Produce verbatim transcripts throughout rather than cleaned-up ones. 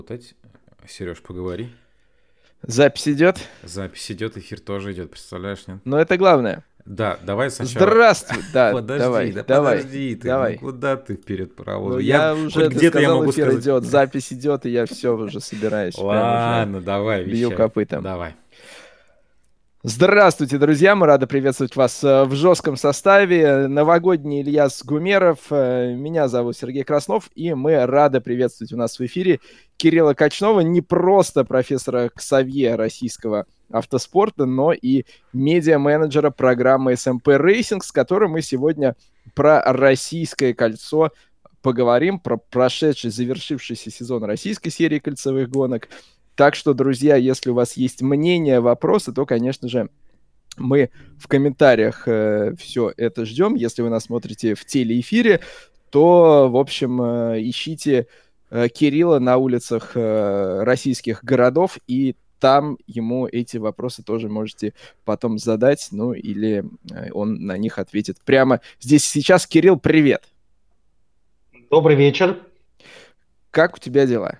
работать. Сереж, поговори. Запись идет? Запись идет, эфир тоже идет, представляешь, нет? Но это главное. Да, давай сначала... Здравствуй, да, Подожди, давай, да давай, подожди ты, ну давай. куда ты вперед Ну, паровоза? Я я хоть уже, ты где-то я сказал, могу эфир сказать... идет, запись идет, и я все уже собираюсь, прям уже Ладно, давай, бью вещай. копытом. Давай. Здравствуйте, друзья, мы рады приветствовать вас э, в жестком составе. Новогодний Ильяс Гумеров, э, меня зовут Сергей Краснов, и мы рады приветствовать у нас в эфире Кирилла Качнова, не просто профессора Ксавье российского автоспорта, но и медиа-менеджера программы эс эм пи Racing, с которым мы сегодня про российское кольцо поговорим, про прошедший, завершившийся сезон российской серии кольцевых гонок. Так что, друзья, если у вас есть мнения, вопросы, то, конечно же, мы в комментариях э, все это ждем. Если вы нас смотрите в телеэфире, то, в общем, э, ищите э, Кирилла на улицах э, российских городов, и там ему эти вопросы тоже можете потом задать, ну, или э, он на них ответит прямо здесь сейчас. Кирилл, привет! Добрый вечер. Как у тебя дела?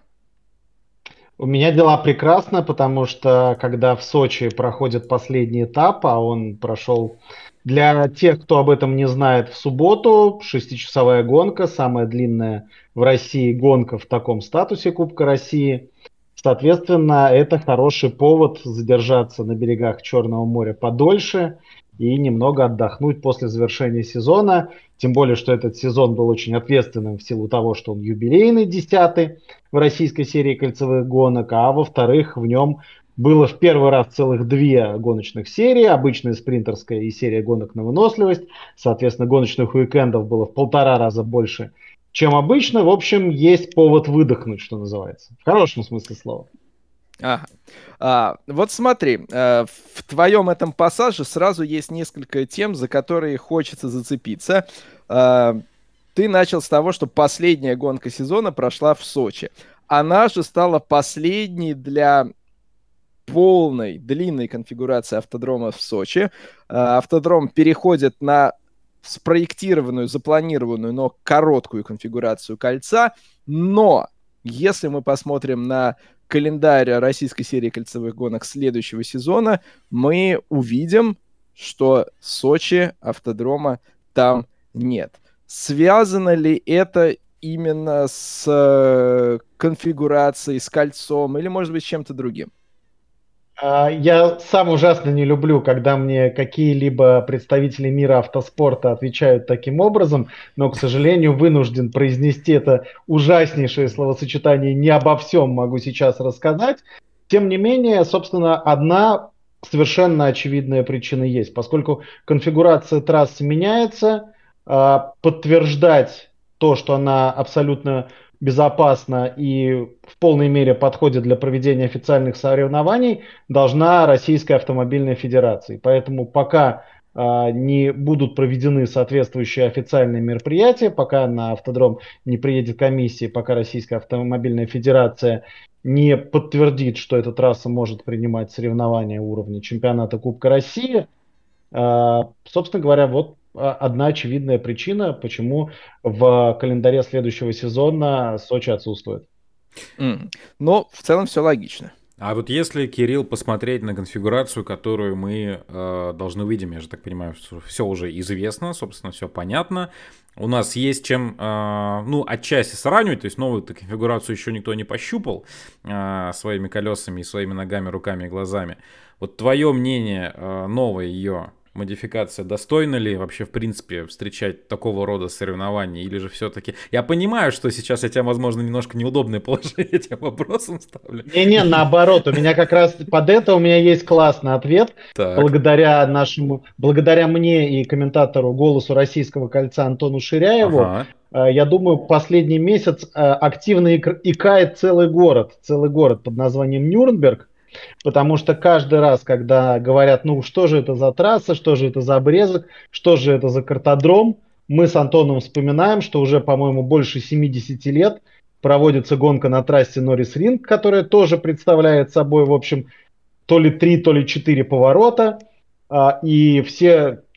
У меня дела прекрасно, потому что когда в Сочи проходит последний этап, а он прошел для тех, кто об этом не знает, в субботу, шестичасовая гонка, самая длинная в России гонка в таком статусе Кубка России. Соответственно, это хороший повод задержаться на берегах Черного моря подольше и немного отдохнуть после завершения сезона. Тем более, что этот сезон был очень ответственным в силу того, что он юбилейный, десятый в российской серии кольцевых гонок, а во-вторых, в нем было в первый раз целых две гоночных серии, обычная спринтерская и серия гонок на выносливость. Соответственно, гоночных уикендов было в полтора раза больше, чем обычно. В общем, есть повод выдохнуть, что называется. В хорошем смысле слова. Ага. А, вот смотри, а, в твоем этом пассаже сразу есть несколько тем, за которые хочется зацепиться. А, ты начал с того, что последняя гонка сезона прошла в Сочи. Она же стала последней для полной, длинной конфигурации автодрома в Сочи. А, автодром переходит на спроектированную, запланированную, но короткую конфигурацию кольца. Но если мы посмотрим на календарь российской серии кольцевых гонок следующего сезона, мы увидим, что Сочи автодрома там нет. Связано ли это именно с э, конфигурацией, с кольцом или, может быть, с чем-то другим? Я сам ужасно не люблю, когда мне какие-либо представители мира автоспорта отвечают таким образом, но, к сожалению, вынужден произнести это ужаснейшее словосочетание «не обо всем могу сейчас рассказать». Тем не менее, собственно, одна совершенно очевидная причина есть. Поскольку конфигурация трассы меняется, подтверждать то, что она абсолютно безопасна и в полной мере подходит для проведения официальных соревнований, должна Российская автомобильная федерация. Поэтому пока а, не будут проведены соответствующие официальные мероприятия, пока на автодром не приедет комиссия, пока Российская автомобильная федерация не подтвердит, что эта трасса может принимать соревнования уровня чемпионата Кубка России, а, собственно говоря, вот одна очевидная причина, почему в календаре следующего сезона Сочи отсутствует. Mm. Но в целом все логично. А вот если, Кирилл, посмотреть на конфигурацию, которую мы э, должны увидеть, я же так понимаю, что все уже известно, собственно, все понятно. У нас есть чем, э, ну, отчасти сравнивать, то есть новую конфигурацию еще никто не пощупал э, своими колесами и своими ногами, руками и глазами. Вот твое мнение, э, новая ее модификация, достойна ли вообще, в принципе, встречать такого рода соревнования? Или же все-таки... Я понимаю, что сейчас я тебя, возможно, немножко неудобное положение этим вопросом ставлю. Не-не, наоборот, у меня как раз под это у меня есть классный ответ. Так. Благодаря нашему, благодаря мне и комментатору «Голосу Российского кольца» Антону Ширяеву, Ага. я думаю, последний месяц активно икает целый город, целый город под названием Нюрнберг. Потому что каждый раз, когда говорят, ну что же это за трасса, что же это за обрезок, что же это за картодром, мы с Антоном вспоминаем, что уже, по-моему, больше семьдесят лет проводится гонка на трассе Норрис Ринг, которая тоже представляет собой, в общем, то ли три, то ли четыре поворота. И все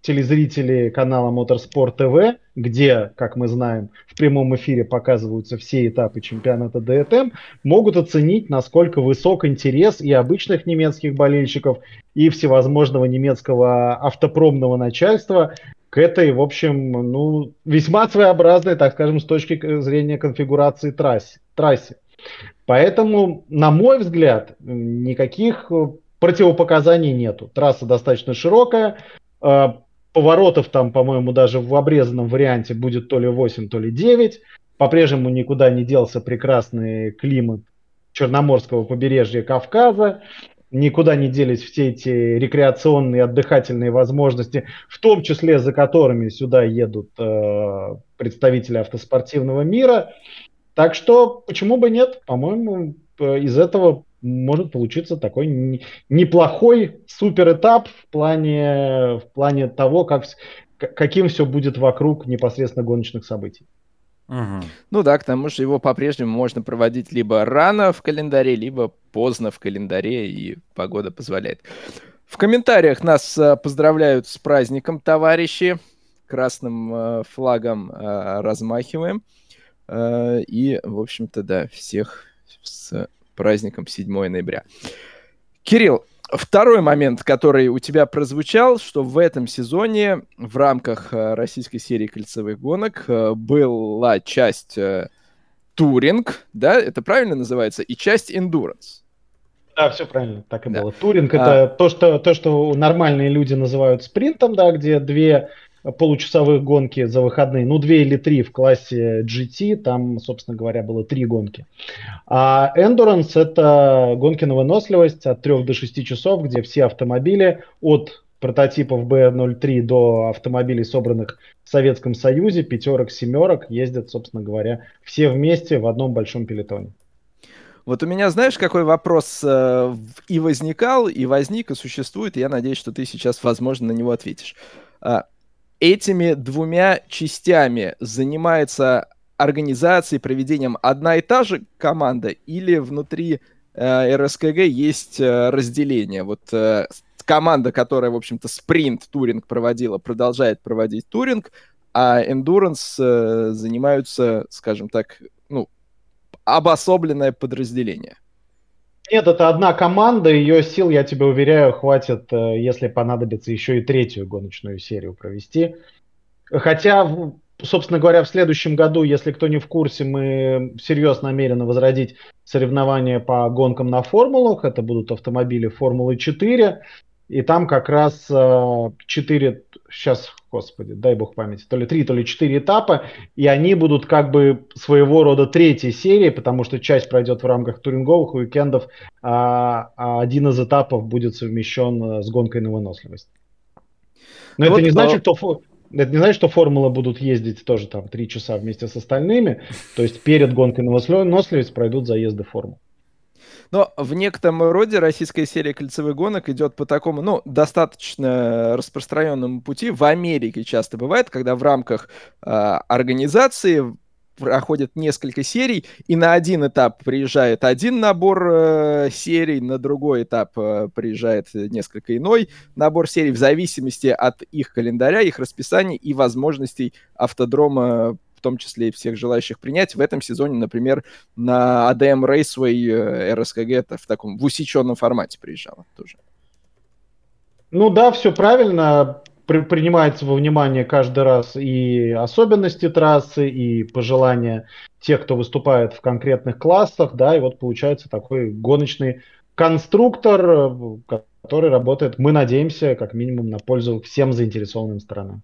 телезрители канала Моторспорт ТВ, где, как мы знаем, в прямом эфире показываются все этапы чемпионата ДТМ, могут оценить, насколько высок интерес и обычных немецких болельщиков, и всевозможного немецкого автопромного начальства к этой, в общем, ну, весьма своеобразной, так скажем, с точки зрения конфигурации трассе. трассе. Поэтому, на мой взгляд, никаких противопоказаний нету. Трасса достаточно широкая, поворотов там, по-моему, даже в обрезанном варианте будет то ли восемь, то ли девять. По-прежнему никуда не делся прекрасный климат Черноморского побережья Кавказа. Никуда не делись все эти рекреационные, отдыхательные возможности, в том числе за которыми сюда едут э, представители автоспортивного мира. Так что, почему бы нет? По-моему, из этого может получиться такой неплохой суперэтап в плане, в плане того, как, каким все будет вокруг непосредственно гоночных событий. Угу. Ну да, к тому же его по-прежнему можно проводить либо рано в календаре, либо поздно в календаре, и погода позволяет. В комментариях нас поздравляют с праздником, товарищи. Красным флагом размахиваем. И, в общем-то, да, всех с праздником седьмого ноября. Кирилл, второй момент, который у тебя прозвучал, что в этом сезоне в рамках российской серии кольцевых гонок была часть туринг, да, это правильно называется, и часть эндуранс. Да, все правильно, так и да. было. Туринг а... это то что, то, что нормальные люди называют спринтом, да, где две получасовых гонки за выходные, ну, две или три в классе джи ти, там, собственно говоря, было три гонки. А Endurance — это гонки на выносливость от трёх до шести часов, где все автомобили от прототипов бэ ноль три до автомобилей, собранных в Советском Союзе, пятерок, семерок, ездят, собственно говоря, все вместе в одном большом пелетоне. Вот у меня, знаешь, какой вопрос э, и возникал, и возник, и существует, и я надеюсь, что ты сейчас, возможно, на него ответишь. Этими двумя частями занимается организацией, проведением одна и та же команда, или внутри э, эр эс ка гэ есть э, разделение? Вот э, команда, которая, в общем-то, спринт-туринг проводила, продолжает проводить туринг, а эндуранс э, занимаются, скажем так, ну, обособленное подразделение. Нет, это одна команда, ее сил, я тебе уверяю, хватит, если понадобится, еще и третью гоночную серию провести. Хотя, собственно говоря, в следующем году, если кто не в курсе, мы всерьез намерены возродить соревнования по гонкам на формулах. Это будут автомобили Формулы четыре. И там как раз четыре, сейчас, господи, дай бог памяти, то ли три, то ли четыре этапа, и они будут как бы своего рода третьей серией, потому что часть пройдет в рамках туринговых уикендов, а один из этапов будет совмещен с гонкой на выносливость. Но вот, это не значит, что... Это не значит, что формулы будут ездить тоже там три часа вместе с остальными, то есть перед гонкой на выносливость пройдут заезды формул. Но в некотором роде российская серия кольцевых гонок идет по такому, ну, достаточно распространенному пути. В Америке часто бывает, когда в рамках э, организации проходит несколько серий, и на один этап приезжает один набор э, серий, на другой этап э, приезжает несколько иной набор серий, в зависимости от их календаря, их расписания и возможностей автодрома, в том числе и всех желающих принять. В этом сезоне, например, на эй ди эм Raceway эр эс ка гэ это в таком в усеченном формате приезжала тоже. Ну да, все правильно. При, принимается во внимание каждый раз и особенности трассы, и пожелания тех, кто выступает в конкретных классах, да, и вот получается такой гоночный конструктор, который работает, мы надеемся, как минимум на пользу всем заинтересованным сторонам.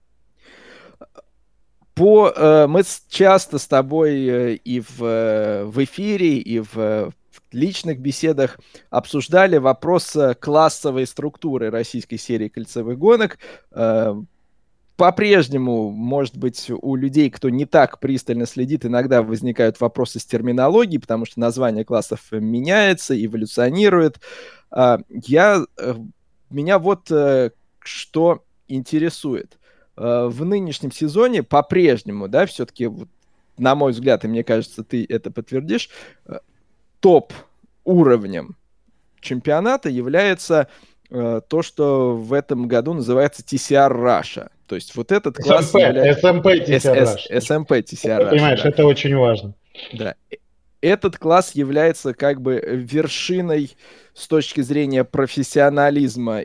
По, э, мы часто с тобой э, и в, э, в эфире, и в, в личных беседах обсуждали вопрос классовой структуры российской серии кольцевых гонок. Э, по-прежнему, может быть, у людей, кто не так пристально следит, иногда возникают вопросы с терминологией, потому что название классов меняется, эволюционирует. Э, я, э, меня вот э, что интересует. В нынешнем сезоне по-прежнему, да, все-таки, на мой взгляд, и мне кажется, ты это подтвердишь, топ уровнем чемпионата является э, то, что в этом году называется ти си ар Russia. То есть вот этот класс эс эм пи, является... эс эм пи ти си ар Rush. эс эм пи ти си ар Ты Russia, понимаешь, да. это очень важно. Да. Этот класс является как бы вершиной с точки зрения профессионализма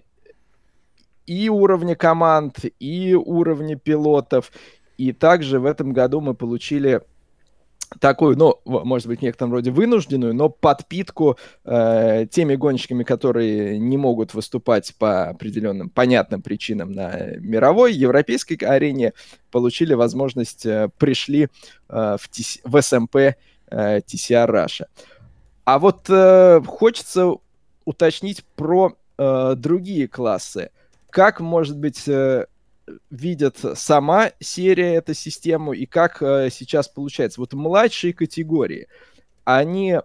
и уровня команд, и уровня пилотов. И также в этом году мы получили такую, ну, может быть, в некотором роде вынужденную, но подпитку э, теми гонщиками, которые не могут выступать по определенным понятным причинам на мировой, европейской арене, получили возможность, э, пришли э, в, T C, в эс эм пи э, ти си ар Russia. А вот э, хочется уточнить про э, другие классы. Как, может быть, э, видят сама серия эту систему и как э, сейчас получается? Вот младшие категории, они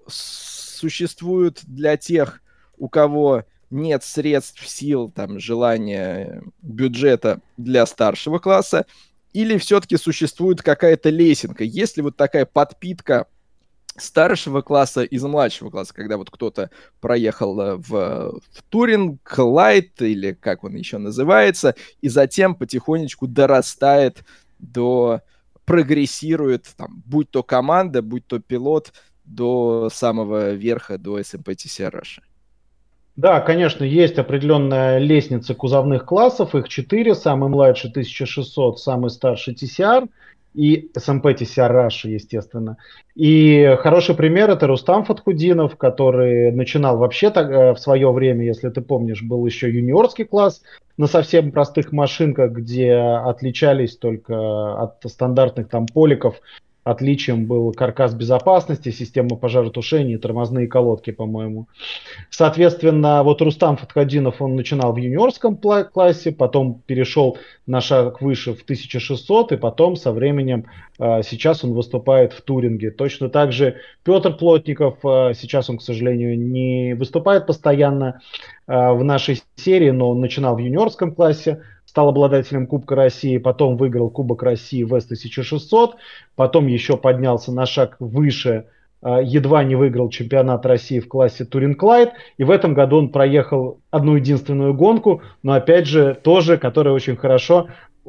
существуют для тех, у кого нет средств, сил, там, желания, бюджета для старшего класса, или все-таки существует какая-то лесенка? Есть ли вот такая подпитка старшего класса из младшего класса, когда вот кто-то проехал в, в Туринг, Лайт, или как он еще называется, и затем потихонечку дорастает до, прогрессирует, там, будь то команда, будь то пилот, до самого верха, до эс эм пи ти си ар Russia. Да, конечно, есть определенная лестница кузовных классов, их четыре, самый младший тысяча шестьсот, самый старший ти си ар и эс эм пи ти си ар Russia, естественно. И хороший пример — это Рустам Фатхудинов, который начинал вообще так, в свое время, если ты помнишь, был еще юниорский класс на совсем простых машинках, где отличались только от стандартных там поликов. Отличием был каркас безопасности, система пожаротушения и тормозные колодки, по-моему. Соответственно, вот Рустам Фатхудинов, он начинал в юниорском классе, потом перешел на шаг выше в тысяча шестьсот, и потом со временем э, сейчас он выступает в туринге. Точно так же Петр Плотников, э, сейчас он, к сожалению, не выступает постоянно э, в нашей серии, но он начинал в юниорском классе, стал обладателем Кубка России, потом выиграл Кубок России в эс тысяча шестьсот, потом еще поднялся на шаг выше, едва не выиграл чемпионат России в классе Touring Light, и в этом году он проехал одну единственную гонку, но опять же тоже, которая очень хорошо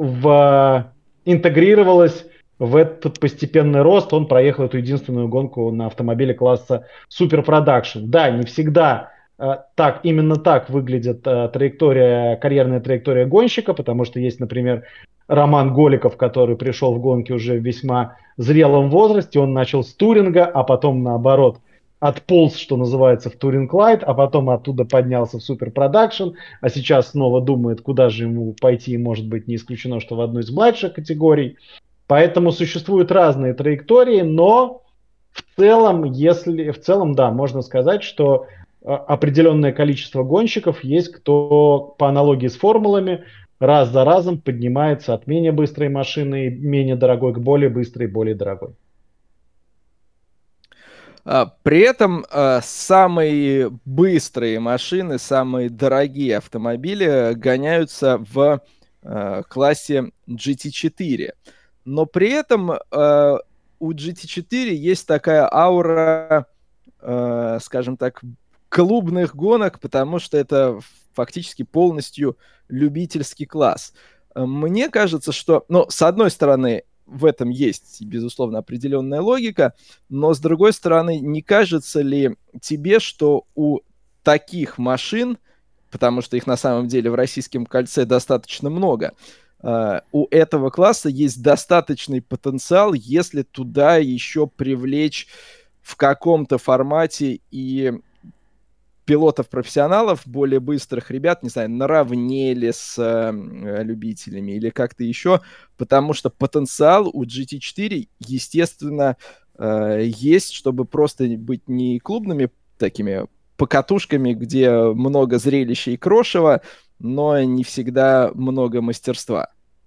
в... интегрировалась в этот постепенный рост. Он проехал эту единственную гонку на автомобиле класса Super Production. Да, не всегда так, именно так выглядит траектория, карьерная траектория гонщика, потому что есть, например, Роман Голиков, который пришел в гонки уже в весьма зрелом возрасте. Он начал с туринга, а потом, наоборот, отполз, что называется, в Touring Light, а потом оттуда поднялся в Super Production, а сейчас снова думает, куда же ему пойти, и, может быть, не исключено, что в одну из младших категорий. Поэтому существуют разные траектории, но в целом, если в целом, да, можно сказать, что определенное количество гонщиков есть, кто по аналогии с формулами раз за разом поднимается от менее быстрой машины, менее дорогой, к более быстрой, более дорогой. При этом самые быстрые машины, самые дорогие автомобили гоняются в классе джи ти четыре. Но при этом у джи ти четыре есть такая аура, скажем так, клубных гонок, потому что это фактически полностью любительский класс. Мне кажется, что, ну, с одной стороны, в этом есть, безусловно, определенная логика, но, с другой стороны, не кажется ли тебе, что у таких машин, потому что их на самом деле в Российском кольце достаточно много, у этого класса есть достаточный потенциал, если туда еще привлечь в каком-то формате и пилотов-профессионалов, более быстрых ребят, не знаю, наравне ли с э, любителями или как-то еще, потому что потенциал у джи ти четыре, естественно, э, есть, чтобы просто быть не клубными такими покатушками, где много зрелища и крошева, но не всегда много мастерства.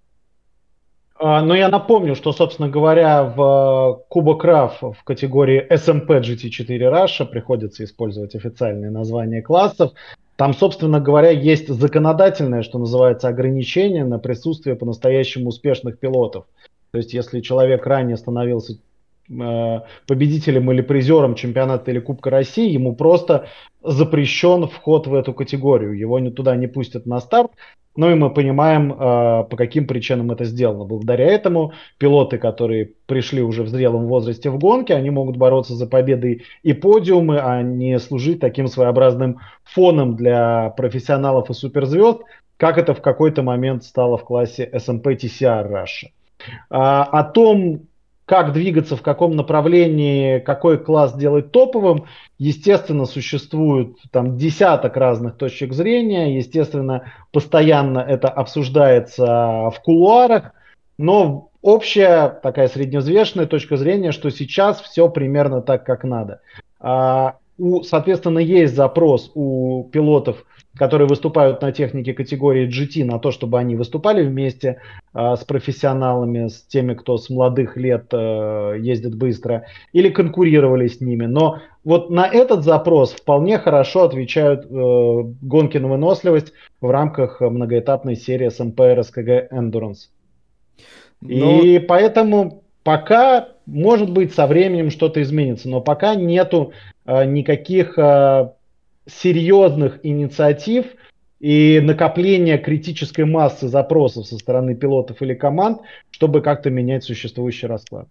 Но я напомню, что, собственно говоря, в Кубок РАФ в категории эс эм пи джи ти четыре Russia приходится использовать официальные названия классов. Там, собственно говоря, есть законодательное, что называется, ограничение на присутствие по-настоящему успешных пилотов. То есть, если человек ранее становился э, победителем или призером чемпионата или Кубка России, ему просто запрещен вход в эту категорию. Его ни туда не пустят на старт. Ну и мы понимаем, э, по каким причинам это сделано. Благодаря этому пилоты, которые пришли уже в зрелом возрасте в гонке, они могут бороться за победы и подиумы, а не служить таким своеобразным фоном для профессионалов и суперзвезд, как это в какой-то момент стало в классе эс эм пи ти си ар Russia. А, о том, как двигаться, в каком направлении, какой класс делать топовым, естественно, существует там десяток разных точек зрения, естественно, постоянно это обсуждается в кулуарах, но общая такая средневзвешенная точка зрения, что сейчас все примерно так, как надо. А, у, соответственно, есть запрос у пилотов, которые выступают на технике категории джи ти, на то, чтобы они выступали вместе э, с профессионалами, с теми, кто с молодых лет э, ездит быстро, или конкурировали с ними. Но вот на этот запрос вполне хорошо отвечают э, гонки на выносливость в рамках многоэтапной серии эс эм пи эр эс ка джи Endurance. Но... И поэтому пока, может быть, со временем что-то изменится, но пока нету э, никаких... Э, серьезных инициатив и накопления критической массы запросов со стороны пилотов или команд, чтобы как-то менять существующий расклад.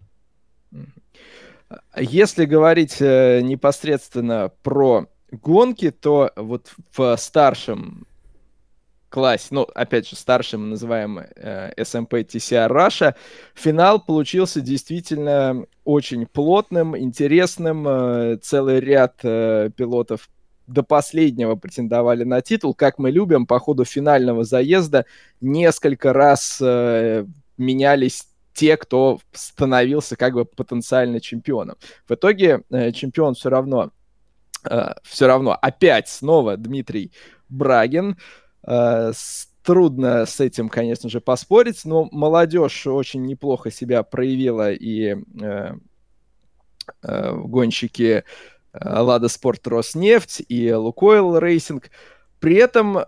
Если говорить э, непосредственно про гонки, то вот в старшем классе, ну, опять же, старшим называем э, эс эм пи ти си ар Russia, финал получился действительно очень плотным, интересным. Э, целый ряд э, пилотов до последнего претендовали на титул. Как мы любим, по ходу финального заезда несколько раз э, менялись те, кто становился как бы потенциально чемпионом. В итоге э, чемпион все равно, э, все равно опять снова Дмитрий Брагин. Э, с, трудно с этим, конечно же, поспорить, но молодежь очень неплохо себя проявила, и э, э, гонщики Лада Спорт Роснефть и Лукойл Рейсинг. При этом,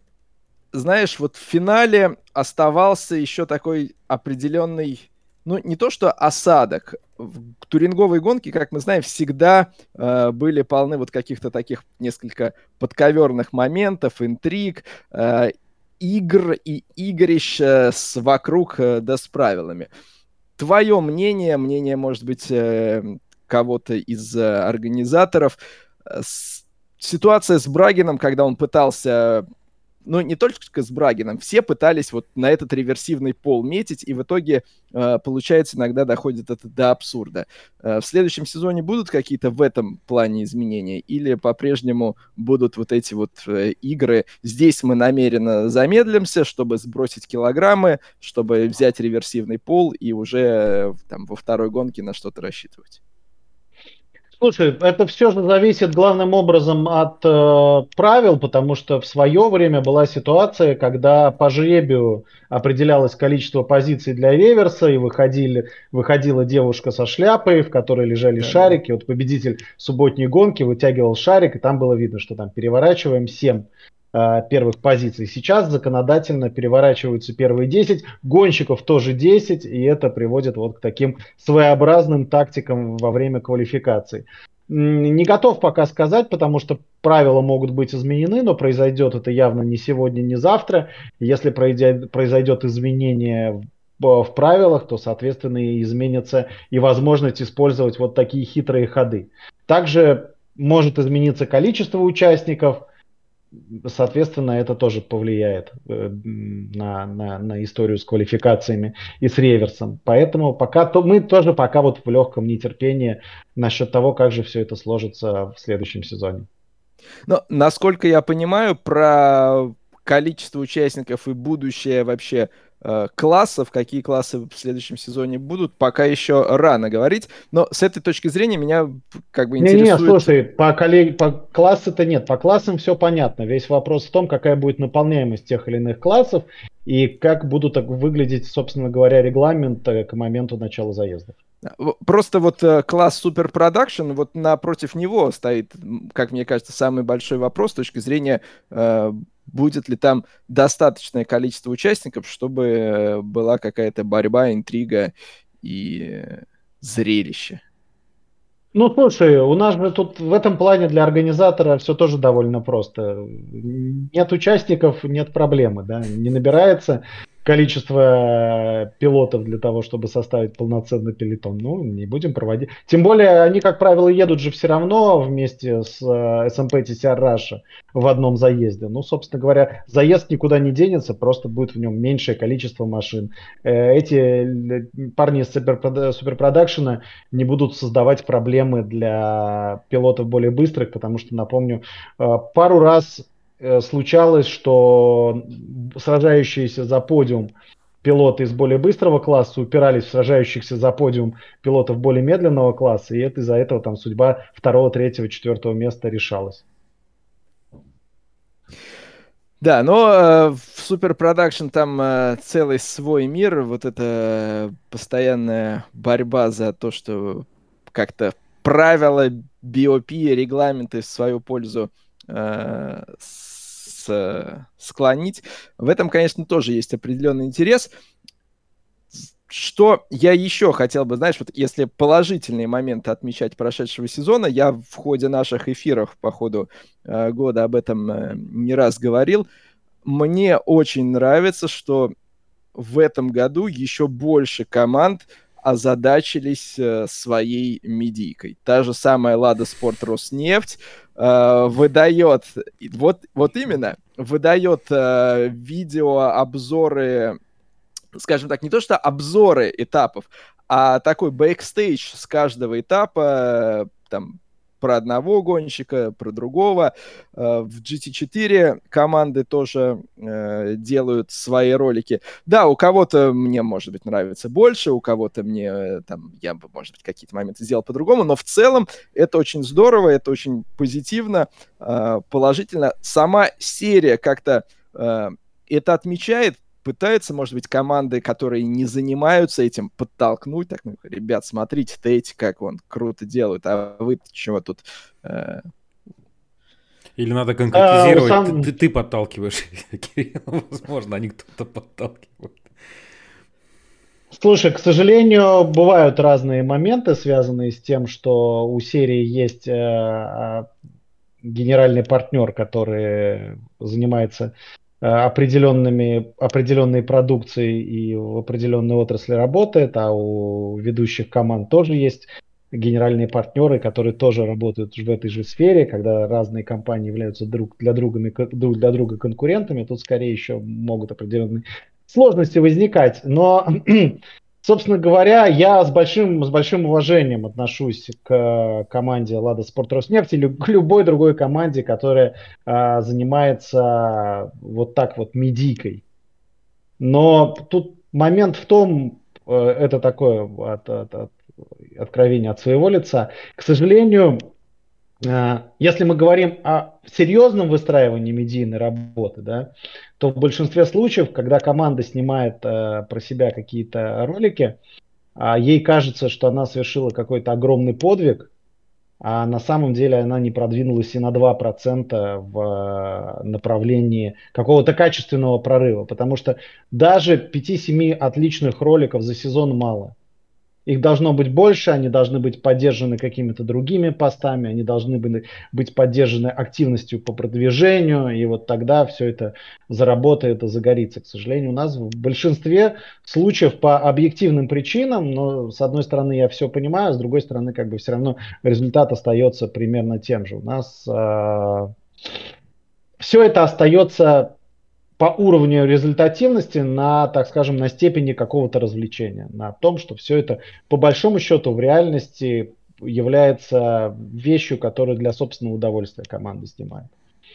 знаешь, вот в финале оставался еще такой определенный, ну, не то что осадок. В туринговой гонке, как мы знаем, всегда э, были полны вот каких-то таких несколько подковерных моментов, интриг, э, игр и игрищ э, с вокруг э, да с правилами. Твое мнение, мнение, может быть, э, кого-то из э, организаторов. С... Ситуация с Брагином, когда он пытался, ну, не только с Брагином, все пытались вот на этот реверсивный пол метить, и в итоге, э, получается, иногда доходит это до абсурда. Э, в следующем сезоне будут какие-то в этом плане изменения, или по-прежнему будут вот эти вот э, игры? Здесь мы намеренно замедлимся, чтобы сбросить килограммы, чтобы взять реверсивный пол и уже э, там во второй гонке на что-то рассчитывать. Слушай, это все же зависит главным образом от э, правил, потому что в свое время была ситуация, когда по жребию определялось количество позиций для реверса, и выходили, выходила девушка со шляпой, в которой лежали да, шарики. Да. Вот победитель субботней гонки вытягивал шарик, и там было видно, что там переворачиваем семь э, первых позиций. Сейчас законодательно переворачиваются первые десять, гонщиков тоже десять, и это приводит вот к таким своеобразным тактикам во время квалификации. Не готов пока сказать, потому что правила могут быть изменены, но произойдет это явно не сегодня, не завтра. Если произойдет, произойдет изменение в, в правилах, то, соответственно, и изменится и возможность использовать вот такие хитрые ходы. Также может измениться количество участников. Соответственно, это тоже повлияет на, на, на историю с квалификациями и с реверсом. Поэтому пока то, мы тоже пока вот в легком нетерпении насчет того, как же все это сложится в следующем сезоне. Но, насколько я понимаю, про количество участников и будущее вообще э, классов, какие классы в следующем сезоне будут, пока еще рано говорить. Но с этой точки зрения меня как бы интересует... Не-не, слушай, по, коллег... по классу-то нет, по классам все понятно. Весь вопрос в том, какая будет наполняемость тех или иных классов и как будут выглядеть, собственно говоря, регламенты к моменту начала заездов. Просто вот э, класс Super Production, вот напротив него стоит, как мне кажется, самый большой вопрос с точки зрения, э, будет ли там достаточное количество участников, чтобы э, была какая-то борьба, интрига и зрелище. Ну, слушай, у нас же тут в этом плане для организатора все тоже довольно просто. Нет участников, нет проблемы, да, не набирается количество пилотов для того, чтобы составить полноценный пелотон. Ну, не будем проводить. Тем более, они, как правило, едут же все равно вместе с э, эс эм пи ти си ар Russia в одном заезде. Ну, собственно говоря, заезд никуда не денется, просто будет в нем меньшее количество машин. Э, эти парни из суперпродакшена не будут создавать проблемы для пилотов более быстрых, потому что, напомню, э, пару раз случалось, что сражающиеся за подиум пилоты из более быстрого класса упирались в сражающихся за подиум пилотов более медленного класса, и это из-за этого там судьба второго, третьего, четвертого места решалась. Да, но э, в Super Production там э, целый свой мир, вот эта постоянная борьба за то, что как-то правила би о пи, регламенты в свою пользу э, с, склонить. В этом, конечно, тоже есть определенный интерес. Что я еще хотел бы, знаешь, вот если положительные моменты отмечать прошедшего сезона, я в ходе наших эфиров по ходу э, года об этом э, не раз говорил, мне очень нравится, что в этом году еще больше команд озадачились э, своей медийкой. Та же самая Lada Sport Роснефть э, выдает, вот, вот именно, выдает э, видеообзоры, скажем так, не то что обзоры этапов, а такой бэкстейдж с каждого этапа, там, про одного гонщика, про другого. В джи ти четыре команды тоже э, делают свои ролики. Да, у кого-то мне, может быть, нравится больше, у кого-то мне, там, я бы, может быть, какие-то моменты сделал по-другому, но в целом это очень здорово, это очень позитивно, э, положительно. Сама серия как-то э, это отмечает, пытаются, может быть, команды, которые не занимаются этим, подтолкнуть. Так, ну, ребят, смотрите-то эти, как он круто делают, а вы чего тут... Э... Или надо конкретизировать, а, сам... ты, ты, ты подталкиваешь, Кирилл, возможно, а не кто-то подталкивает. Слушай, к сожалению, бывают разные моменты, связанные с тем, что у серии есть э, генеральный партнер, который занимается определенными, определенной продукцией и в определенной отрасли работает, а у ведущих команд тоже есть генеральные партнеры, которые тоже работают в этой же сфере, когда разные компании являются друг для друга, друг для друга конкурентами, тут скорее еще могут определенные сложности возникать. Но, собственно говоря, я с большим, с большим уважением отношусь к команде Lada Sport Роснефть или к любой другой команде, которая а, занимается вот так вот медийкой. Но тут момент в том, это такое от, от, от, откровение от своего лица, к сожалению, если мы говорим о серьезном выстраивании медийной работы, да, то в большинстве случаев, когда команда снимает э, про себя какие-то ролики, э, ей кажется, что она совершила какой-то огромный подвиг, а на самом деле она не продвинулась и на два процента в э, направлении какого-то качественного прорыва, потому что даже пяти-семи отличных роликов за сезон мало. Их должно быть больше, они должны быть поддержаны какими-то другими постами, они должны быть поддержаны активностью по продвижению, и вот тогда все это заработает и загорится. К сожалению, у нас в большинстве случаев по объективным причинам, но с одной стороны я все понимаю, а с другой стороны как бы все равно результат остается примерно тем же. У нас э, все это остается по уровню результативности на, так скажем, на степени какого-то развлечения, на том, что все это по большому счету в реальности является вещью, которая для собственного удовольствия команда снимает.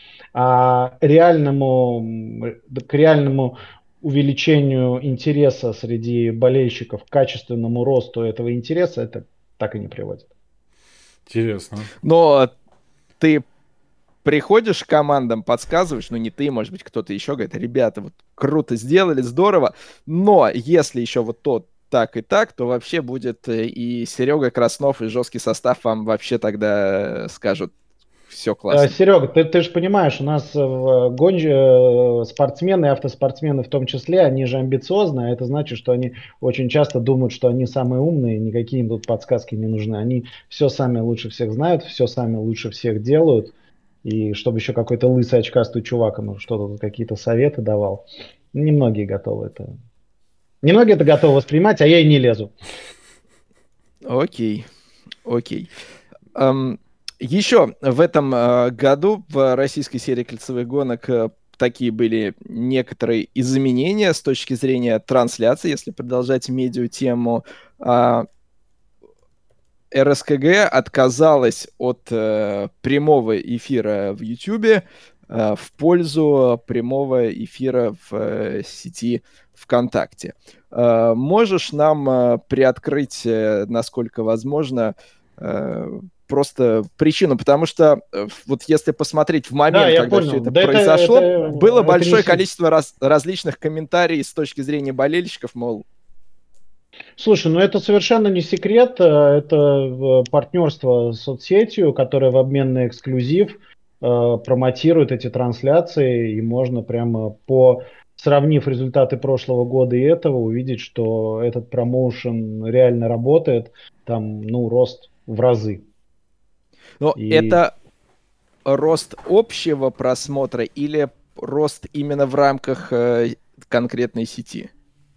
А реальному, к реальному увеличению интереса среди болельщиков, к качественному росту этого интереса, это так и не приводит. Интересно. Но ты приходишь к командам, подсказываешь, ну не ты, может быть, кто-то еще, говорит, ребята, вот круто сделали, здорово, но если еще вот то, так и так, то вообще будет и Серега Краснов, и жесткий состав вам вообще тогда скажут, все классно. Серега, ты, ты же понимаешь, у нас в гонже спортсмены, автоспортсмены в том числе, они же амбициозны, а это значит, что они очень часто думают, что они самые умные, никакие им тут подсказки не нужны. Они все сами лучше всех знают, все сами лучше всех делают. И чтобы еще какой-то лысый очкастый чувак ему что-то тут какие-то советы давал. Немногие готовы это. Немногие это готовы воспринимать, а я и не лезу. Окей, окей. Um, еще в этом uh, году в российской серии кольцевых гонок uh, такие были некоторые изменения с точки зрения трансляции, если продолжать медиа-тему. Uh, эр эс ка гэ отказалась от uh, прямого эфира в YouTube uh, в пользу прямого эфира в uh, сети ВКонтакте. Uh, можешь нам uh, приоткрыть, uh, насколько возможно, uh, просто причину, потому что вот если посмотреть в момент, да, когда понял. все это да произошло, это, это, было это большое количество раз, различных комментариев с точки зрения болельщиков, мол... Слушай, ну это совершенно не секрет, это партнерство с соцсетью, которое в обмен на эксклюзив э, промотирует эти трансляции, и можно прямо по... сравнив результаты прошлого года и этого, увидеть, что этот промоушен реально работает, там, ну, рост в разы. Но и... это рост общего просмотра или рост именно в рамках э, конкретной сети?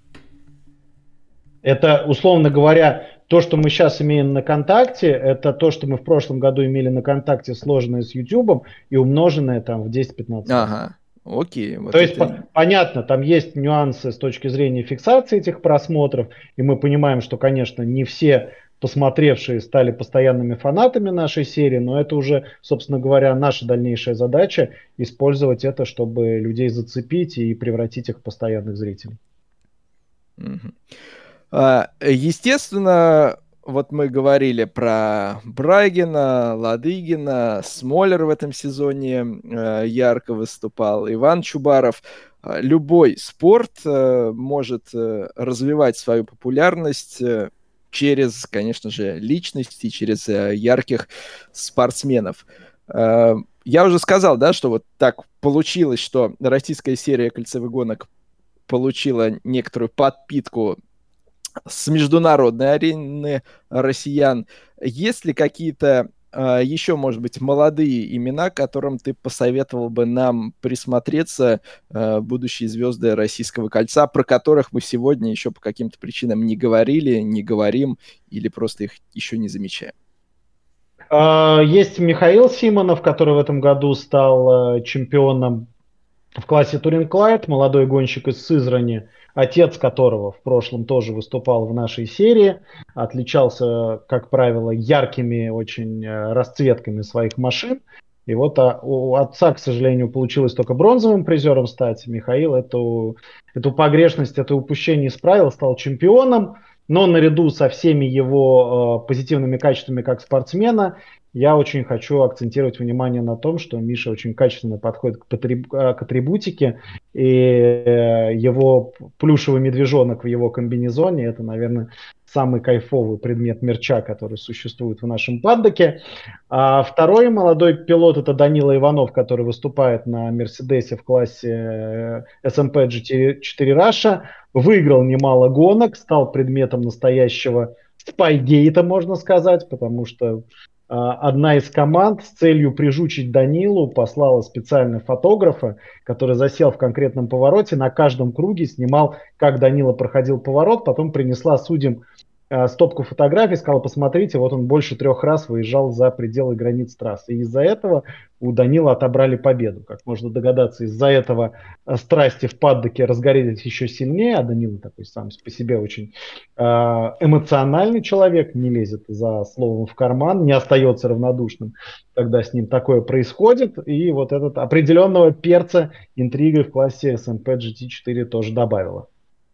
Это, условно говоря, то, что мы сейчас имеем на КонТакте, это то, что мы в прошлом году имели на КонТакте, сложенное с Ютубом и умноженное там в десять-пятнадцать раз. Ага, окей. Вот то это... есть, по- понятно, там есть нюансы с точки зрения фиксации этих просмотров, и мы понимаем, что, конечно, не все посмотревшие стали постоянными фанатами нашей серии, но это уже, собственно говоря, наша дальнейшая задача — использовать это, чтобы людей зацепить и превратить их в постоянных зрителей. Естественно, вот мы говорили про Брагина, Ладыгина, Смолер в этом сезоне ярко выступал, Иван Чубаров. Любой спорт может развивать свою популярность через, конечно же, личности, через ярких спортсменов. Я уже сказал, да, что вот так получилось, что российская серия кольцевых гонок получила некоторую подпитку с международной арены россиян. Есть ли какие-то э, еще, может быть, молодые имена, которым ты посоветовал бы нам присмотреться, э, будущие звезды российского кольца, про которых мы сегодня еще по каким-то причинам не говорили, не говорим или просто их еще не замечаем? Есть Михаил Симонов, который в этом году стал чемпионом в классе Touring Light, молодой гонщик из Сызрани, отец которого в прошлом тоже выступал в нашей серии, отличался, как правило, яркими очень расцветками своих машин. И вот а, у отца, к сожалению, получилось только бронзовым призером стать. Михаил эту, эту погрешность, это упущение исправил, стал чемпионом. Но наряду со всеми его э, позитивными качествами как спортсмена, я очень хочу акцентировать внимание на том, что Миша очень качественно подходит к, потреб... к атрибутике, и э, его плюшевый медвежонок в его комбинезоне — это, наверное, самый кайфовый предмет мерча, который существует в нашем паддоке. А второй молодой пилот — это Данила Иванов, который выступает на Мерседесе в классе эс эм пи джи четыре Russia. Выиграл немало гонок, стал предметом настоящего спайгейта, можно сказать, потому что а, одна из команд с целью прижучить Данилу послала специально фотографа, который засел в конкретном повороте, на каждом круге снимал, как Данила проходил поворот, потом принесла судьям а, стопку фотографий, сказала: посмотрите, вот он больше трех раз выезжал за пределы границ трассы. И из-за этого у Данила отобрали победу. Как можно догадаться, из-за этого страсти в паддоке разгорелись еще сильнее, а Данила такой сам по себе очень э, эмоциональный человек, не лезет за словом в карман, не остается равнодушным, когда с ним такое происходит. И вот этот определенного перца интригой в классе эс эм пи джи ти четыре тоже добавила.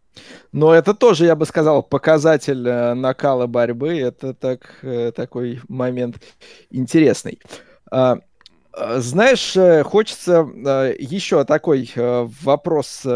Но это тоже, я бы сказал, показатель э, накала борьбы. Это так, э, такой момент интересный. А, знаешь, хочется еще такой вопрос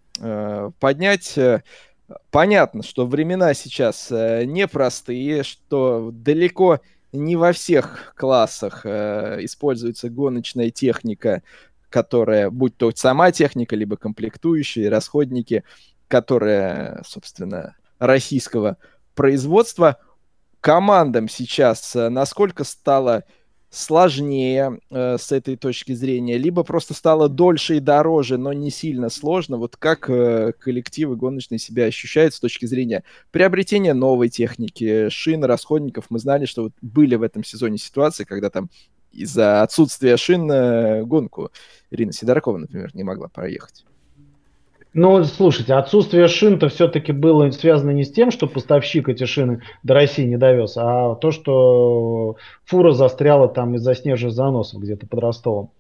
поднять. Понятно, что времена сейчас непростые, что далеко не во всех классах э, используется гоночная техника, которая, будь то сама техника, либо комплектующие, расходники, которая, собственно, российского производства. Командам сейчас э, насколько стало сложнее э, с этой точки зрения, либо просто стало дольше и дороже, но не сильно сложно. Вот как э, коллективы гоночные себя ощущают с точки зрения приобретения новой техники, шин, расходников. Мы знали, что вот были в этом сезоне ситуации, когда там из-за отсутствия шин э, гонку Ирина Сидоракова, например, не могла проехать. Ну, слушайте, отсутствие шин-то все-таки было связано не с тем, что поставщик эти шины до России не довез, а то, что фура застряла там из-за снежных заносов где-то под Ростовом.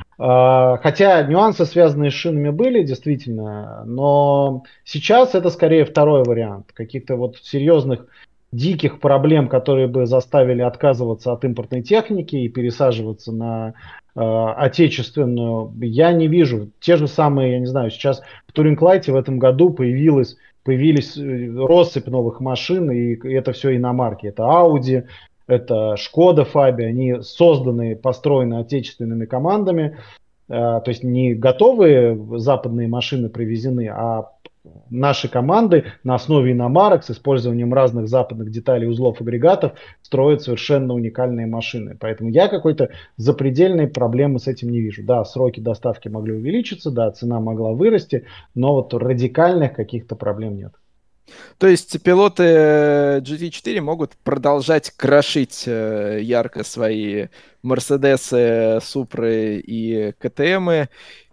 А, Хотя нюансы, связанные с шинами, были действительно, но сейчас это скорее второй вариант. Каких-то вот серьезных, диких проблем, которые бы заставили отказываться от импортной техники и пересаживаться на э, отечественную, я не вижу. Те же самые, я не знаю, сейчас в Touring Light в этом году появилась, появились э, россыпь новых машин, и это все иномарки. Это Audi, это Шкода Фабия, они созданы, построены отечественными командами, э, то есть не готовые западные машины привезены, а наши команды на основе иномарок с использованием разных западных деталей, узлов, агрегатов строят совершенно уникальные машины. Поэтому я какой-то запредельной проблемы с этим не вижу. Да, сроки доставки могли увеличиться, да, цена могла вырасти, но вот радикальных каких-то проблем нет. То есть пилоты джи ти четыре могут продолжать крошить э, ярко свои Мерседесы, Супры и КТМы,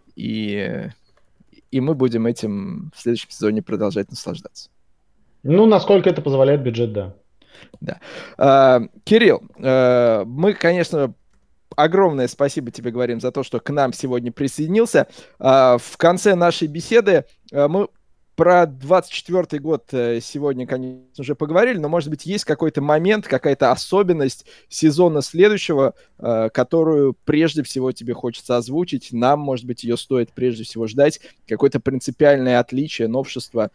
и, и мы будем этим в следующем сезоне продолжать наслаждаться. Ну, насколько это позволяет бюджет, да. Да. А, Кирилл, а, мы, конечно, огромное спасибо тебе говорим за то, что к нам сегодня присоединился. А, в конце нашей беседы а, мы про двадцать четвёртый год сегодня, конечно, уже поговорили, но, может быть, есть какой-то момент, какая-то особенность сезона следующего, которую прежде всего тебе хочется озвучить. Нам, может быть, ее стоит прежде всего ждать. Какое-то принципиальное отличие, новшество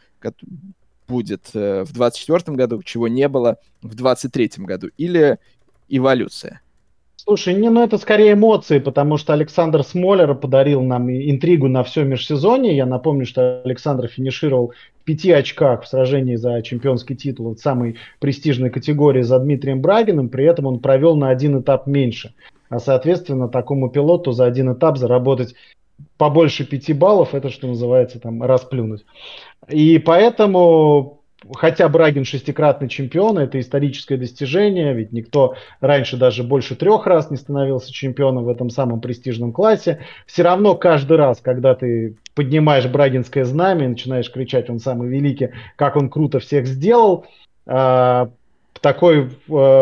будет в двадцать четвёртом году, чего не было в двадцать третьем году. Или эволюция? Слушай, не, ну это скорее эмоции, потому что Александр Смолер подарил нам интригу на все межсезонье. Я напомню, что Александр финишировал в пяти очках в сражении за чемпионский титул в самой престижной категории за Дмитрием Брагиным, при этом он провел на один этап меньше. А соответственно, такому пилоту за один этап заработать побольше пяти баллов, это что называется там расплюнуть. И поэтому... Хотя Брагин шестикратный чемпион, это историческое достижение, ведь никто раньше даже больше трех раз не становился чемпионом в этом самом престижном классе. Все равно каждый раз, когда ты поднимаешь брагинское знамя и начинаешь кричать «он самый великий», как он круто всех сделал, э, такой э,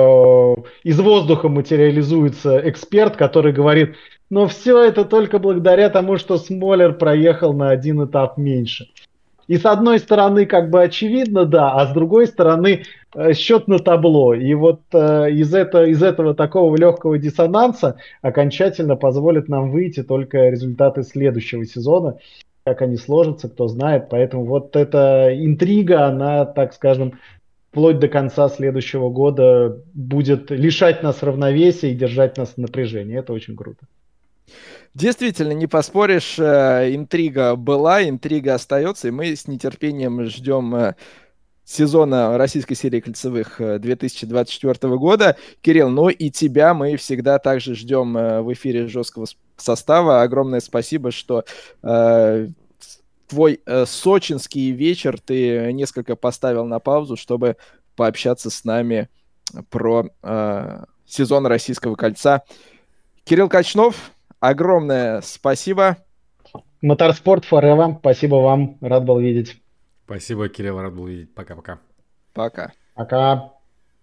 из воздуха материализуется эксперт, который говорит: но все это только благодаря тому, что Смолер проехал на один этап меньше. И с одной стороны, как бы очевидно, да, а с другой стороны, э, счет на табло. И вот э, из, это, из этого такого легкого диссонанса окончательно позволит нам выйти только результаты следующего сезона. Как они сложатся, кто знает. Поэтому вот эта интрига, она, так скажем, вплоть до конца следующего года будет лишать нас равновесия и держать нас в напряжении. Это очень круто. Действительно, не поспоришь, э, интрига была, интрига остается, и мы с нетерпением ждем э, сезона российской серии кольцевых э, две тысячи двадцать четвёртого года. Кирилл, ну и тебя мы всегда также ждем э, в эфире жесткого состава. Огромное спасибо, что э, твой э, сочинский вечер ты несколько поставил на паузу, чтобы пообщаться с нами про э, сезон российского кольца. Кирилл Качнов, огромное спасибо. Моторспорт forever. Спасибо вам. Рад был видеть. Спасибо, Кирилл. Рад был видеть. Пока-пока. Пока. Пока.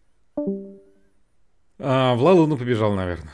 А, в Лалуну побежал, наверное.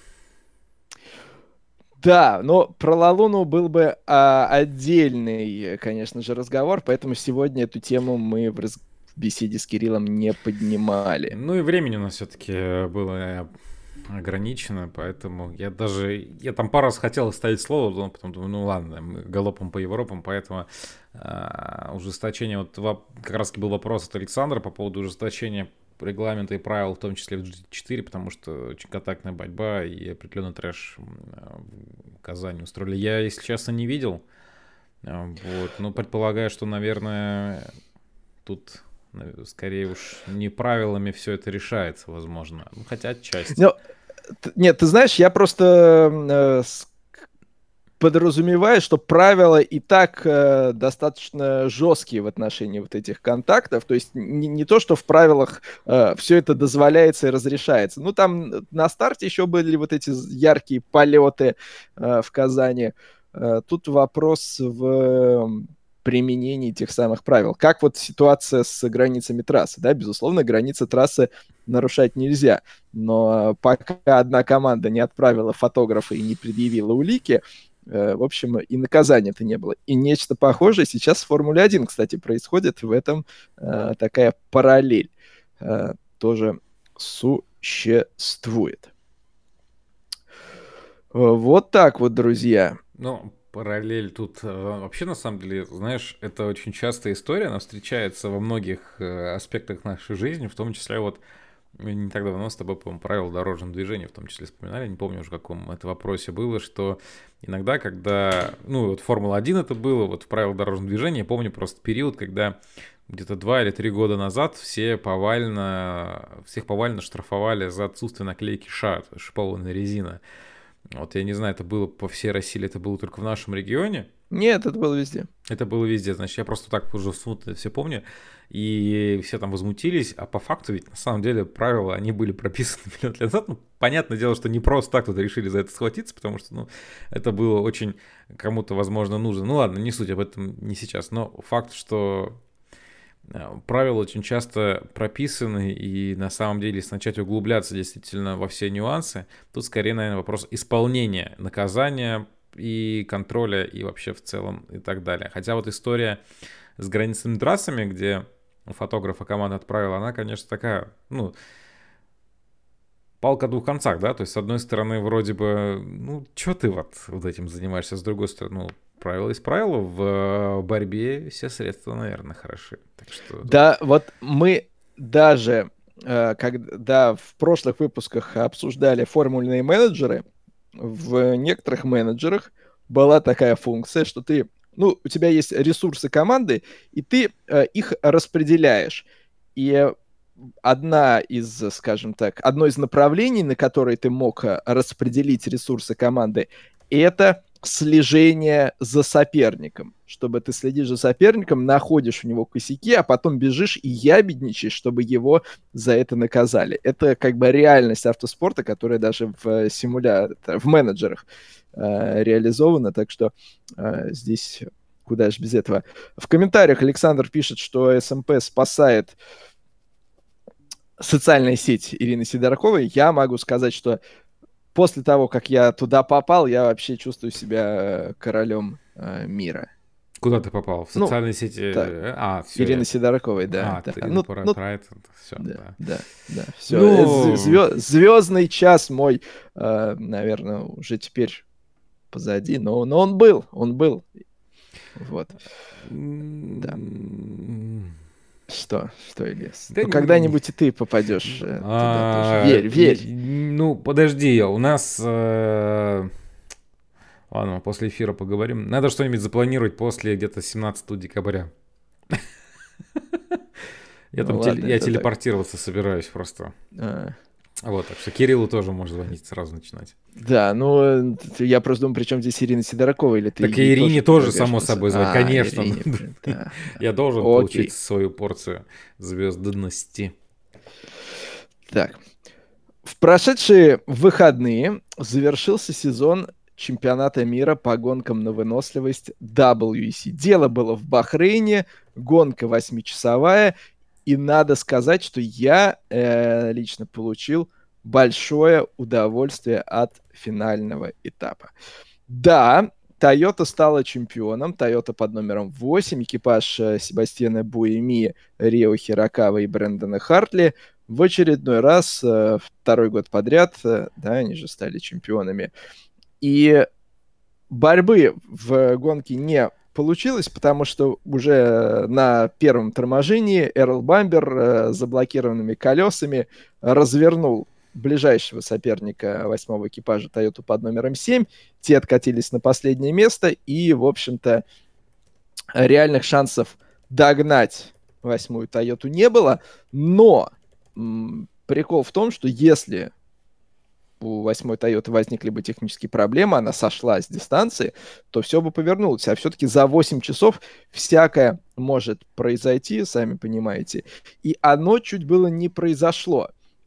Да, но про Лалуну был бы а, отдельный, конечно же, разговор, поэтому сегодня эту тему мы в, раз... в беседе с Кириллом не поднимали. Ну и времени у нас все-таки было ограничено, поэтому я даже... Я там пару раз хотел оставить слово, но потом думаю, ну ладно, мы галопом по Европам, поэтому а, ужесточение... Вот как раз был вопрос от Александра по поводу ужесточения регламента и правил, в том числе в джи ти четыре, потому что очень контактная борьба и определенный трэш в Казани устроили. Я, если честно, не видел. Вот. Но предполагаю, что, наверное, тут скорее уж не правилами все это решается, возможно. Ну, хотя отчасти. Но, нет, ты знаешь, я просто э, подразумеваю, что правила и так э, достаточно жесткие в отношении вот этих контактов. То есть не, не то, что в правилах э, все это дозволяется и разрешается. Ну, там на старте еще были вот эти яркие полеты э, в Казани. Э, тут вопрос в применении тех самых правил. Как вот ситуация с границами трассы, да, безусловно, границы трассы нарушать нельзя, но пока одна команда не отправила фотографа и не предъявила улики, э, в общем, и наказания-то не было. И нечто похожее сейчас в Формуле один, кстати, происходит, в этом э, такая параллель э, тоже существует. Вот так вот, друзья. Ну, параллель тут э, вообще, на самом деле, знаешь, это очень частая история, она встречается во многих э, аспектах нашей жизни, в том числе вот не так давно с тобой, по-моему, правила дорожного движения в том числе вспоминали, не помню уже, в каком это вопросе было, что иногда, когда, ну, вот Формула один это было, вот в правилах дорожного движения, я помню просто период, когда где-то два или три года назад все повально, всех повально штрафовали за отсутствие наклейки ША, шипованная резина. Вот я не знаю, это было по всей России или это было только в нашем регионе. Нет, это было везде. Это было везде, значит, я просто так уже смутно все помню. И все там возмутились, а по факту ведь на самом деле правила, они были прописаны миллион лет назад. Ну, понятное дело, что не просто так тут решили за это схватиться, потому что, ну, это было очень кому-то, возможно, нужно. Ну ладно, не суть, об этом не сейчас. Но факт, что правила очень часто прописаны, и на самом деле, если начать углубляться действительно во все нюансы, тут скорее, наверное, вопрос исполнения наказания и контроля, и вообще в целом, и так далее. Хотя вот история с границами трассами, где фотографа команда отправила, она, конечно, такая, ну, палка о двух концах, да, то есть, с одной стороны, вроде бы, ну, что ты вот, вот этим занимаешься, с другой стороны, ну, правило есть правило, в борьбе все средства, наверное, хороши. Так что... Да, вот мы даже, э, когда в прошлых выпусках обсуждали формульные менеджеры, в некоторых менеджерах была такая функция, что ты, ну, у тебя есть ресурсы команды, и ты э, их распределяешь. И одна из, скажем так, одно из направлений, на которые ты мог распределить ресурсы команды, это слежение за соперником. Чтобы ты следишь за соперником, находишь у него косяки, а потом бежишь и ябедничаешь, чтобы его за это наказали. Это как бы реальность автоспорта, которая даже в симуляторах, в менеджерах э, реализована, так что э, здесь куда же без этого. В комментариях Александр пишет, что эс эм пэ спасает социальная сеть Ирины Сидорковой. Я могу сказать, что после того, как я туда попал, я вообще чувствую себя королем э, мира. Куда ты попал? В социальные ну, сети? Так. А, все. Ирина Сидорковой, да. А, да. ты ну, про, ну, про это? Все, да, да. Да, да, все. Ну... Звё- звездный час мой, э, наверное, уже теперь позади, но, но он был, он был. Вот. Да. Что? Что, Ильяс? Да ну, не... когда-нибудь и ты попадешь э, туда тоже. Верь, верь. Ну, подожди, у нас... Э... Ладно, после эфира поговорим. Надо что-нибудь запланировать после где-то семнадцатого декабря. Я там я телепортироваться собираюсь просто. Вот, так что Кириллу тоже можно звонить, сразу начинать. Да, ну, я просто думаю, при чем здесь Ирина Сидоракова, или ты... Так и Ирине тоже, само собой, звать, а, конечно. Ирине, да. Я должен Окей. получить свою порцию звездности. Так. В прошедшие выходные завершился сезон чемпионата мира по гонкам на выносливость дабл ю и си. Дело было в Бахрейне, гонка восьмичасовая, и надо сказать, что я э, лично получил большое удовольствие от финального этапа. Да, Toyota стала чемпионом, Toyota под номером восемь, экипаж э, Себастьяна Буэми, Рио Хирокава и Брэндона Хартли в очередной раз, э, второй год подряд, э, да, они же стали чемпионами. И борьбы в гонке не получилось, потому что уже на первом торможении Эрл Бамбер э, заблокированными колесами развернул ближайшего соперника восьмого экипажа Toyota под номером семь. Те откатились на последнее место, и, в общем-то, реальных шансов догнать восьмую Toyota не было. Но м, прикол в том, что если у восьмой Toyota возникли бы технические проблемы, она сошла с дистанции, то все бы повернулось. А все-таки за восемь часов всякое может произойти, сами понимаете. И оно чуть было не произошло.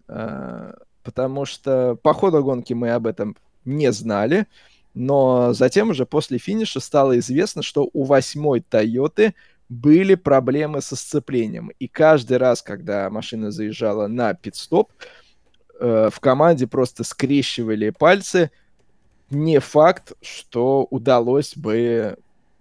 Потому что по ходу гонки мы об этом не знали. Но затем уже после финиша стало известно, что у восьмой Toyota были проблемы со сцеплением. И каждый раз, когда машина заезжала на пит-стоп, в команде просто скрещивали пальцы. Не факт, что удалось бы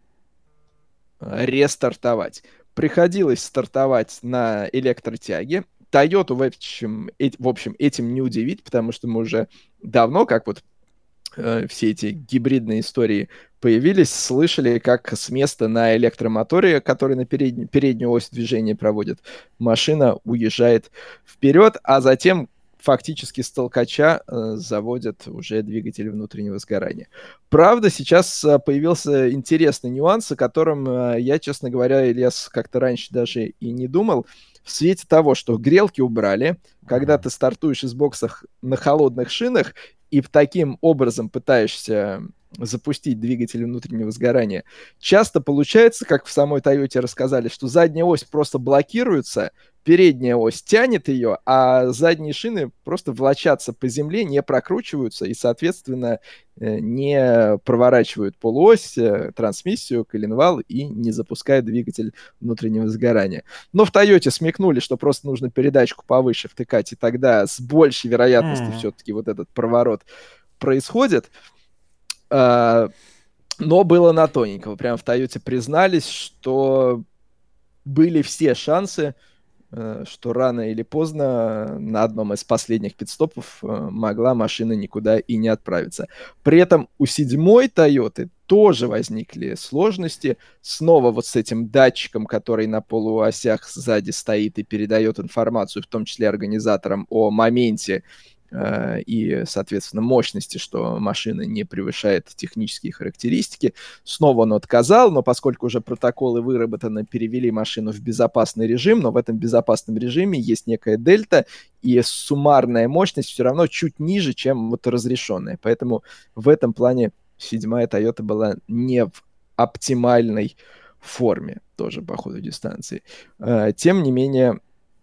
рестартовать. Приходилось стартовать на электротяге. Toyota, в общем, в общем, этим не удивить, потому что мы уже давно, как вот э, все эти гибридные истории появились, слышали, как с места на электромоторе, который на переднюю, переднюю ось движения проводит, машина уезжает вперед, а затем фактически с толкача э, заводят уже двигатель внутреннего сгорания. Правда, сейчас э, появился интересный нюанс, о котором э, я, честно говоря, Ильяс, как-то раньше даже и не думал. В свете того, что грелки убрали, когда ты стартуешь из боксов на холодных шинах и таким образом пытаешься запустить двигатель внутреннего сгорания, часто получается, как в самой Toyota рассказали, что задняя ось просто блокируется, передняя ось тянет ее, а задние шины просто влачатся по земле, не прокручиваются и, соответственно, не проворачивают полуось, трансмиссию, коленвал и не запускают двигатель внутреннего сгорания. Но в Toyota смекнули, что просто нужно передачку повыше втыкать, и тогда с большей вероятностью mm-hmm. все-таки вот этот проворот происходит. Но было на тоненького. Прям в Toyota признались, что были все шансы, что рано или поздно на одном из последних пит-стопов могла машина никуда и не отправиться. При этом у седьмой Toyota тоже возникли сложности. Снова вот с этим датчиком, который на полуосях сзади стоит и передает информацию, в том числе организаторам, о моменте и, соответственно, мощности, что машина не превышает технические характеристики. Снова он отказал, но поскольку уже протоколы выработаны, перевели машину в безопасный режим, но в этом безопасном режиме есть некая дельта, и суммарная мощность все равно чуть ниже, чем вот разрешенная. Поэтому в этом плане седьмая Toyota была не в оптимальной форме тоже по ходу дистанции. Тем не менее,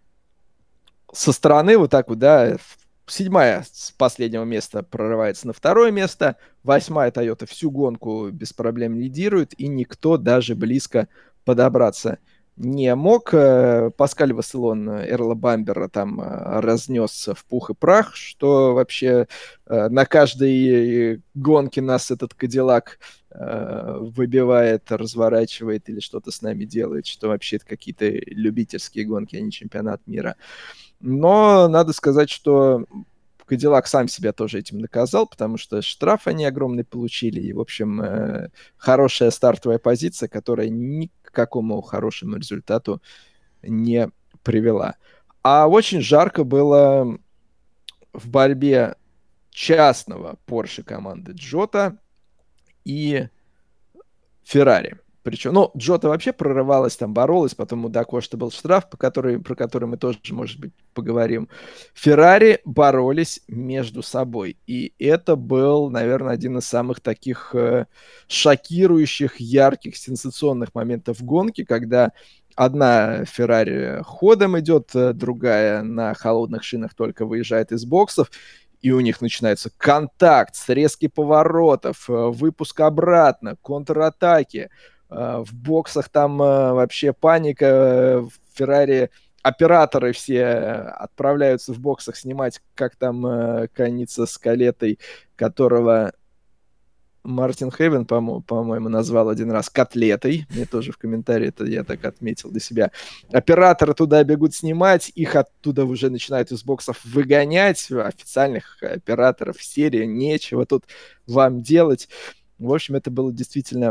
со стороны вот так вот, да, седьмая с последнего места прорывается на второе место. Восьмая Toyota всю гонку без проблем лидирует, и никто даже близко подобраться не мог. Паскаль Васселон Эрла Бамбера там разнес в пух и прах, что вообще на каждой гонке нас этот Кадиллак выбивает, разворачивает или что-то с нами делает, что вообще это какие-то любительские гонки, а не чемпионат мира. Но надо сказать, что Кадиллак сам себя тоже этим наказал, потому что штраф они огромный получили. И, в общем, э, хорошая стартовая позиция, которая ни к какому хорошему результату не привела. А очень жарко было в борьбе частного Porsche команды Джота и Феррари. Причем, ну, Джота вообще прорывалась, там боролась, потом у Дакошта был штраф, по который, про который мы тоже, может быть, поговорим. Феррари боролись между собой, и это был, наверное, один из самых таких э, шокирующих, ярких, сенсационных моментов гонки, когда одна Феррари ходом идет, другая на холодных шинах только выезжает из боксов, и у них начинается контакт, срезки поворотов, выпуск обратно, контратаки. В боксах там вообще паника. В Феррари операторы все отправляются в боксах снимать, как там Каница с Калетой, которого Мартин Хейвен, по-мо- по-моему, назвал один раз котлетой. Мне тоже в комментарии это я так отметил для себя. Операторы туда бегут снимать, их оттуда уже начинают из боксов выгонять. Официальных операторов в серии нечего тут вам делать. В общем, это было действительно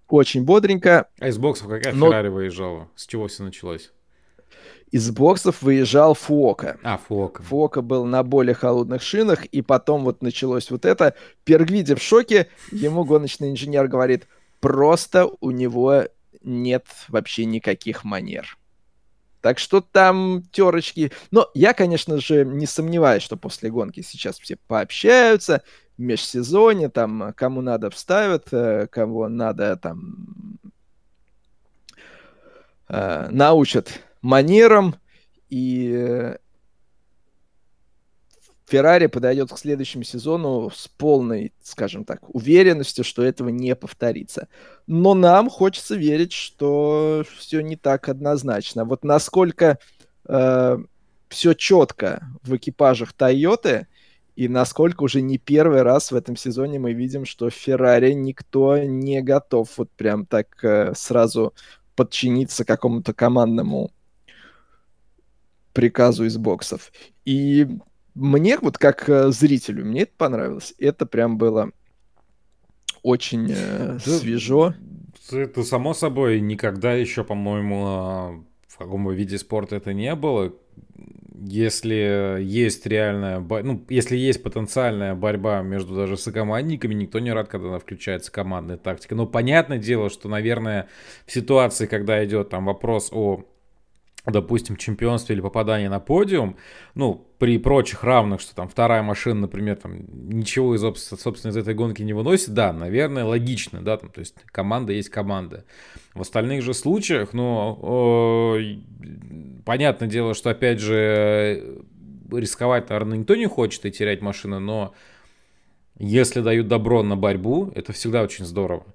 очень бодренько. А из боксов какая но... Феррари выезжала? С чего все началось? Из боксов выезжал Фуока. А, Фуока. Фуока был на более холодных шинах, и потом вот началось вот это. Пергвиди в шоке, ему гоночный инженер говорит, просто у него нет вообще никаких манер. Так что там терочки. Но я, конечно же, не сомневаюсь, что после гонки сейчас все пообщаются, в межсезонье, там, кому надо вставят, кого надо там научат манерам, и Феррари подойдет к следующему сезону с полной, скажем так, уверенностью, что этого не повторится. Но нам хочется верить, что все не так однозначно. Вот насколько э, все четко в экипажах Тойоты, и насколько уже не первый раз в этом сезоне мы видим, что в Феррари никто не готов вот прям так э, сразу подчиниться какому-то командному приказу из боксов. И мне вот как э, зрителю, мне это понравилось. Это прям было очень э, Да, свежо. Это само собой никогда еще, по-моему, в каком бы виде спорта это не было. Если есть реальная, ну, если есть потенциальная борьба между даже сокомандниками, никто не рад, когда включается командная тактика. Но понятное дело, что, наверное, в ситуации, когда идет там вопрос о, допустим, чемпионстве или попадании на подиум, ну, при прочих равных, что там вторая машина, например, там ничего, из, собственно, из этой гонки не выносит, да, наверное, логично, да, там, то есть команда есть команда. В остальных же случаях, ну, о, понятное дело, что, опять же, рисковать, наверное, никто не хочет и терять машину, но если дают добро на борьбу, это всегда очень здорово.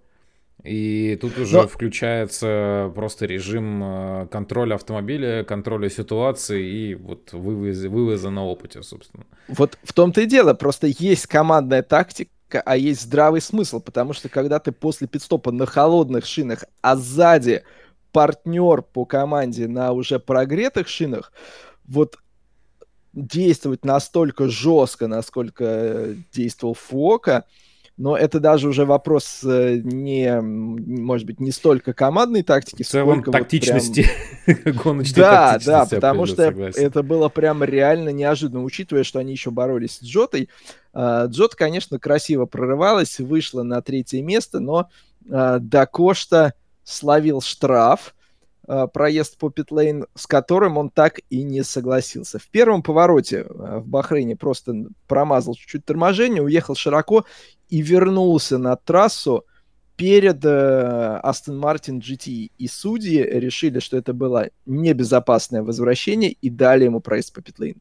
И тут уже Но... включается просто режим контроля автомобиля, контроля ситуации и вот вывоза, вывоза на опыте, собственно. Вот в том-то и дело, просто есть командная тактика, а есть здравый смысл, потому что когда ты после пит-стопа на холодных шинах, а сзади партнер по команде на уже прогретых шинах, вот действовать настолько жестко, насколько действовал Фуока, но это даже уже вопрос не, может быть, не столько командной тактики, в целом сколько тактичности, вот прям... гоночной да, тактичности. Да, потому что согласен. Это было прям реально неожиданно, учитывая, что они еще боролись с Джотой. Джота, конечно, красиво прорывалась, вышла на третье место, но Да Кошта словил штраф, проезд по питлейн, с которым он так и не согласился. В первом повороте в Бахрейне просто промазал чуть-чуть торможение, уехал широко и вернулся на трассу перед Астон Мартин джи ти. И судьи решили, что это было небезопасное возвращение и дали ему проезд по питлейн.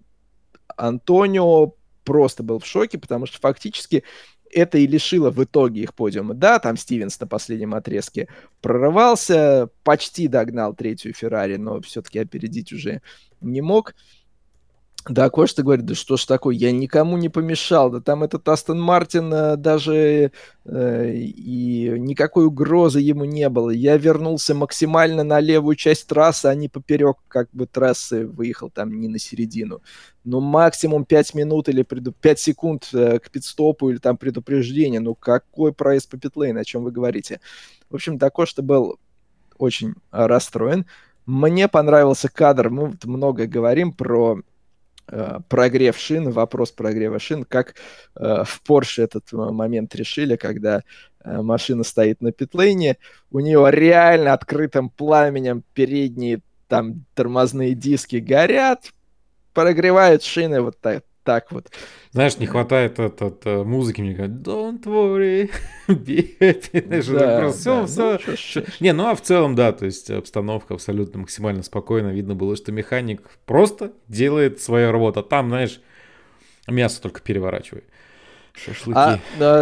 Антонио просто был в шоке, потому что фактически это и лишило в итоге их подиума. Да, там Стивенс на последнем отрезке прорывался, почти догнал третью Феррари, но все-таки опередить уже не мог. Да, Кошта говорит, да что ж такое, я никому не помешал, да там этот Астон Мартин э, даже э, и никакой угрозы ему не было. Я вернулся максимально на левую часть трассы, а не поперек как бы трассы, выехал там не на середину. Ну, максимум пять минут или преду... пять секунд э, к пит-стопу или там предупреждение. Ну, какой проезд по питлейн, о чем вы говорите? В общем, да, Кошта был очень расстроен. Мне понравился кадр, мы вот много говорим про прогрев шин, вопрос прогрева шин, как э, в Porsche этот момент решили, когда э, машина стоит на питлейне, у нее реально открытым пламенем передние там тормозные диски горят, прогревают шины вот так, так вот. Знаешь, не хватает от, от, от музыки, мне говорят, don't worry, be happy. Да, просто да, все, ну, все. Что, не, ну а в целом, да, то есть обстановка абсолютно максимально спокойна. Видно было, что механик просто делает свою работу. А там, знаешь, мясо только переворачивает. Шашлыки. А, а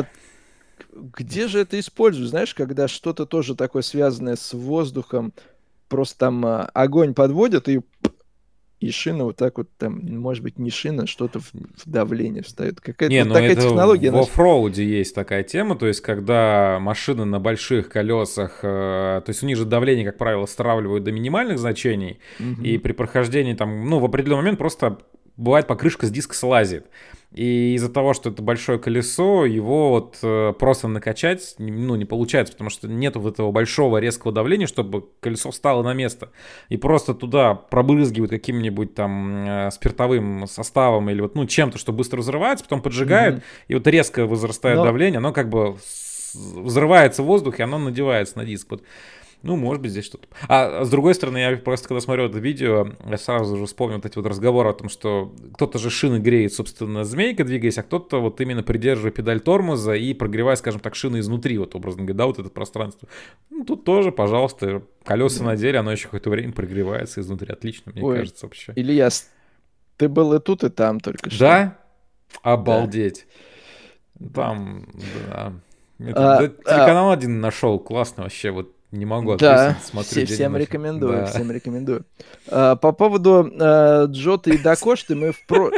где же это используют? Знаешь, когда что-то тоже такое связанное с воздухом, просто там а, огонь подводят и... И шина вот так вот там, может быть, не шина, что-то в, в давление встает. Какая-то не, вот ну такая это технология. В оффроуде есть такая тема, то есть когда машина на больших колесах, э, то есть у них же давление, как правило, стравливают до минимальных значений, mm-hmm. и при прохождении там, ну, в определенный момент просто бывает покрышка с диска слазит. И из-за того, что это большое колесо, его вот э, просто накачать ну, не получается, потому что нет вот этого большого резкого давления, чтобы колесо встало на место. И просто туда пробрызгивают каким-нибудь там э, спиртовым составом или вот ну чем-то, что быстро взрывается, потом поджигают, mm-hmm. и вот резко возрастает Но... давление, оно как бы взрывается в воздухе, оно надевается на диск. Вот. Ну, может быть, здесь что-то. А с другой стороны, я просто когда смотрел это видео, я сразу же вспомнил вот эти вот разговоры о том, что кто-то же шины греет, собственно, змейкой двигаясь, а кто-то вот именно придерживая педаль тормоза и прогревая, скажем так, шины изнутри, вот образно говоря, да, вот это пространство. Ну, тут тоже, пожалуйста, колеса да. надели, оно еще какое-то время прогревается изнутри. Отлично, мне Ой, кажется, вообще. Илья, ты был и тут, и там только что. Да? Обалдеть. Да. Там, да. Это, а, да, телеканал а... один нашел, классно вообще, вот. Не могу ответить, да, смотрю. Все, всем рекомендую, да. всем рекомендую. А, по поводу а, Джоты и Дакошты мы в про...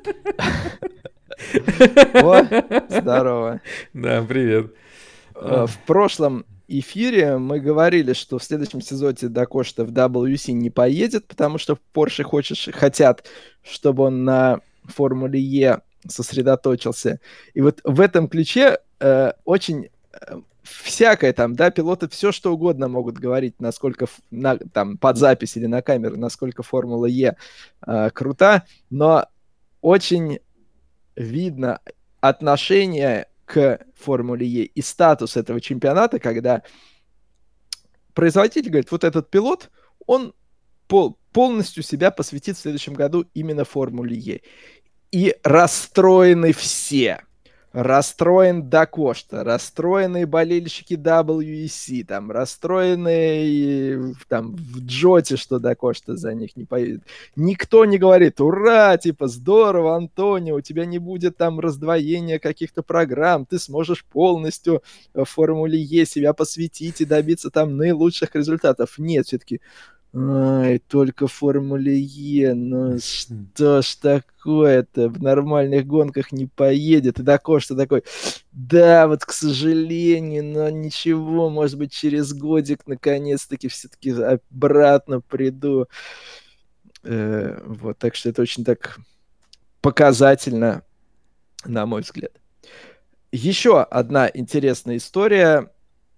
О, здорово. Да, привет. А, в прошлом эфире мы говорили, что в следующем сезоне Дакошта в дабл ю си не поедет, потому что в Porsche хочешь, хотят, чтобы он на Формуле Е сосредоточился. И вот в этом ключе э, очень... всякое там, да, пилоты все что угодно могут говорить, насколько на, там под запись или на камеру, насколько Формула Е э, крута, но очень видно отношение к Формуле Е и статус этого чемпионата, когда производитель говорит, вот этот пилот, он пол, полностью себя посвятит в следующем году именно Формуле Е. И расстроены все. Расстроен Дакошта, расстроенные болельщики дабл ю и си, там, расстроенные там, в Джоте, что Дакошта за них не поедет. Никто не говорит, ура, типа, здорово, Антонио, у тебя не будет там раздвоения каких-то программ, ты сможешь полностью в Формуле Е себя посвятить и добиться там наилучших результатов. Нет, все-таки... Ай, только в Формуле Е, ну что ж такое-то, в нормальных гонках не поедет. И Дакошта такой, да, вот к сожалению, но ничего, может быть, через годик наконец-таки все-таки обратно приду. Э, вот, так что это очень так показательно, на мой взгляд. Еще одна интересная история.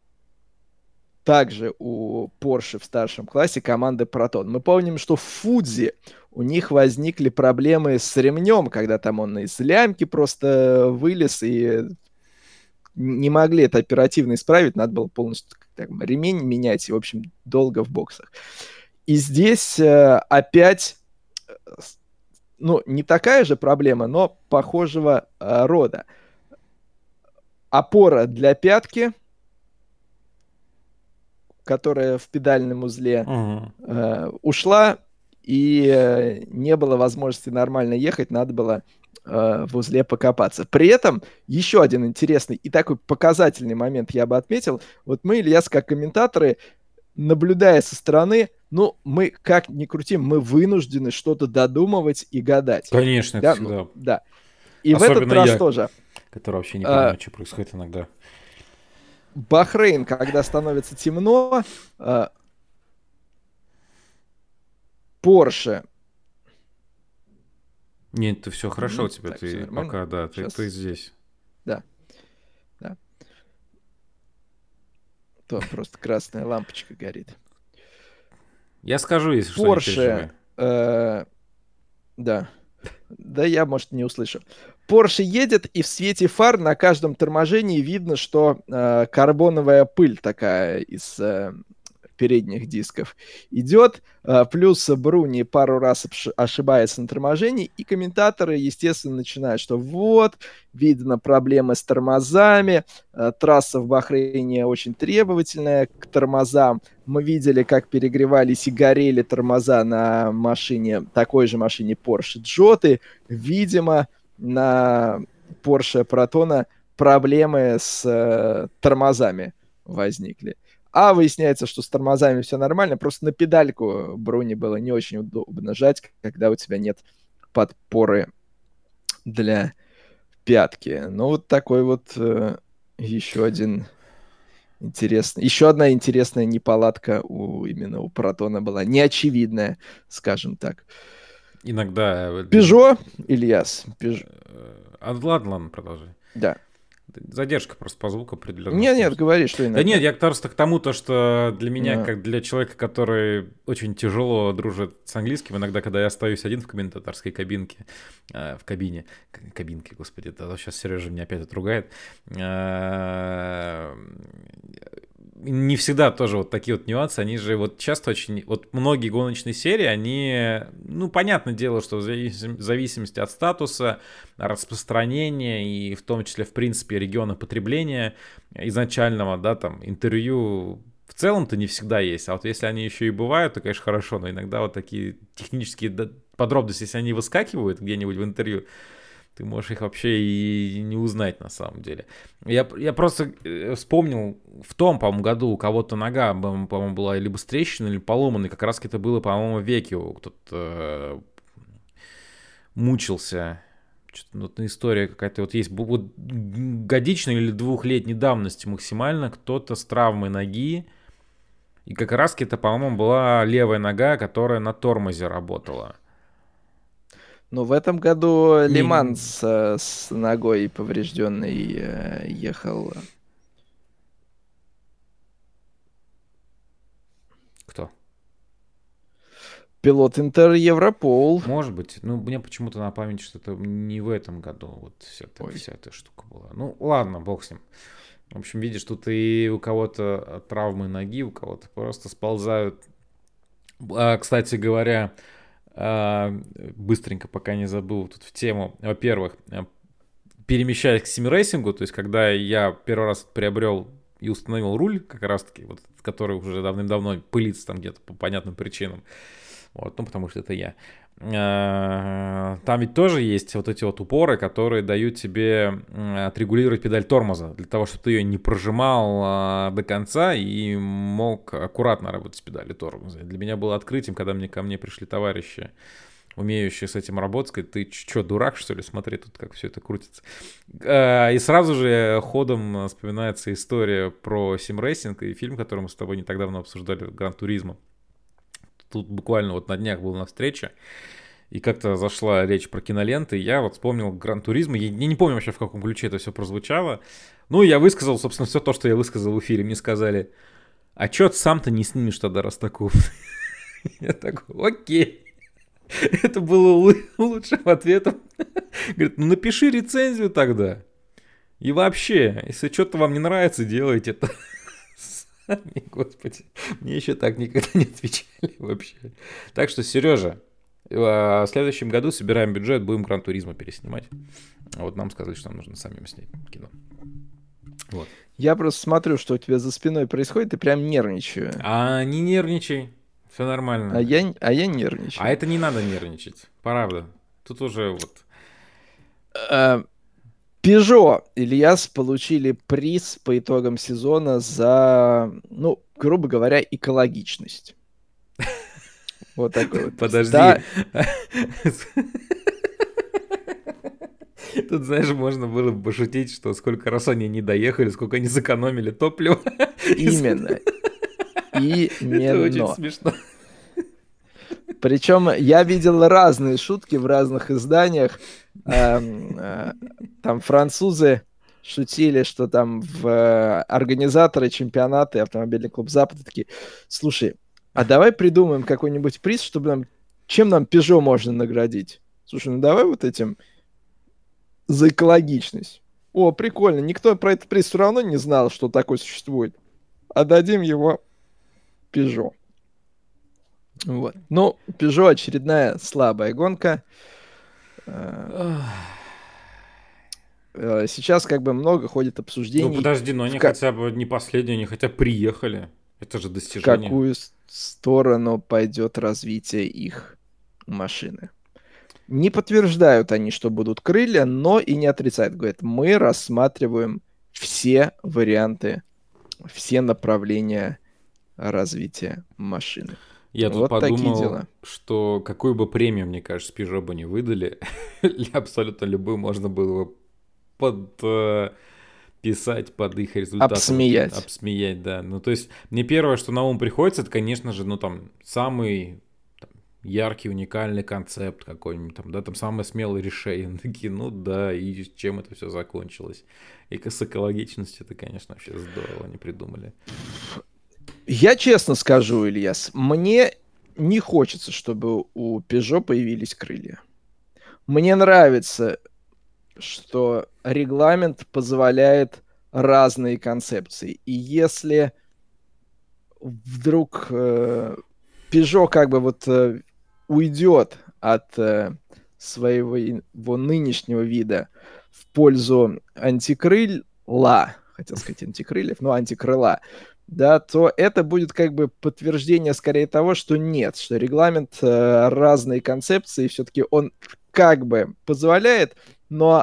Также у Porsche в старшем классе команды Proton. Мы помним, что в Фудзи у них возникли проблемы с ремнем, когда там он из лямки просто вылез, и не могли это оперативно исправить, надо было полностью так, ремень менять, и, в общем, долго в боксах. И здесь э, опять, ну, не такая же проблема, но похожего э, рода. Опора для пятки, которая в педальном узле uh-huh. э, ушла, и э, не было возможности нормально ехать, надо было э, в узле покопаться. При этом еще один интересный и такой показательный момент я бы отметил. Вот мы, Ильяс, как комментаторы, наблюдая со стороны, ну, мы как ни крутим, мы вынуждены что-то додумывать и гадать. Конечно, да? это всегда. Ну, да. И особенно в этот раз я, тоже. Который вообще не понимает, а... что происходит иногда. Бахрейн, когда становится темно, Порше. Нет, ты все хорошо, у тебя, так, ты пока, да, ты, ты здесь. Да, да. То просто красная лампочка горит. Я скажу, если что, Порше, э, да. Да я, может, не услышу. Porsche едет, и в свете фар на каждом торможении видно, что э, карбоновая пыль такая из э, передних дисков идет. Э, плюс Бруни пару раз ошибается на торможении, и комментаторы, естественно, начинают, что вот, видно проблемы с тормозами, э, трасса в Бахрейне очень требовательная к тормозам. Мы видели, как перегревались и горели тормоза на машине, такой же машине Porsche Jota. Видимо, на Porsche Proton проблемы с э, тормозами возникли. А выясняется, что с тормозами все нормально, просто на педальку Бруни было не очень удобно жать, когда у тебя нет подпоры для пятки. Ну, вот такой вот э, еще один интересный, еще одна интересная неполадка у именно у Протона была, неочевидная, скажем так. Иногда... Peugeot, Ильяс. Peugeot. А, ладно, ладно, продолжай. Да. Задержка просто по звуку определенно. Нет, нет, говори, что иногда. Да нет, я просто к тому, то, что для меня, Да. как для человека, который очень тяжело дружит с английским, иногда, когда я остаюсь один в комментаторской кабинке, э, в кабине, к- кабинке, господи, это сейчас Сережа меня опять отругает, э, не всегда тоже вот такие вот нюансы, они же вот часто очень, вот многие гоночные серии, они, ну, понятное дело, что в зависим- в зависимости от статуса, распространения и в том числе, в принципе, региона потребления изначального, да, там, интервью в целом-то не всегда есть, а вот если они еще и бывают, то, конечно, хорошо, но иногда вот такие технические да- подробности, если они выскакивают где-нибудь в интервью, ты можешь их вообще и не узнать на самом деле. Я, я просто э, вспомнил, в том, по-моему, году у кого-то нога, по-моему, по-моему, была либо с трещиной, либо поломанной, как раз это было, по-моему, в веке, кто-то э, мучился. Что-то вот история какая-то вот есть, вот годичной или двухлетней давности максимально, кто-то с травмой ноги, и как раз это, по-моему, была левая нога, которая на тормозе работала. Но в этом году Не- Лиман с, э, с ногой поврежденной э, ехал. Кто? Пилот Интер Европол. Может быть. Ну, мне почему-то на память, что это не в этом году вот вся эта, Ой. вся эта штука была. Ну, ладно, бог с ним. В общем, видишь, тут и у кого-то травмы ноги, у кого-то просто сползают. А, кстати говоря, а, быстренько, пока не забыл, тут в тему. Во-первых, а, перемещаясь к симрейсингу, то есть когда я первый раз приобрел и установил руль, как раз-таки, вот, который уже давным-давно пылится там где-то по понятным причинам, вот, ну, потому что это я. А, Там ведь тоже есть вот эти вот упоры, которые дают тебе м, отрегулировать педаль тормоза, для того, чтобы ты ее не прожимал а, до конца и мог аккуратно работать с педалью тормоза. Для меня было открытием, когда мне, ко мне пришли товарищи, умеющие с этим работать, сказать, ты что, дурак, что ли, смотри, тут как все это крутится. А, И сразу же ходом вспоминается история про симрейсинг и фильм, который мы с тобой не так давно обсуждали, Гран Туризмо. Тут буквально вот на днях был на встрече, и как-то зашла речь про киноленты, и я вот вспомнил Гран Туризмо, я не, не помню вообще, в каком ключе это все прозвучало. Ну, я высказал, собственно, все то, что я высказал в эфире. Мне сказали, а чё ты сам-то не снимешь тогда, раз такой? Я такой, окей. Это было лучшим ответом. Говорит, ну напиши рецензию тогда. И вообще, если что-то вам не нравится, делайте это. Господи, мне еще так никогда не отвечали вообще. Так что, Сережа, в следующем году собираем бюджет, будем Гран Туризмо переснимать. А вот нам сказали, что нам нужно самим снять кино. Вот. Я просто смотрю, что у тебя за спиной происходит, и прям нервничаю. А не нервничай, все нормально. А я, а я нервничаю. А это не надо нервничать, правда. Тут уже вот... А, Peugeot, Ильяс, получили приз по итогам сезона за, ну, грубо говоря, экологичность. Вот такой вот. Подожди. Да. Тут, знаешь, можно было бы пошутить, что сколько раз они не доехали, сколько они сэкономили топлива. Именно. Это очень Именно. смешно. Причем я видел разные шутки в разных изданиях. Эм, э, Там французы шутили, что там в э, организаторы чемпионата и автомобильный клуб Запада такие: слушай, а давай придумаем какой-нибудь приз, чтобы нам... Чем нам Peugeot можно наградить? Слушай, ну давай вот этим за экологичность. О, прикольно. Никто про этот приз все равно не знал, что такой существует. Отдадим его Peugeot. Вот. Ну, Peugeot очередная слабая гонка. Э, э, Сейчас как бы много ходит обсуждений, Ну подожди, но они в ка- хотя бы не последние, они хотя бы приехали. Это же в достижение. какую с- сторону пойдет развитие их машины. Не подтверждают они, что будут крылья, но и не отрицают. Говорят, мы рассматриваем все варианты, все направления развития машины. Я тут Вот такие подумал, дела. что какую бы премию, мне кажется, Peugeot бы не выдали, абсолютно любую можно было бы под... э, писать под их результаты. Обсмеять. Обсмеять, да. Ну, то есть, мне первое, что на ум приходится, это, конечно же, ну, там, самый там, яркий, уникальный концепт какой-нибудь, там, да, там самое смелое решение. Такие, ну да, и чем это все закончилось. И с экологичностью это, конечно, вообще здорово они придумали. Я честно скажу, Ильяс, мне не хочется, чтобы у Peugeot появились крылья. Мне нравится, что регламент позволяет разные концепции. И если вдруг э, Peugeot как бы вот э, уйдет от э, своего его нынешнего вида в пользу антикрыла, хотел сказать антикрыльев, но антикрыла, да, то это будет как бы подтверждение скорее того, что нет, что регламент э, разные концепции, все-таки он как бы позволяет, но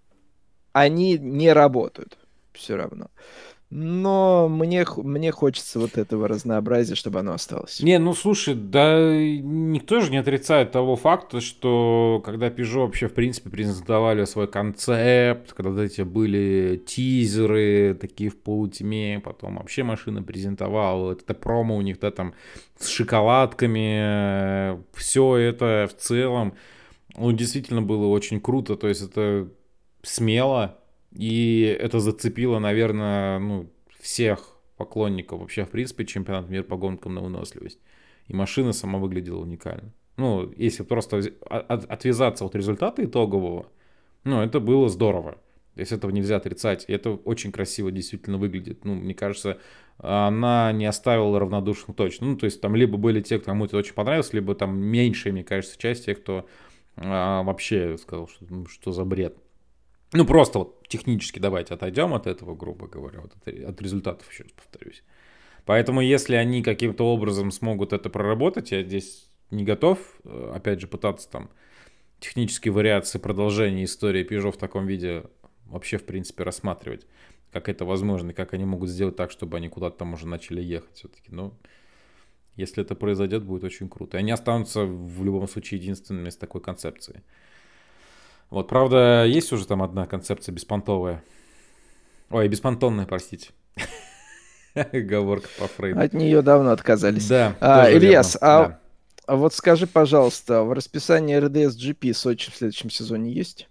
они не работают все равно. Но мне, мне хочется вот этого разнообразия, чтобы оно осталось. Не, ну слушай, да никто же не отрицает того факта, что когда Peugeot вообще в принципе презентовали свой концепт, когда вот эти были тизеры такие в полутьме, потом вообще машина презентовала, вот это промо у них, да, там с шоколадками, все это в целом, ну действительно было очень круто, то есть это смело, и это зацепило, наверное, ну, всех поклонников вообще, в принципе, чемпионат мира по гонкам на выносливость. И машина сама выглядела уникально. Ну, если просто отвязаться от результата итогового, ну, это было здорово. То есть этого нельзя отрицать. И это очень красиво действительно выглядит. Ну, мне кажется, она не оставила равнодушных точно. Ну, то есть там либо были те, кому это очень понравилось, либо там меньшая, мне кажется, часть тех, кто а, вообще сказал, что, ну, что за бред. Ну, просто вот технически давайте отойдем от этого, грубо говоря, вот от, от результатов, еще раз повторюсь. Поэтому, если они каким-то образом смогут это проработать, я здесь не готов, опять же, пытаться там технические вариации продолжения истории Peugeot в таком виде вообще, в принципе, рассматривать, как это возможно, и как они могут сделать так, чтобы они куда-то там уже начали ехать все-таки. Но если это произойдет, будет очень круто. И они останутся в любом случае единственными с такой концепцией. Вот, правда, есть уже там одна концепция беспонтовая. Ой, беспонтонная, простите. Оговорка по Фрейду. От нее давно отказались. Да, а, тоже Ильяс, верно. а, Да. а вот скажи, пожалуйста, в расписании эр ди эс джи пи Сочи в следующем сезоне есть?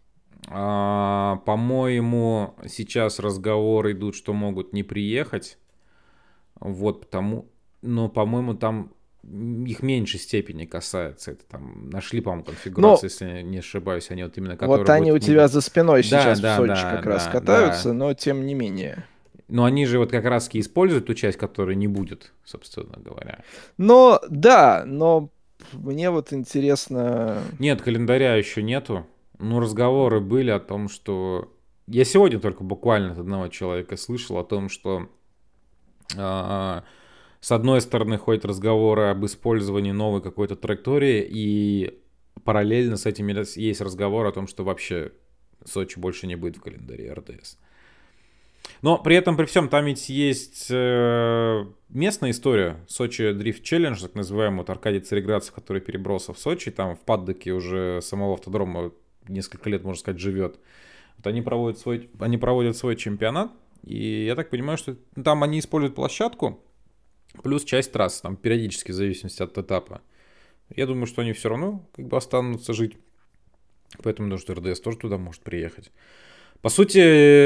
А, по-моему, сейчас разговоры идут, что могут не приехать. Вот, потому... Но, по-моему, там их в меньшей степени касается. Это там нашли, по-моему, конфигурацию, но, если не ошибаюсь, они вот именно... Вот они у тебя за спиной да, сейчас да, в Сочи да, как да, раз катаются, да. но тем не менее. Но они же вот как раз-таки используют ту часть, которая не будет, собственно говоря. Но, да, но мне вот интересно... Нет, календаря еще нету. Ну, разговоры были о том, что... Я сегодня только буквально от одного человека слышал о том, что... А- С одной стороны, ходят разговоры об использовании новой какой-то траектории, и параллельно с этим есть разговор о том, что вообще Сочи больше не будет в календаре эр ди эс. Но при этом, при всем, там ведь есть местная история. Сочи Дрифт Челлендж, так называемый, вот Аркадий Цареградцев, который перебрался в Сочи, там в паддоке уже самого автодрома несколько лет, можно сказать, живет. Вот они проводят свой, они проводят свой чемпионат, и я так понимаю, что там они используют площадку, плюс часть трассы, там периодически в зависимости от этапа. Я думаю, что они все равно как бы останутся жить. Поэтому думаю, что эр ди эс тоже туда может приехать. По сути,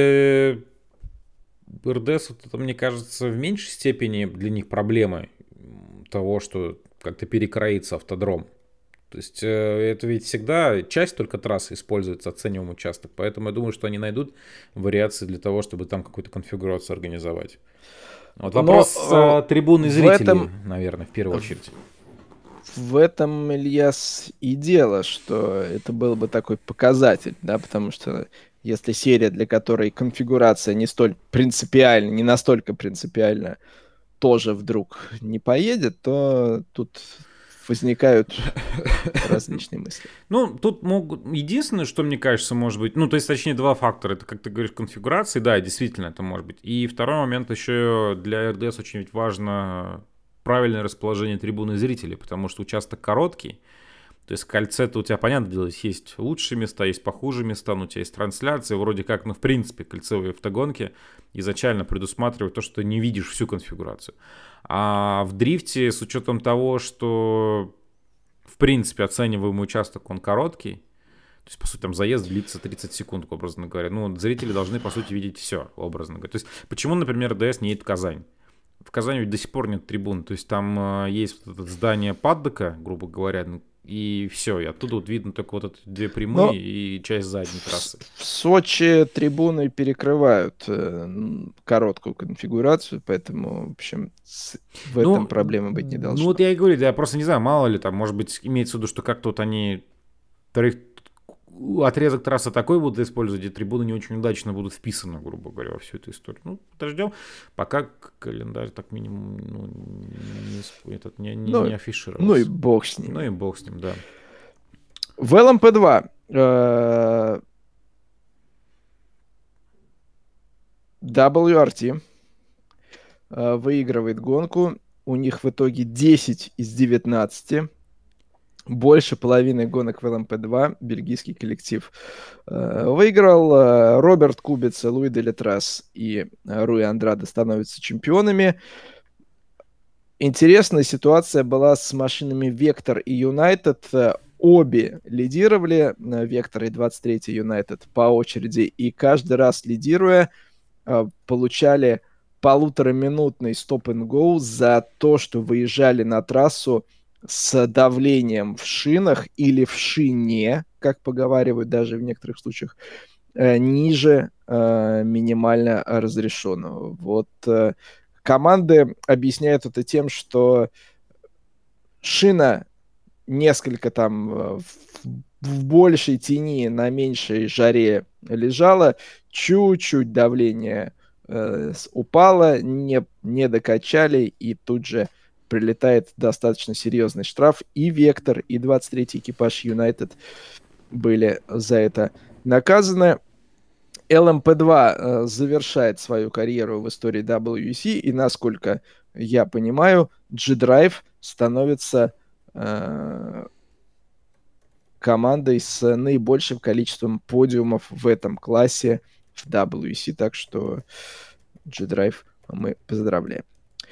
эр ди эс, вот это, мне кажется, в меньшей степени для них проблемы того, что как-то перекроится автодром. То есть это ведь всегда часть только трассы используется, оцениваем участок. Поэтому я думаю, что они найдут вариации для того, чтобы там какую-то конфигурацию организовать. Вот вопрос Но, э, трибуны зрителей, этом, наверное, в первую очередь. В этом, Ильяс, и дело, что это был бы такой показатель, да, потому что если серия, для которой конфигурация не столь принципиальна, не настолько принципиальна, тоже вдруг не поедет, то тут возникают различные мысли. Ну, тут могут... Единственное, что мне кажется, может быть... Ну, то есть, точнее, два фактора. Это, как ты говоришь, конфигурации. Да, действительно, это может быть. И второй момент еще для эр ди эс очень ведь важно правильное расположение трибуны зрителей, потому что участок короткий. То есть в кольце-то у тебя, понятно дело, есть лучшие места, есть похуже места, но у тебя есть трансляции. Вроде как, ну, в принципе, кольцевые автогонки изначально предусматривают то, что ты не видишь всю конфигурацию. А в дрифте, с учетом того, что в принципе, оцениваемый участок, он короткий. То есть, по сути, там заезд длится тридцать секунд, образно говоря. Ну, зрители должны, по сути, видеть все, образно говоря. То есть, почему, например, ДС не едет в Казань? В Казани ведь до сих пор нет трибун. То есть, там э, есть вот это здание паддока, грубо говоря, и все. И оттуда вот видно только вот эти две прямые Но и часть задней трассы. В Сочи трибуны перекрывают э, короткую конфигурацию, поэтому, в общем, с, в ну, этом проблемы быть не должно. Ну, вот я и говорю, я просто не знаю, мало ли там, может быть, имеется в виду, что как-то вот они... отрезок трассы такой будут использовать, где трибуны не очень удачно будут вписаны, грубо говоря, во всю эту историю. Ну, подождем, пока календарь так минимум ну, не, этот, не, не, ну, не афишировался. Ну и бог с ним. Ну и бог с ним, да. В эл эм пи два э, дабл ю ар ти э, выигрывает гонку. У них в итоге десять из девятнадцати. Больше половины гонок в эл эм пи два бельгийский коллектив э, выиграл. Э, Роберт Кубица, Луи де Летрас и э, Руи Андраде становятся чемпионами. Интересная ситуация была с машинами Vector и United. Обе лидировали, Vector и двадцать третий United, по очереди. И каждый раз лидируя, э, получали полутораминутный стоп-н-гоу за то, что выезжали на трассу с давлением в шинах или в шине, как поговаривают даже в некоторых случаях, э, ниже э, минимально разрешенного. Вот э, команды объясняют это тем, что шина несколько там в, в большей тени на меньшей жаре лежала, чуть-чуть давление э, упало, не, не докачали, и тут же прилетает достаточно серьезный штраф. И Вектор, и двадцать третий экипаж Юнайтед были за это наказаны. эл эм пи два э, завершает свою карьеру в истории дабл ю и си, и, насколько я понимаю, G-Drive становится э, командой с наибольшим количеством подиумов в этом классе в дабл ю и си, так что G-Drive мы поздравляем.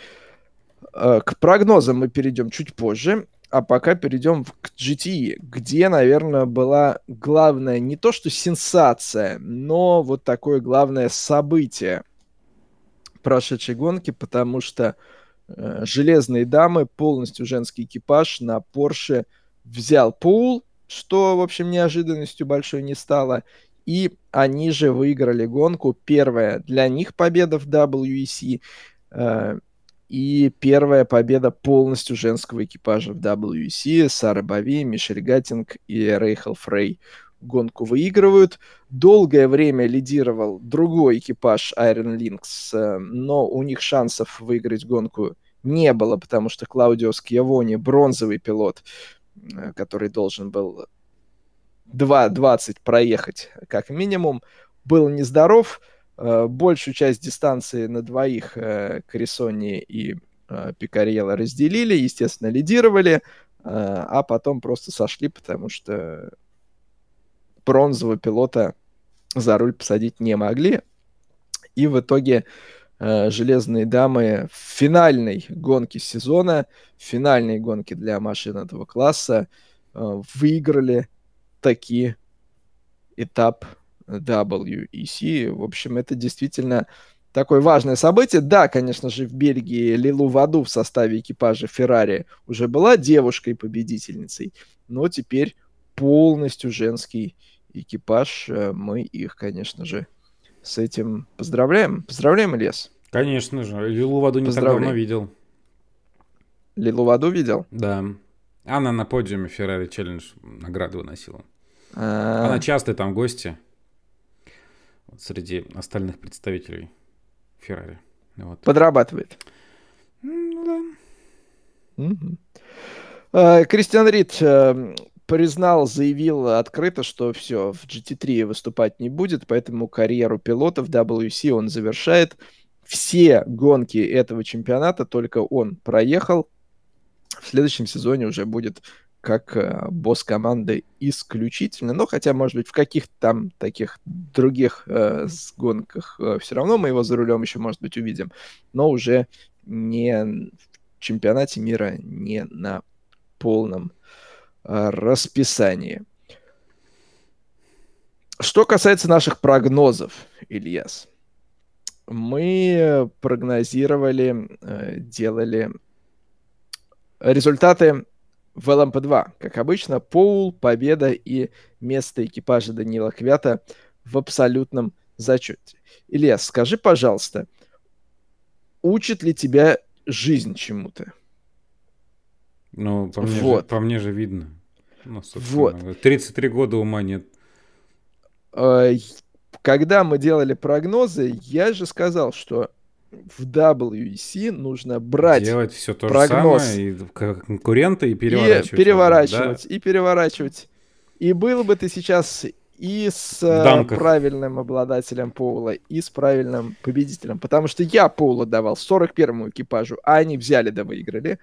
К прогнозам мы перейдем чуть позже, а пока перейдем к джи ти и, где, наверное, была главная не то что сенсация, но вот такое главное событие прошедшей гонки, потому что э, железные дамы, полностью женский экипаж на Porsche взял пул, что, в общем, неожиданностью большой не стало, и они же выиграли гонку. Первая для них победа в дабл ю и си, э, и первая победа полностью женского экипажа в дабл ю и си. Сара Бави, Мишель Гаттинг и Рейхел Фрей гонку выигрывают. Долгое время лидировал другой экипаж Iron Lynx, но у них шансов выиграть гонку не было, потому что Клаудио Скьявони, бронзовый пилот, который должен был два двадцать проехать как минимум, был нездоров. Большую часть дистанции на двоих э, Крисони и э, Пикарьелло разделили, естественно, лидировали, э, а потом просто сошли, потому что бронзового пилота за руль посадить не могли. И в итоге э, железные дамы в финальной гонке сезона, в финальной гонке для машин этого класса э, выиграли таки этап дабл ю и си. В общем, это действительно такое важное событие. Да, конечно же, в Бельгии Лилу Ваду в составе экипажа Феррари уже была девушкой-победительницей, но теперь полностью женский экипаж. Мы их, конечно же, с этим поздравляем. Поздравляем, Ильяс. Конечно же. Лилу Ваду не так давно видел. Лилу Ваду видел? Да. Она на подиуме Феррари Челлендж награду выносила. А-а-а. Она часто там гости среди остальных представителей Феррари. Вот. Подрабатывает. Ну да. Угу. А, Кристиан Рид а, признал, заявил открыто, что все, в джи ти три выступать не будет, поэтому карьеру пилота в дабл ю си он завершает. Все гонки этого чемпионата только он проехал. В следующем сезоне уже будет как э, босс команды исключительно. Но хотя, может быть, в каких-то там таких других э, гонках э, все равно мы его за рулем еще, может быть, увидим. Но уже не в чемпионате мира, не на полном расписании. Что касается наших прогнозов, Ильяс, мы прогнозировали, делали результаты в эл эм пэ два. Как обычно, Поул, победа и место экипажа Даниила Квята в абсолютном зачете. Ильяс, скажи, пожалуйста, учит ли тебя жизнь чему-то? Ну, по мне, Вот. же, по мне же видно. Ну, Вот. тридцать три года ума нет. Когда мы делали прогнозы, я же сказал, что в дабл ю и си нужно брать делать все то прогноз же самое, и конкуренты, и переворачивать. И переворачивать, да? и переворачивать. И был бы ты сейчас и с Дамках. правильным обладателем Поула, и с правильным победителем. Потому что я Поула давал сорок первому экипажу, а они взяли да выиграли.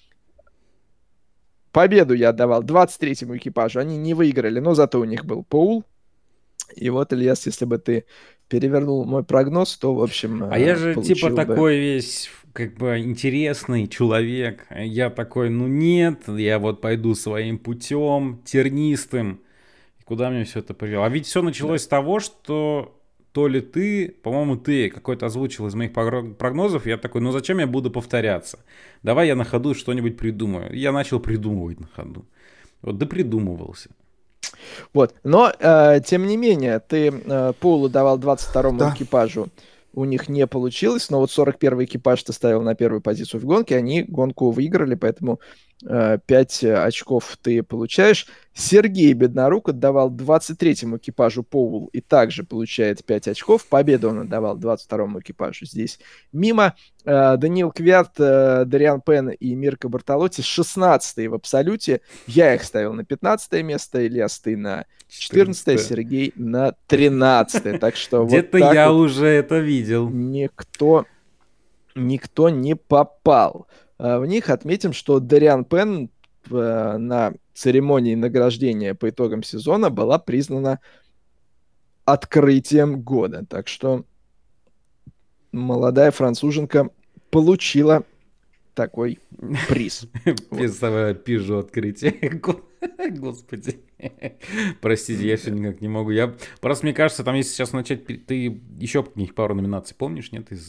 Победу я отдавал двадцать третьему экипажу, они не выиграли, но зато у них был Поул. И вот, Ильяс, если бы ты перевернул мой прогноз, то, в общем, А я же типа бы... такой весь, как бы, интересный человек. Я такой, ну нет, я вот пойду своим путем, тернистым. Куда мне все это привело? А ведь все началось да. с того, что то ли ты, по-моему, ты какой-то озвучил из моих прогнозов, я такой, ну зачем я буду повторяться? Давай я на ходу что-нибудь придумаю. Я начал придумывать на ходу. Вот допридумывался. Вот, но, э, тем не менее, ты э, Поулу давал двадцать второму да. экипажу, у них не получилось, но вот сорок первый экипаж ты ставил на первую позицию в гонке, они гонку выиграли, поэтому э, пять очков ты получаешь. Сергей Беднорук отдавал двадцать третьему экипажу Поул и также получает пять очков. Победу он отдавал двадцать второму экипажу здесь мимо. Э, Даниил Квят, э, Дариан Пен и Мирко Бартолотти шестнадцатые в абсолюте. Я их ставил на пятнадцатое место, Ильяс, ты на четырнадцатое, Сергей на тринадцатое. Так что где-то вот я вот уже это видел. Никто, никто не попал. В них отметим, что Дариан Пен на церемонии награждения по итогам сезона была признана открытием года. Так что молодая француженка получила такой приз. Представляю, пижу открытие. Господи. Простите, я все никак не могу. Я просто, мне кажется, там, если сейчас начать, ты еще каких пару номинаций помнишь, нет? Из...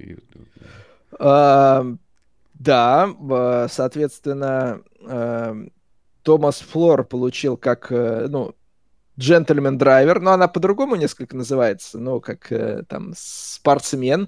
Да, соответственно, Томас Флор получил как, ну, джентльмен-драйвер, но она по-другому несколько называется, ну, как там спортсмен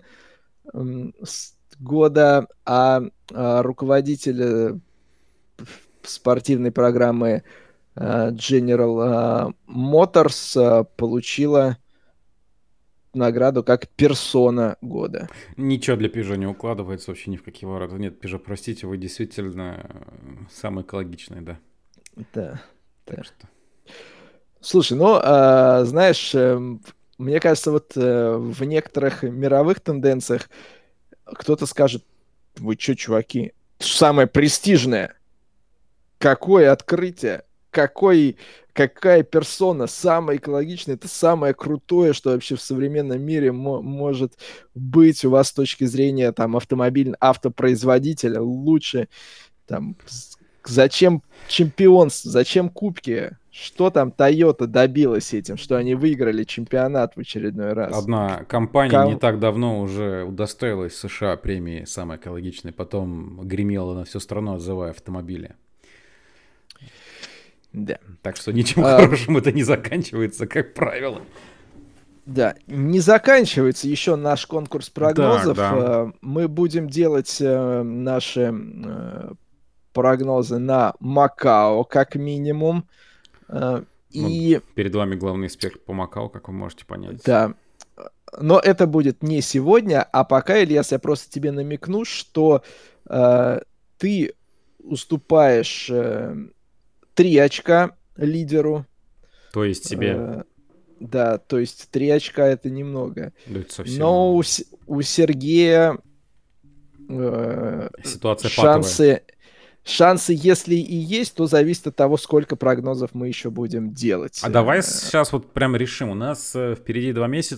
года, а руководитель спортивной программы General Motors получила награду как персона года. Ничего для Пежо не укладывается вообще ни в какие ворота. Нет, Пежо, простите, вы действительно самый экологичный, да. Да. Так да. что... Слушай, ну, а, знаешь, мне кажется, вот в некоторых мировых тенденциях кто-то скажет, вы что, чуваки, самое престижное, какое открытие, какой, какая персона, самая экологичная, это самое крутое, что вообще в современном мире мо- может быть у вас с точки зрения там автомобиль, автопроизводителя лучше, там, зачем чемпионство, зачем кубки, что там Toyota добилась этим, что они выиграли чемпионат в очередной раз. Одна компания Ком... не так давно уже удостоилась в США премии самой экологичной, потом гремела на всю страну, отзывая автомобили. Да. Так что ничем а... хорошим это не заканчивается, как правило. Да, не заканчивается еще наш конкурс прогнозов. Да, да. Мы будем делать наши прогнозы на Макао, как минимум. И... Ну, перед вами главный эксперт по Макао, как вы можете понять. Да. Но это будет не сегодня, а пока, Ильяс, я просто тебе намекну, что э, ты уступаешь э, три очка лидеру. То есть тебе... Э, да, то есть три очка это немного. Да, это совсем... Но у, у Сергея э, ситуация шансы... патовая. Шансы, если и есть, то зависит от того, сколько прогнозов мы еще будем делать. А давай сейчас вот прям решим. У нас впереди два месяца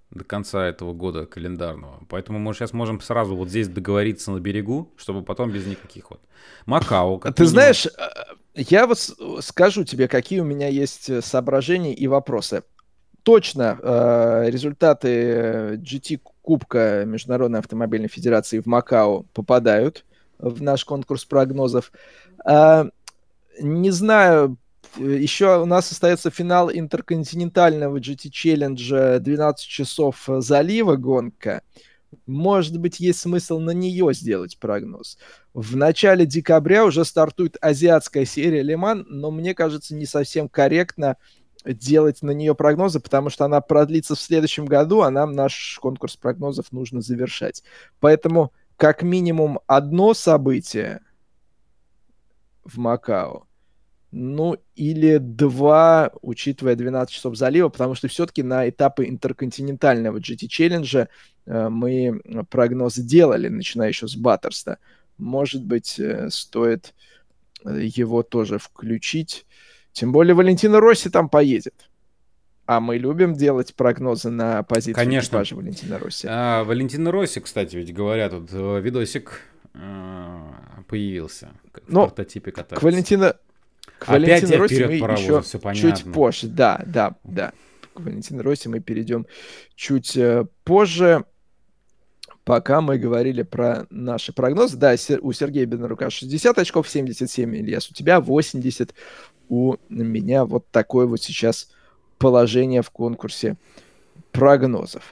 до конца этого года календарного. Поэтому мы сейчас можем сразу вот здесь договориться на берегу, чтобы потом без никаких вот. Макао. Ты знаешь, я вот скажу тебе, какие у меня есть соображения и вопросы. Точно э, результаты джи ти-кубка Международной автомобильной федерации в Макао попадают в наш конкурс прогнозов. Э, не знаю, еще у нас остается финал интерконтинентального джи ти-челленджа двенадцать часов залива гонка. Может быть, есть смысл на нее сделать прогноз. В начале декабря уже стартует азиатская серия Ле-Ман, но мне кажется, не совсем корректно делать на нее прогнозы, потому что она продлится в следующем году, а нам наш конкурс прогнозов нужно завершать. Поэтому как минимум одно событие в Макао, ну или два, учитывая двенадцать часов залива, потому что все-таки на этапы интерконтинентального джи ти-челленджа э, мы прогноз делали, начиная еще с Баттерста. Может быть, э, стоит его тоже включить. Тем более Валентино Росси там поедет. А мы любим делать прогнозы на позицию Конечно. экипажа Валентино Росси. А, Валентино Росси, кстати, ведь говорят, тут видосик а, появился в Но прототипе катается. К Валентино, к Опять Валентино я Росси вперед мы паровоза, еще все понятно. чуть позже. Да, да, да. К Валентино Росси мы перейдем чуть э, позже. Пока мы говорили про наши прогнозы. Да, у Сергея Бенарука шестьдесят очков, семьдесят семь, Ильяс, у тебя восемьдесят. У меня вот такое вот сейчас положение в конкурсе прогнозов.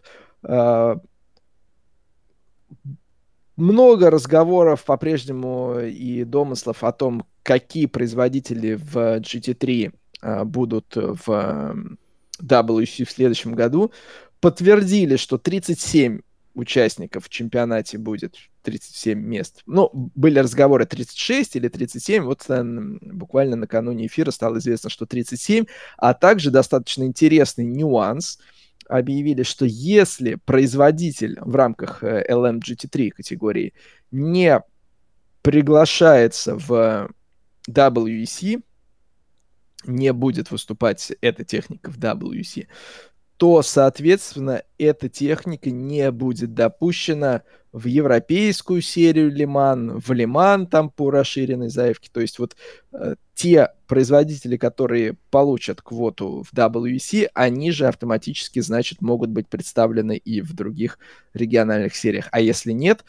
Много разговоров по-прежнему и домыслов о том, какие производители в джи ти три будут в дабл ю си в следующем году. Подтвердили, что тридцать семь участников в чемпионате будет, тридцать семь мест. Ну, были разговоры тридцать шесть или тридцать семь, вот буквально накануне эфира стало известно, что тридцать семь, а также достаточно интересный нюанс. Объявили, что если производитель в рамках эл эм джи ти три категории не приглашается в дабл ю и си, не будет выступать эта техника в дабл ю и си, то, соответственно, эта техника не будет допущена в европейскую серию Ле-Ман, в Ле-Ман там по расширенной заявке. То есть вот э, те производители, которые получат квоту в дабл ю и си, они же автоматически, значит, могут быть представлены и в других региональных сериях. А если нет,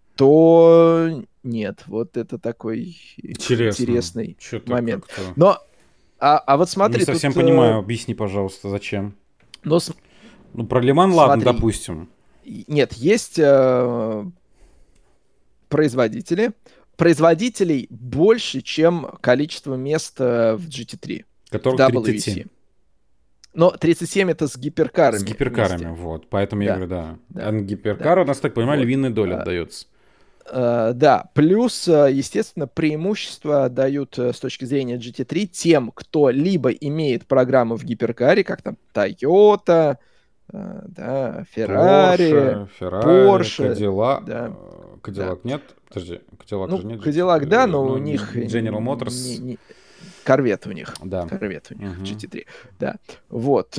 то нет. Вот это такой Интересно. интересный Что-то момент. Как-то... Но, а, а вот смотри... Не совсем тут, понимаю, объясни, пожалуйста, зачем? Но, ну, про Ле-Ман, ладно, допустим. Нет, есть э, производители. Производителей больше, чем количество мест в джи ти три. Которых в тридцать семь. Но тридцать семь это с гиперкарами. С гиперкарами, вместе. Вот. Поэтому да. я говорю, да. да. А гиперкар да. у нас, так понимаю, вот. львиная доля а, отдается. Uh, да, плюс, естественно, преимущества дают с точки зрения джи ти три тем, кто либо имеет программу в гиперкаре, как там Toyota, uh, да, Ferrari, Porsche, Cadillac, да, Cadillac да. нет? Подожди, Cadillac ну, же нет. Cadillac, да, но ну, у них... General Motors. Не, не, Corvette у них. Да. Corvette у них, uh-huh. джи ти три. Да, вот.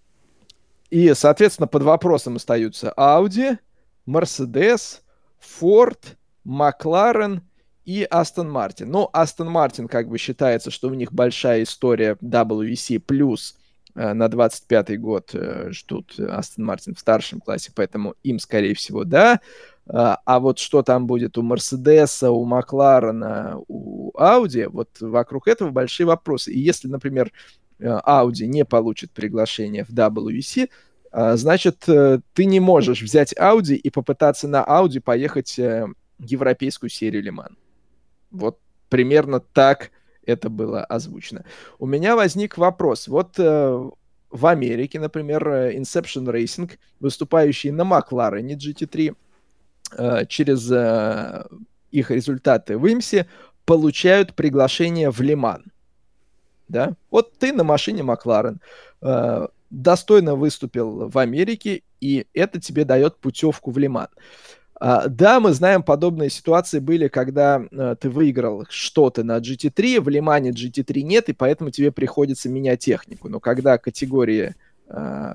И, соответственно, под вопросом остаются Audi, Mercedes, Ford, Макларен и Астон Мартин. Ну, Астон Мартин как бы считается, что у них большая история дабл ю и си, плюс э, на двадцать пятый год э, ждут Астон Мартин в старшем классе, поэтому им, скорее всего, да. А, а вот что там будет у Мерседеса, у Макларена, у Ауди, вот вокруг этого большие вопросы. И если, например, Ауди не получит приглашение в дабл ю и си, значит, ты не можешь взять Audi и попытаться на Audi поехать в европейскую серию Ле-Ман. Вот примерно так это было озвучено. У меня возник вопрос. Вот э, в Америке, например, Inception Racing, выступающие на Макларене джи ти три, э, через э, их результаты в ИМСе получают приглашение в Ле-Ман. Да? Вот ты на машине Макларен э, достойно выступил в Америке, и это тебе дает путевку в Ле-Ман. А, да, мы знаем, подобные ситуации были, когда а, ты выиграл что-то на джи ти три, в Ле-Мане джи ти три нет, и поэтому тебе приходится менять технику. Но когда категории а,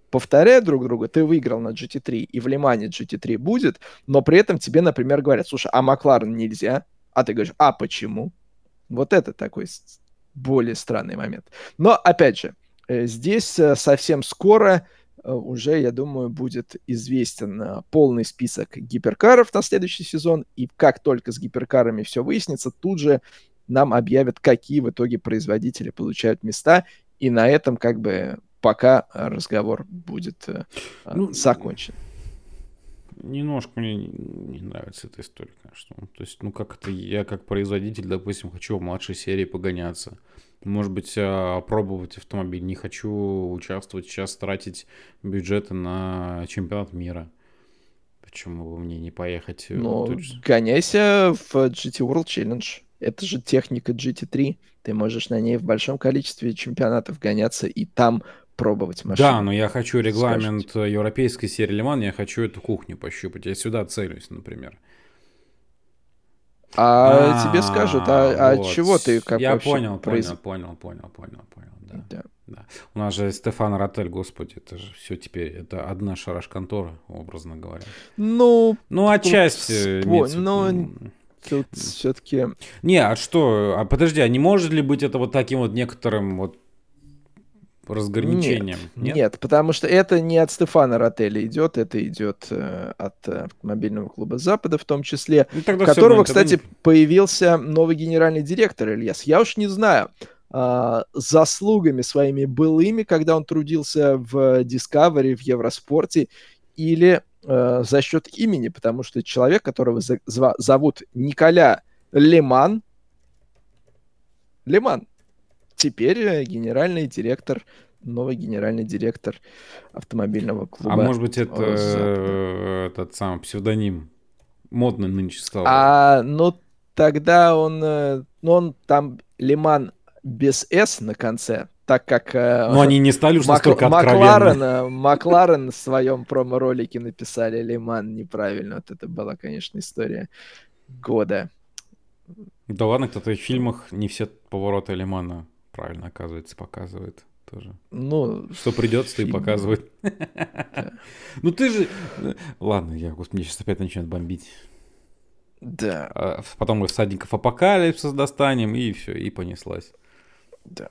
повторяют друг друга, ты выиграл на джи ти три, и в Лимане джи ти три будет, но при этом тебе, например, говорят, слушай, а Макларен нельзя, а ты говоришь, а почему? Вот это такой более странный момент. Но, опять же, здесь совсем скоро уже, я думаю, будет известен полный список гиперкаров на следующий сезон, и как только с гиперкарами все выяснится, тут же нам объявят, какие в итоге производители получают места, и на этом как бы пока разговор будет ну, закончен. Немножко мне не нравится эта история, конечно. То есть, ну как это, я как производитель, допустим, хочу в младшей серии погоняться. Может быть, опробовать автомобиль. Не хочу участвовать сейчас, тратить бюджеты на чемпионат мира. Почему бы мне не поехать? Ну, гоняйся в джи ти World Challenge. Это же техника джи ти три. Ты можешь на ней в большом количестве чемпионатов гоняться и там пробовать машину. Да, но я хочу регламент Скажите. Европейской серии Лиман, я хочу эту кухню пощупать. Я сюда целюсь, например. А, а тебе скажут, а, вот. а чего ты как я вообще... понял, произ... понял, понял, понял, понял, понял, да. Да. да. У нас же Стефан Ротель, господи, это же все теперь, это одна шараш-контора, образно говоря. Ну, ну отчасти. Спо... Ну, тут все-таки... Не, а что, а подожди, а не может ли быть это вот таким вот некоторым вот разграничением? Нет, нет? нет, потому что это не от Стефана Ротеля идет, это идет э, от автомобильного клуба Запада в том числе, ну, у которого, кстати, не... появился новый генеральный директор Ильяс. Я уж не знаю, э, заслугами своими былыми, когда он трудился в Discovery, в Евроспорте, или э, за счет имени, потому что человек, которого за- зва- зовут Николя Леман, Леман, теперь генеральный директор, новый генеральный директор автомобильного клуба. А может быть, это Запада. Этот самый псевдоним модный нынче стал? А, ну, тогда он, ну, он там Леман без «с» на конце, так как... Но они не стали уж Мак- настолько Макларен, откровенно. Макларен в своем промо-ролике написали Леман неправильно. Вот это была, конечно, история года. Да ладно, кто-то в фильмах не все повороты Лемана правильно, оказывается, показывает тоже. Ну, что придется, фильм... и показывает. Да. Ну ты же... Ладно, я, господи, мне сейчас опять начнет бомбить. Да. А потом мы всадников апокалипсис достанем, и все, и понеслась. Да.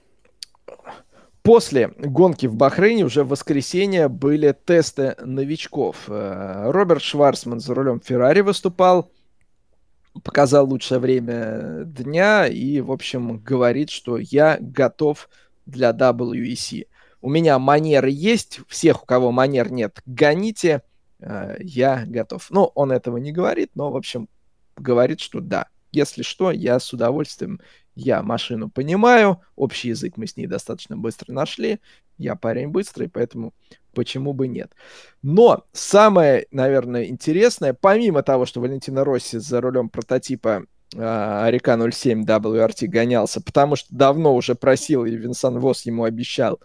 После гонки в Бахрейне уже в воскресенье были тесты новичков. Роберт Шварцман за рулем Феррари выступал, показал лучшее время дня и, в общем, говорит, что я готов для дабл ю и си. У меня манеры есть, всех, у кого манер нет, гоните, я готов. Ну, он этого не говорит, но, в общем, говорит, что да, если что, я с удовольствием, я машину понимаю, общий язык мы с ней достаточно быстро нашли, я парень быстрый, поэтому почему бы нет. Но самое, наверное, интересное, помимо того, что Валентино Росси за рулем прототипа э, Река ноль семь дабл ю ар ти гонялся, потому что давно уже просил, и Винсан Восс ему обещал,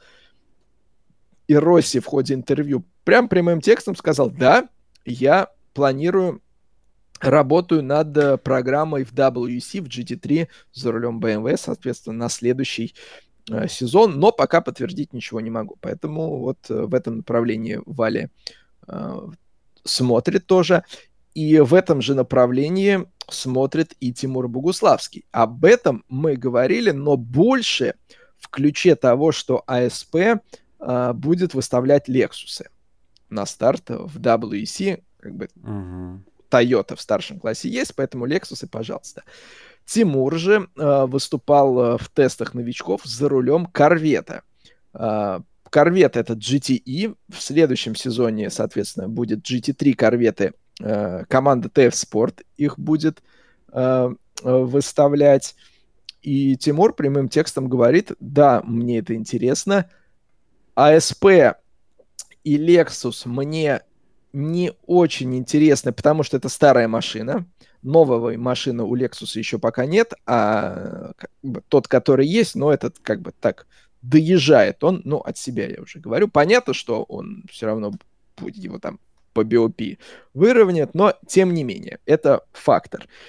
и Росси в ходе интервью прям прямым текстом сказал, да, я планирую, работаю над программой в дабл ю си, в джи ти три за рулем бэ эм вэ, соответственно, на следующий э, сезон, но пока подтвердить ничего не могу. Поэтому вот э, в этом направлении Валя э, смотрит тоже. И в этом же направлении смотрит и Тимур Богуславский. Об этом мы говорили, но больше в ключе того, что а эс пи э, будет выставлять Lexus на старт в дабл ю си, как бы... Uh-huh. Toyota в старшем классе есть, поэтому Lexus, пожалуйста. Тимур же э, выступал э, в тестах новичков за рулем Корвета. Корвет э, это джи ти и. В следующем сезоне, соответственно, будет джи ти три корветы. Э, команда ти эф Sport их будет э, выставлять. И Тимур прямым текстом говорит, да, мне это интересно. а эс пи и Lexus мне не очень интересно, потому что это старая машина. Новой машины у Lexus еще пока нет, а как бы, тот, который есть, но этот как бы так доезжает он, ну, от себя я уже говорю. Понятно, что он все равно будет его там по би о пи выровнять, но тем не менее, это фактор.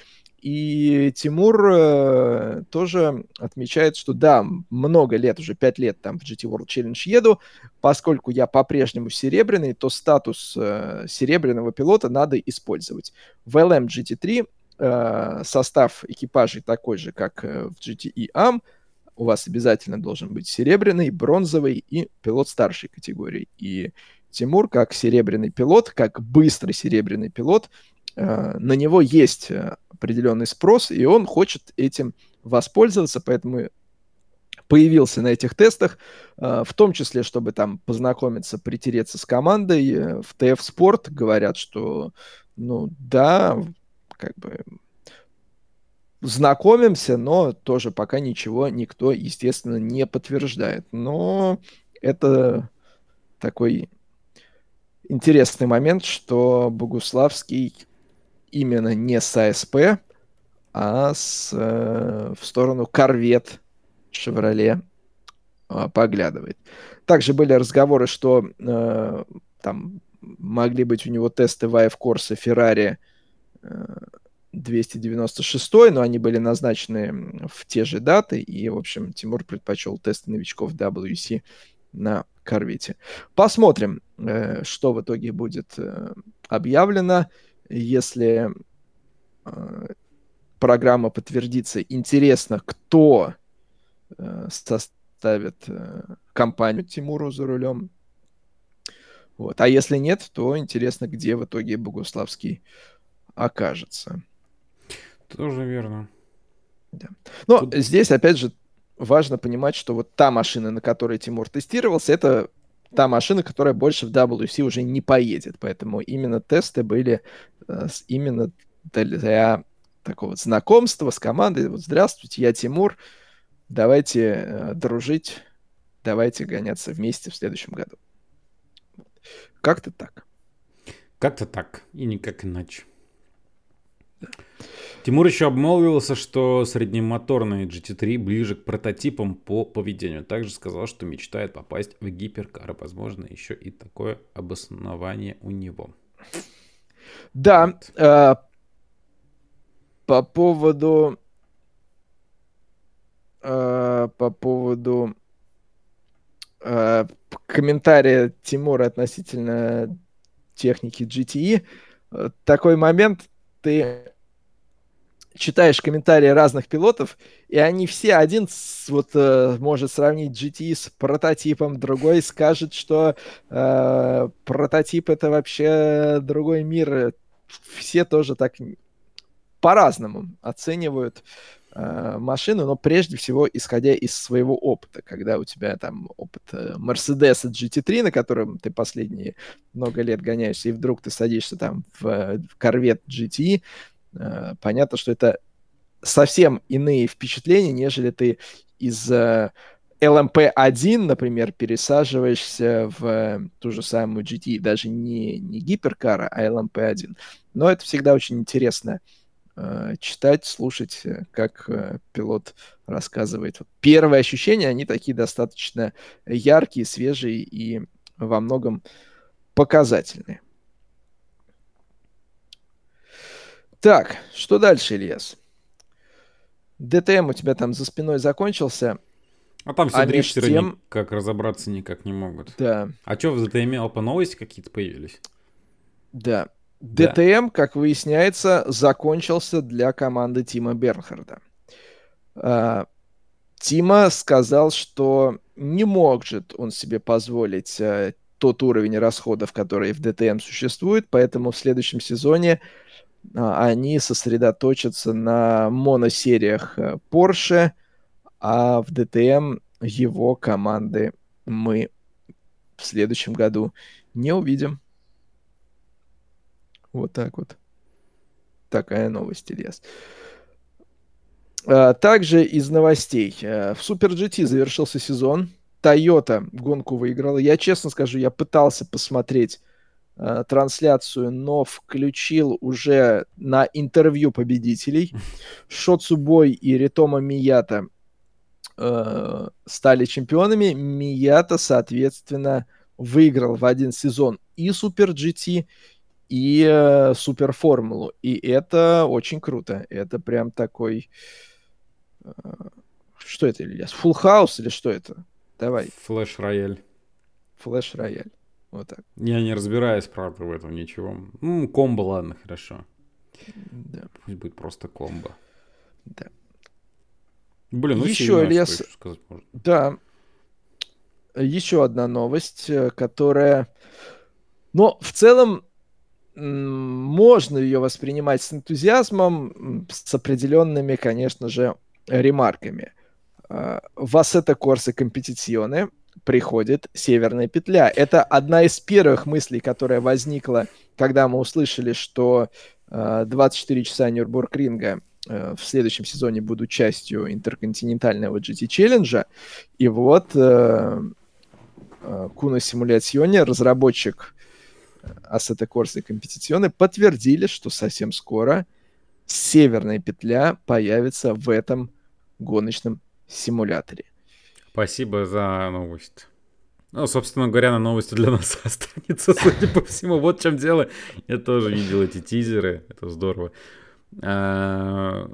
И Тимур э, тоже отмечает, что да, много лет, уже пять лет там в джи ти World Challenge еду, поскольку я по-прежнему серебряный, то статус э, серебряного пилота надо использовать. В эл эм джи ти три э, состав экипажей такой же, как э, в джи ти и эй эм. У вас обязательно должен быть серебряный, бронзовый и пилот старшей категории. И Тимур, как серебряный пилот, как быстрый серебряный пилот, э, на него есть определенный спрос, и он хочет этим воспользоваться, поэтому появился на этих тестах, э, в том числе, чтобы там познакомиться, притереться с командой. Э, в тэ эф Sport говорят, что, ну да, как бы знакомимся, но тоже пока ничего никто, естественно, не подтверждает. Но это такой интересный момент, что Богуславский именно не с а эс пэ, а с, э, в сторону Корвет Шевроле э, поглядывает. Также были разговоры, что э, там могли быть у него тесты Вайф Корса Феррари э, двести девяносто шесть, но они были назначены в те же даты, и, в общем, Тимур предпочел тесты новичков дабл ю си на Корвете. Посмотрим, э, что в итоге будет э, объявлено. Если э, программа подтвердится, интересно, кто э, составит э, компанию Тимуру за рулем. Вот. А если нет, то интересно, где в итоге Богуславский окажется. Тоже верно. Да. Но Тут... здесь, опять же, важно понимать, что вот та машина, на которой Тимур тестировался, это та машина, которая больше в дабл ю си уже не поедет. Поэтому именно тесты были э, именно для такого знакомства с командой. Вот, здравствуйте, я Тимур, давайте э, дружить, давайте гоняться вместе в следующем году. Как-то так. Как-то так, и никак иначе. Да. Тимур еще обмолвился, что среднемоторный джи ти три ближе к прототипам по поведению. Также сказал, что мечтает попасть в гиперкар. Возможно, еще и такое обоснование у него. Да, вот. э, по поводу э, по поводу э, комментария Тимура относительно техники джи ти и. Э, такой момент, ты читаешь комментарии разных пилотов, и они все, один вот э, может сравнить джи ти и с прототипом, другой скажет, что э, прототип это вообще другой мир. Все тоже так по-разному оценивают э, машину, но прежде всего исходя из своего опыта. Когда у тебя там опыт Мерседеса джи ти три, на котором ты последние много лет гоняешься, и вдруг ты садишься там в, в Корвет джи ти и, понятно, что это совсем иные впечатления, нежели ты из эл эм пи один, например, пересаживаешься в ту же самую джи ти и, даже не, не гиперкара, а эл эм пи один. Но это всегда очень интересно э, читать, слушать, как э, пилот рассказывает. Вот первые ощущения, они такие достаточно яркие, свежие и во многом показательные. Так, что дальше, Ильяс? ди ти эм у тебя там за спиной закончился. А там все а дрифтеры тем... никак разобраться никак не могут. Да. А что, в ди ти эм Alpha новости какие-то появились? Да. ди ти эм, да. Как выясняется, закончился для команды Тима Бернхарда. А, Тима сказал, что не может он себе позволить а, тот уровень расходов, который в ди ти эм существует, поэтому в следующем сезоне они сосредоточатся на моносериях Porsche, а в ди ти эм его команды мы в следующем году не увидим. Вот так вот. Такая новость, Ильяс. Также из новостей. В Super джи ти завершился сезон. Toyota гонку выиграла. Я честно скажу, я пытался посмотреть трансляцию, но включил уже на интервью победителей. Шоцубой и Ритомо Мията э, стали чемпионами. Мията, соответственно, выиграл в один сезон и Super джи ти, и э, суперформулу. И это очень круто. Это прям такой... Э, что это, Ильяс? Full House или что это? Давай. Флэш-рояль. Флэш-рояль. Вот так. Я не разбираюсь, правда, в этом ничего. Ну, комбо, ладно, хорошо. Да. Пусть будет просто комбо. Да. Блин, ну еще, сильно, Ильяс... что еще сказать можно. Да. Еще одна новость, которая... Но в целом можно ее воспринимать с энтузиазмом, с определенными, конечно же, ремарками. В Assetto Corsa Competizione приходит северная петля. Это одна из первых мыслей, которая возникла, когда мы услышали, что двадцать четыре часа Нюрбургринга в следующем сезоне будут частью интерконтинентального джи ти Челленджа. И вот Kuno Simulazione, разработчик Assetto Corsa Competizione, подтвердили, что совсем скоро северная петля появится в этом гоночном симуляторе. Спасибо за новость. Ну, собственно говоря, на новости для нас останется, судя по всему. Вот в чем дело. Я тоже видел эти тизеры. Это здорово. В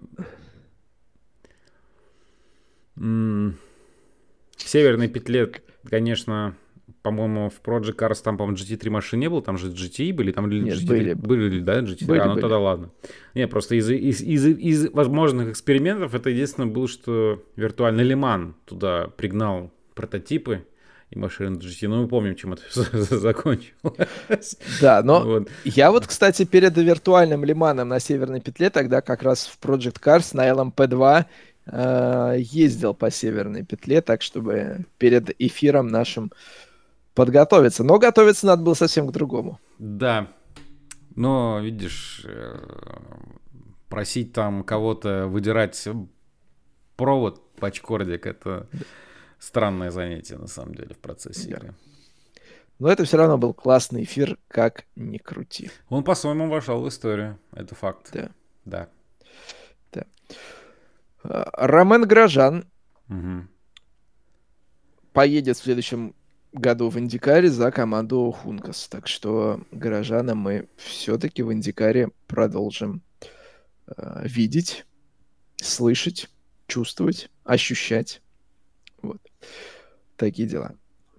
северной петле, конечно, по-моему, в Project Cars там, по-моему, джи ти три машины не было, там же джи ти и были, там Нет, джи ти три... были. Были, да, джи ти три? Были, а, ну были. тогда ладно. Не, просто из, из, из, из возможных экспериментов это единственное было, что виртуальный Лиман туда пригнал прототипы и машины джи ти. Ну, мы помним, чем это все закончилось. Да, но вот. Я вот, кстати, перед виртуальным Лиманом на северной петле тогда как раз в Project Cars на эл эм пи два э, ездил по северной петле, так чтобы перед эфиром нашим подготовиться. Но готовиться надо было совсем к другому. Да, но, видишь, просить там кого-то выдирать провод пачкордик — это странное занятие, на самом деле, в процессе игры. Но это все равно был классный эфир, как ни крути. Он по-своему вошел в историю, это факт. Да. Да. да. Ромен Грожан угу. поедет в следующем году в Индикаре за команду Хункас. Так что Горожана мы все-таки в Индикаре продолжим э, видеть, слышать, чувствовать, ощущать. Вот. Такие дела.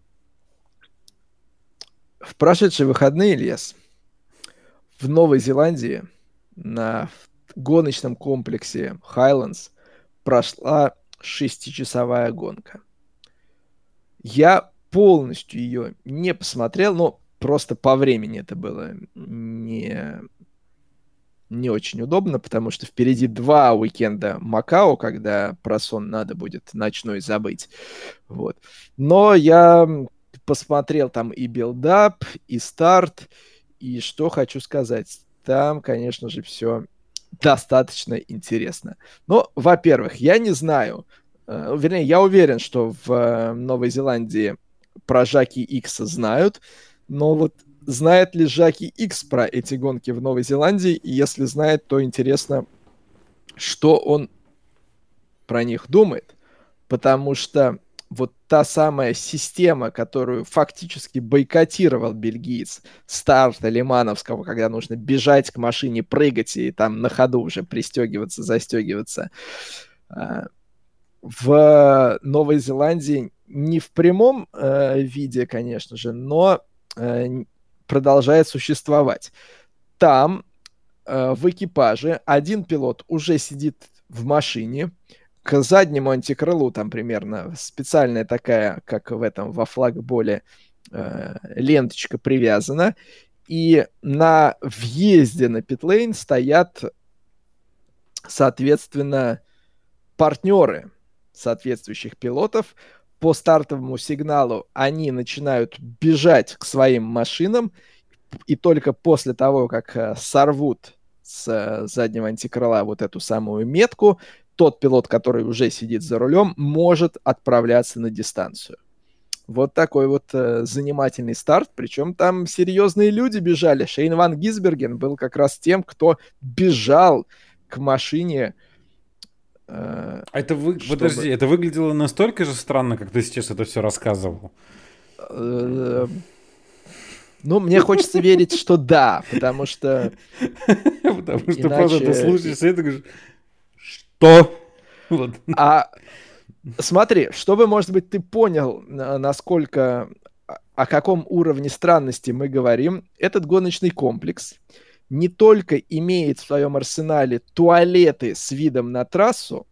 В прошедшие выходные, Ильяс, в Новой Зеландии на гоночном комплексе Highlands прошла шестичасовая гонка. Я полностью ее не посмотрел, но просто по времени это было не, не очень удобно, потому что впереди два уикенда Макао, когда про сон надо будет ночной забыть. Вот. Но я посмотрел там и билдап, и старт, и что хочу сказать, там, конечно же, все достаточно интересно. Но, во-первых, я не знаю, э, вернее, я уверен, что в э, Новой Зеландии про Жаки Икс знают, но вот знает ли Жаки Икс про эти гонки в Новой Зеландии, и если знает, то интересно, что он про них думает, потому что вот та самая система, которую фактически бойкотировал бельгиец, старта лимановского, когда нужно бежать к машине, прыгать и там на ходу уже пристегиваться, застегиваться, в Новой Зеландии не в прямом э, виде, конечно же, но э, продолжает существовать. Там э, в экипаже один пилот уже сидит в машине, к заднему антикрылу там примерно специальная такая, как в этом, во флагболе, э, ленточка привязана, и на въезде на питлейн стоят, соответственно, партнеры соответствующих пилотов. По стартовому сигналу они начинают бежать к своим машинам, и только после того, как э, сорвут с э, заднего антикрыла вот эту самую метку, тот пилот, который уже сидит за рулем, может отправляться на дистанцию. Вот такой вот э, занимательный старт, причем там серьезные люди бежали. Шейн Ван Гисберген был как раз тем, кто бежал к машине. Это вы... Чтобы... Подожди, это выглядело настолько же странно, как ты сейчас это все рассказывал? Ну, мне хочется верить, что да, потому что... Потому что просто ты слушаешь это и говоришь, что? А смотри, чтобы, может быть, ты понял, насколько, о каком уровне странности мы говорим, этот гоночный комплекс не только имеет в своем арсенале туалеты с видом на трассу,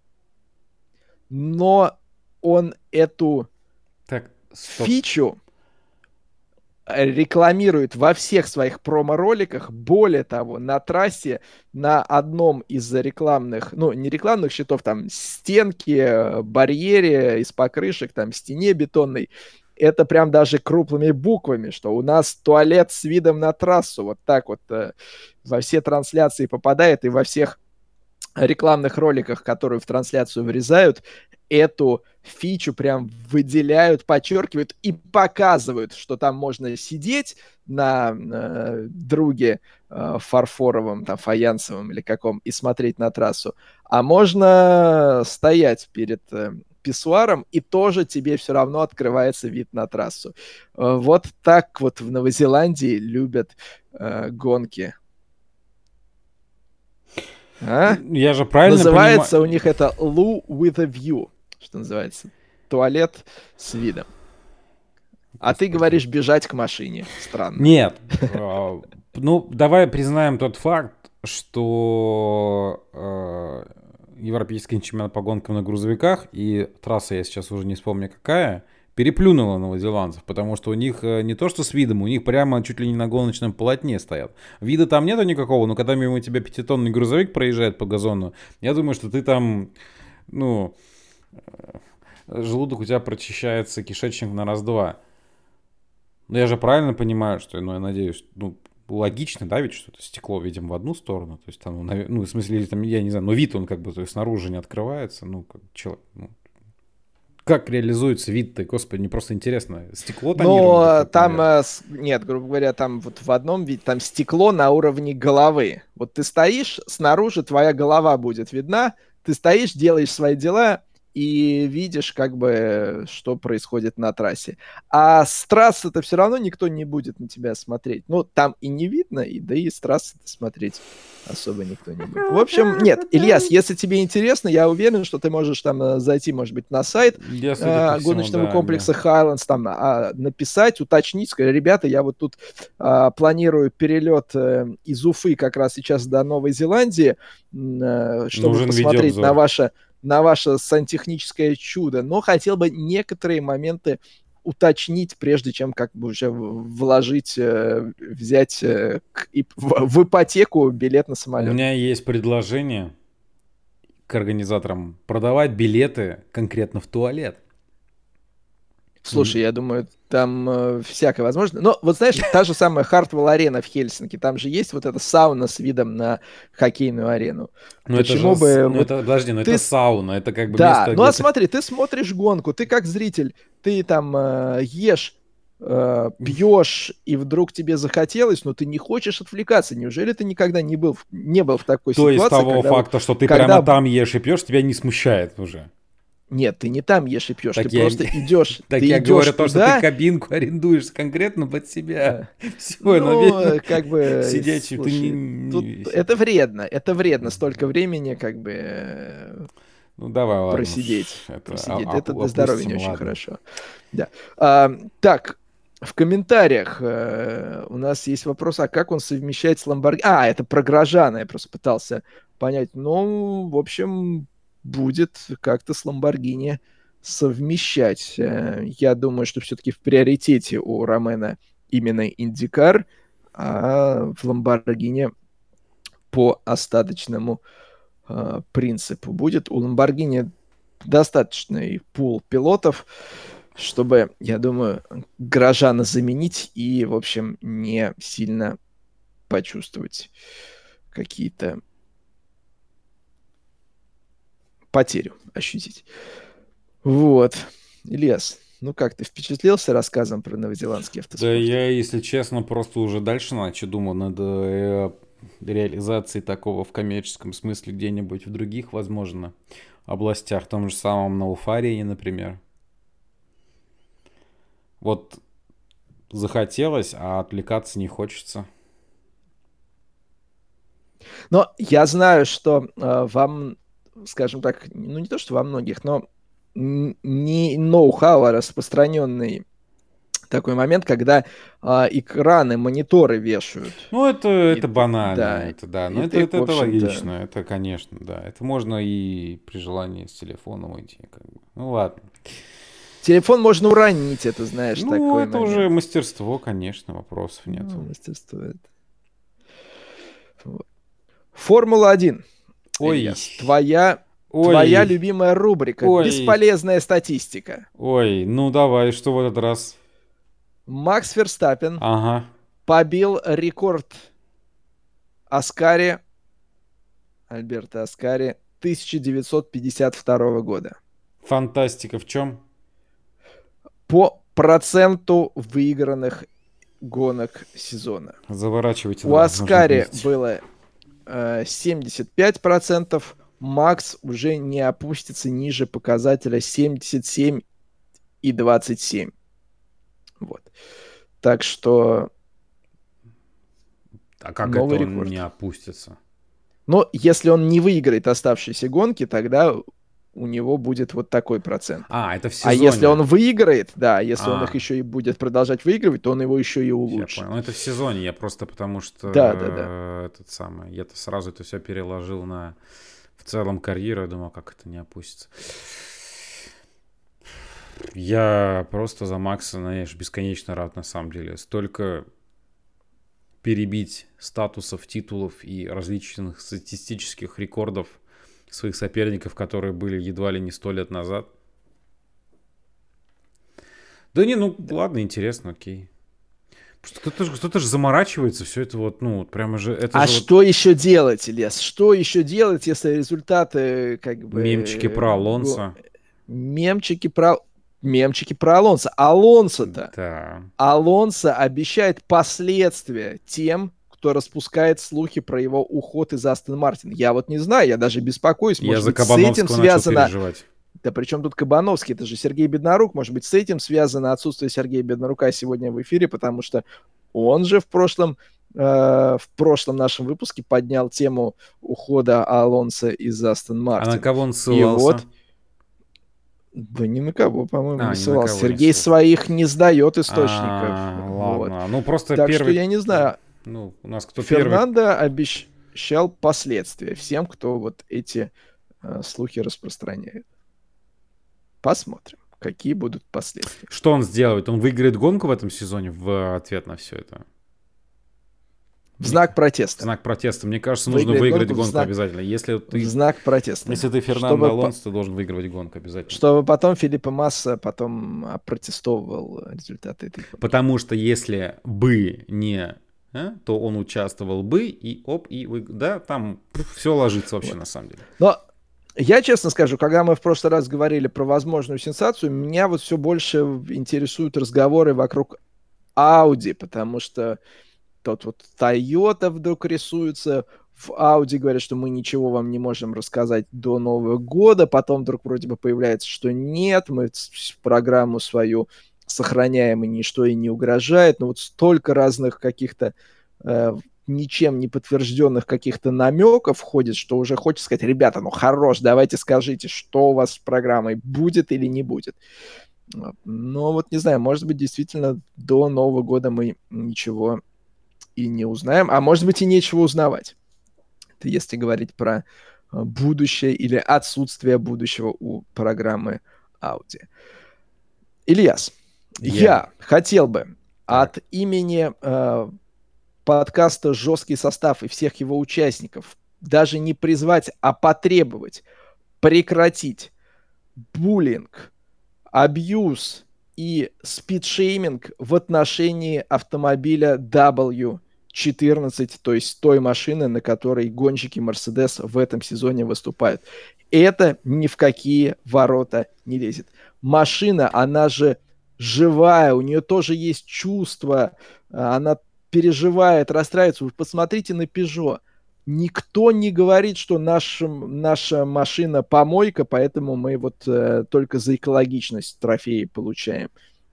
но он эту так, фичу рекламирует во всех своих промо-роликах. Более того, на трассе на одном из рекламных, ну, не рекламных щитов, там, стенки, барьере из покрышек, там, стене бетонной, это прям даже крупными буквами, что у нас туалет с видом на трассу. Вот так вот э, во все трансляции попадает, и во всех рекламных роликах, которые в трансляцию вырезают, эту фичу прям выделяют, подчеркивают и показывают, что там можно сидеть на э, друге э, фарфоровом, там, фаянсовом или каком и смотреть на трассу, а можно стоять перед э, писсуаром, и тоже тебе все равно открывается вид на трассу. Э, вот так вот в Новой Зеландии любят э, гонки. А? Я же правильно называется понимаю... у них это loo with a view, что называется. Туалет с видом. А ты говоришь бежать к машине. Странно. Нет. Ну, давай признаем тот факт, что европейский чемпионат по гонкам на грузовиках, и трасса я сейчас уже не вспомню какая, переплюнула новозеландцев, потому что у них не то что с видом, у них прямо чуть ли не на гоночном полотне стоят. Вида там нету никакого, но когда мимо тебя пятитонный грузовик проезжает по газону, я думаю, что ты там, ну, желудок у тебя прочищается, кишечник на раз-два. Но я же правильно понимаю, что, ну, я надеюсь, ну, логично, да, ведь что-то стекло видим в одну сторону, то есть там, ну, в смысле, там, я не знаю, но вид он как бы, то есть снаружи не открывается, ну, как человек, ну, как реализуется вид-то, господи, мне просто интересно. Стекло тонировано? Но там, наверное. Нет, грубо говоря, там вот в одном виде, там стекло на уровне головы. Вот ты стоишь, снаружи твоя голова будет видна, ты стоишь, делаешь свои дела и видишь, как бы, что происходит на трассе. А с трассы-то все равно никто не будет на тебя смотреть. Ну, там и не видно, и да и с трассы-то смотреть особо никто не будет. В общем, нет, Ильяс, если тебе интересно, я уверен, что ты можешь там зайти, может быть, на сайт я, э, гоночного да, комплекса да. Highlands, там а, написать, уточнить, сказать, ребята, я вот тут а, планирую перелет э, из Уфы как раз сейчас до Новой Зеландии, э, чтобы Нужен посмотреть на ваше, на ваше сантехническое чудо, но хотел бы некоторые моменты уточнить, прежде чем как бы уже вложить, э, взять э, к, и, в, в ипотеку билет на самолет. У меня есть предложение к организаторам продавать билеты конкретно в туалет. Слушай, я думаю, там э, всякое возможно. Но вот знаешь, та же самая Хартвелл арена в Хельсинки, там же есть вот эта сауна с видом на хоккейную арену. Ну Почему это же, бы... Ну вот это, подожди, ну ты... это сауна, это как бы да, место... ну а смотри, ты смотришь гонку, ты как зритель, ты там э, ешь, э, пьешь, и вдруг тебе захотелось, но ты не хочешь отвлекаться. Неужели ты никогда не был, не был в такой То ситуации? То есть того факта, вот, что ты когда... прямо там ешь и пьешь, тебя не смущает уже? Нет, ты не там ешь и пьешь, так ты я... просто идешь. Так ты я идешь говорю туда... то, что ты кабинку арендуешь конкретно под себя. Все, ну, как бы... Сидячий, ты не... Тут это вредно, это вредно, столько времени как бы... Ну, давай, ладно. Просидеть. Это, просидеть. а, это для здоровья не очень ладно. хорошо. Да. А, так, в комментариях э, у нас есть вопрос, а как он совмещает с Ламборгини? А, это про Грожана, я просто пытался понять. Ну, в общем... будет как-то с Ламборгини совмещать. Я думаю, что все-таки в приоритете у Ромена именно Индикар, а в Ламборгини по остаточному э, принципу будет. У Ламборгини достаточный пул пилотов, чтобы, я думаю, Грожана заменить и, в общем, не сильно почувствовать какие-то потерю ощутить. Вот. Ильяс, ну как, ты впечатлился рассказом про новозеландский автоспорт? Да я, если честно, просто уже дальше начал думал над э, реализацией такого в коммерческом смысле где-нибудь в других, возможно, областях, в том же самом Науфарии, например. Вот захотелось, а отвлекаться не хочется. Но я знаю, что э, вам, скажем так, ну не то, что во многих, но не ноу-хау, а распространенный такой момент, когда а, экраны, мониторы вешают. Ну, это, И это ты- банально, да, это да. и Но это, ты, это, в это общем-то- логично, это, конечно, да. Это можно и при желании с телефоном идти. Как бы. Ну, ладно. Телефон можно уронить, это знаешь, Ну, такой это момент. уже мастерство, конечно, вопросов нет. Ну, мастерство это. Вот. Формула один. Ой. Ильяс, твоя, Ой. твоя любимая рубрика. Ой. Бесполезная статистика. Ой, ну давай, что в этот раз? Макс Ферстаппен Ага. побил рекорд Аскари, Альберто Аскари, тысяча девятьсот пятьдесят второго года. Фантастика в чем? По проценту выигранных гонок сезона. Заворачивайте. У Аскари было э, семьдесят пять процентов, Макс уже не опустится ниже показателя семьдесят семь и двадцать семь. Вот. Так что... А как новый это он рекорд. не опустится? Но если он не выиграет оставшиеся гонки, тогда у него будет вот такой процент. А, это в А сезоне. если он выиграет, да, если А. он их еще и будет продолжать выигрывать, то он его еще и Я улучшит. понял. Ну, это в сезоне, я просто потому что Да, да, да. э, этот самый, я-то сразу это все переложил на в целом карьеру, я думал, как это не опустится. Я просто за Макса, знаешь, бесконечно рад на самом деле. Столько перебить статусов, титулов и различных статистических рекордов своих соперников, которые были едва ли не сто лет назад. Да не, ну ладно, интересно, окей. Просто кто-то же, кто-то же заморачивается, все это вот, ну, вот прямо же... Это А же что еще делать, Ильяс? Что еще делать, если результаты как вот бы... мемчики про Алонсо. Мемчики про... Мемчики про Алонсо. Алонсо-то. Да. Алонсо обещает последствия тем, кто распускает слухи про его уход из Астон Мартин. Я вот не знаю, я даже беспокоюсь. Я Может за быть, с Кабановского этим начал связано... переживать. Да при чем тут Кабановский? Это же Сергей Беднорук. Может быть, с этим связано отсутствие Сергея Беднорука сегодня в эфире, потому что он же в прошлом, э, в прошлом нашем выпуске поднял тему ухода Алонсо из Астон А Мартин. на кого он И ссылался? вот... Да ни на кого, по-моему, А, ни на не ссылался. кого не Сергей ссылался. своих не сдает источников. А, Вот. ладно. Ну, просто Так первый... что я не знаю. Ну, у нас кто первый... Фернандо обещал последствия всем, кто вот эти э, слухи распространяет. Посмотрим, какие будут последствия. Что он сделает? Он выиграет гонку в этом сезоне в ответ на все это? В знак В протеста. знак протеста. Мне кажется, нужно Выиграет выиграть гонку в гонку знак- обязательно. Если В ты, знак протеста. если ты Фернандо Чтобы по- Алонсо, ты должен выигрывать гонку обязательно. Чтобы потом Филиппе Масса потом опротестовывал результаты этой гонки. Потому что если бы не, а, то он участвовал бы и оп, и вы, да, там все ложится вообще Вот. на самом деле. Но я честно скажу, когда мы в прошлый раз говорили про возможную сенсацию, меня вот все больше интересуют разговоры вокруг Audi, потому что тот вот Toyota вдруг рисуется, в Audi говорят, что мы ничего вам не можем рассказать до Нового года, потом вдруг вроде бы появляется, что нет, мы с- программу свою сохраняем и ничто и не угрожает, но вот столько разных каких-то э, ничем не подтвержденных каких-то намеков входит, что уже хочется сказать, ребята, ну хорош, давайте скажите, что у вас с программой, будет или не будет. Вот. Но вот не знаю, может быть, действительно до Нового года мы ничего и не узнаем, а может быть и нечего узнавать. Это если говорить про э, будущее или отсутствие будущего у программы Audi. Ильяс, Я. я хотел бы Так. от имени э, подкаста «Жесткий состав» и всех его участников даже не призвать, а потребовать прекратить буллинг, абьюз и спидшейминг в отношении автомобиля дабл ю четырнадцать, то есть той машины, на которой гонщики Mercedes в этом сезоне выступают. Это ни в какие ворота не лезет. Машина, она же живая, у нее тоже есть чувства, она переживает, расстраивается. Вы посмотрите на Peugeot. Никто не говорит, что наша, наша машина помойка, поэтому мы вот э, только за экологичность трофеи получаем.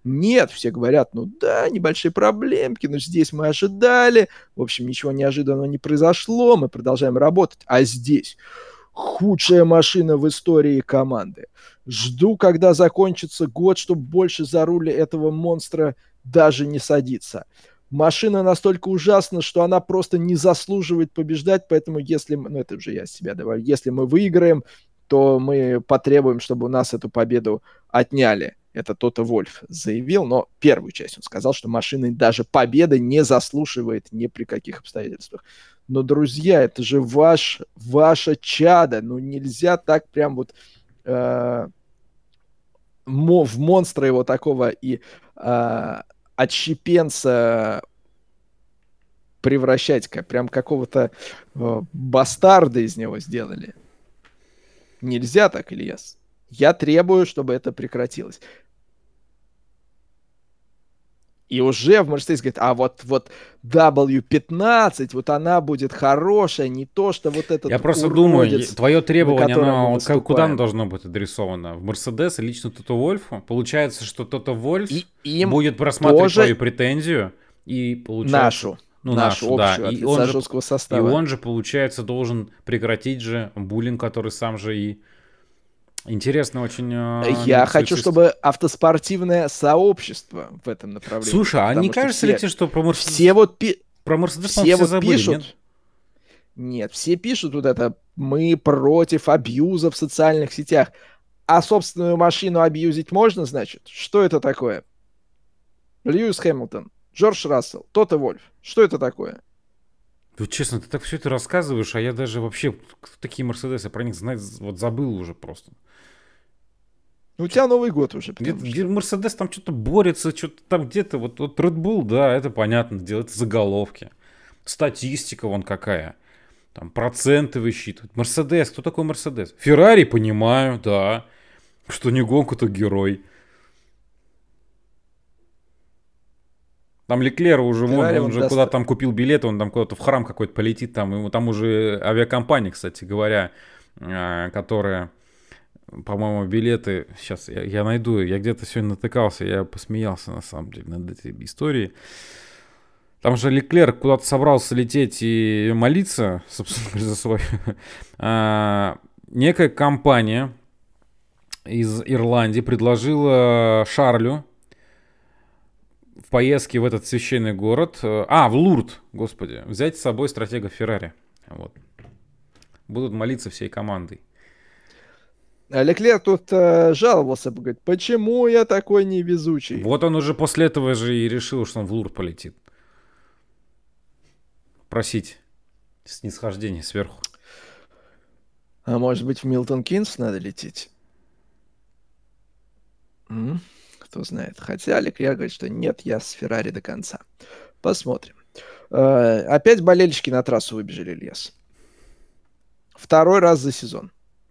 Нет, все говорят, ну да, небольшие проблемки, но здесь мы ожидали, в общем, ничего неожиданного не произошло, мы продолжаем работать, а здесь худшая машина в истории команды. Жду, когда закончится год, чтобы больше за руль этого монстра даже не садиться. Машина настолько ужасна, что она просто не заслуживает побеждать, поэтому если мы, ну это уже я себя добавлю, если мы выиграем, то мы потребуем, чтобы у нас эту победу отняли. Это Тото Вольф заявил, но первую часть он сказал, что машина даже победы не заслуживает ни при каких обстоятельствах. Но, друзья, это же ваш, ваше чадо, ну нельзя так прям вот э, мо, в монстра его такого и э, отщепенца превращать, как прям какого-то э, бастарда из него сделали. Нельзя так, Ильяс. Я требую, чтобы это прекратилось. И уже в Мерседес говорит, а вот, вот дабл ю пятнадцать, вот она будет хорошая, не то, что вот этот Я просто думаю, твое требование, оно вот куда оно выступаем. должно быть адресовано? В Мерседес и лично Тото Вольфу? Получается, что Тото Вольф И им будет просматривать тоже твою претензию и получается... нашу, Ну, нашу, нашу, да. общую, от И лица он, же, жесткого и состава. он же, получается, должен прекратить же буллинг, который сам же и... Интересно очень. э, Я хочу, специалист. чтобы автоспортивное сообщество в этом направлении. Слушай, а не потому что кажется ли все- тебе, что про Мерседес, Все вот пи- про Мерседес все по-моему, вот забыли, пишут. нет? Нет, все пишут вот это, мы против абьюза в социальных сетях. А собственную машину абьюзить можно, значит? Что это такое? Льюис Хэмилтон, Джордж Рассел, Тото Вольф. Что это такое? Вот честно, ты так все это рассказываешь, а я даже вообще кто такие Мерседесы, про них знать вот забыл уже просто. У тебя Новый год уже. Где-то потому где что- Мерседес там что-то борется, что-то там где-то, вот, вот Red Bull, да, это понятно, делает заголовки. Статистика вон какая. Там проценты высчитывают. Мерседес, кто такой Мерседес? Феррари, понимаю, да. Что не гонка, то герой. Там Леклер уже, вон, Феррари он он же даст- куда-то там купил билет, он там куда-то в храм какой-то полетит, там, ему там уже авиакомпания, кстати говоря, а, которая, по-моему, билеты, сейчас я, я найду, я где-то сегодня натыкался, я посмеялся на самом деле над этой историей. Там же Леклер куда-то собрался лететь и молиться, собственно говоря, за свой. А, некая компания из Ирландии предложила Шарлю в поездке в этот священный город, а, в Лурд, господи, взять с собой стратега Феррари. Вот. Будут молиться всей командой. А Леклер тут э, жаловался, говорит, почему я такой невезучий? Вот он уже после этого же и решил, что он в Лурд полетит. Просить снисхождения сверху. А может быть, в Милтон Кинс надо лететь? М? Кто знает. Хотя Леклер говорит, что нет, я с Феррари до конца. Посмотрим. Э, опять болельщики на трассу выбежали, Ильяс. Второй раз за сезон.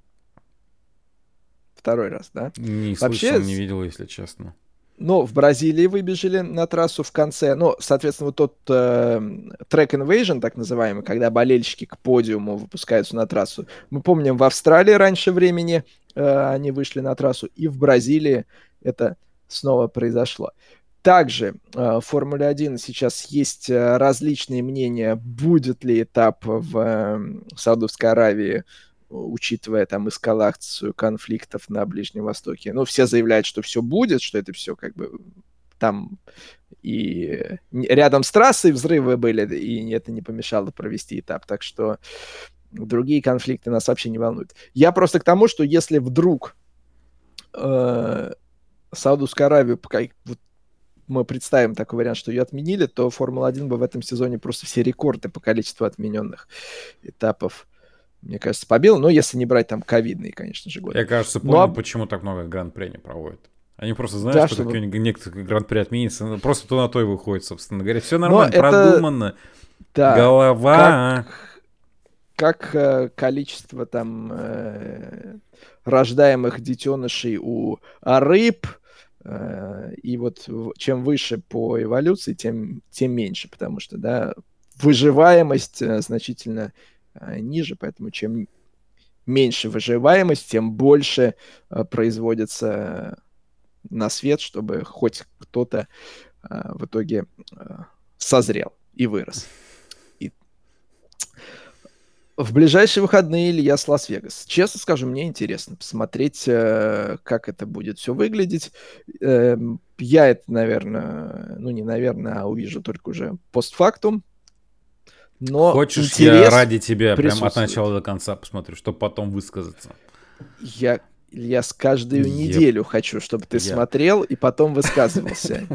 Второй раз, да? Не Вообще, слышал, не видел, если честно. Ну, в Бразилии выбежали на трассу в конце. Ну, соответственно, вот тот э, track invasion, так называемый, когда болельщики к подиуму выпускаются на трассу. Мы помним, в Австралии раньше времени э, они вышли на трассу, и в Бразилии это снова произошло. Также э, в Формуле один сейчас есть э, различные мнения, будет ли этап в э, Саудовской Аравии, учитывая там эскалацию конфликтов на Ближнем Востоке. Ну, все заявляют, что все будет, что это все как бы там и рядом с трассой взрывы были, и это не помешало провести этап. Так что другие конфликты нас вообще не волнуют. Я просто к тому, что если вдруг э, Саудовскую Аравию, вот мы представим такой вариант, что ее отменили, то Формула один бы в этом сезоне просто все рекорды по количеству отмененных этапов, мне кажется, побил, но если не брать там ковидные, конечно же, годы. Я, кажется, Но- понял, почему так много гран-при не проводят. Они просто знают, Да, что чтобы- какие-нибудь некоторые гран-при отменится, ну, просто то на то и выходит, собственно говоря. Все Но нормально, это- продумано. Да, Голова. как э, количество там э, рождаемых детенышей у рыб, э, и вот в- чем выше по эволюции, тем, тем меньше, потому что, да, выживаемость э, значительно э, ниже, поэтому чем меньше выживаемость, тем больше э, производится на свет, чтобы хоть кто-то э, в итоге э, созрел и вырос. И в ближайшие выходные Ильяс Лас-Вегас. Честно скажу, мне интересно посмотреть, э, как это будет все выглядеть. Э, я это, наверное, ну не наверное, а увижу только уже постфактум. Но хочешь, я ради тебя прям от начала до конца посмотрю, чтобы потом высказаться? Я, я с каждую yep. неделю хочу, чтобы ты yep. смотрел и потом высказывался.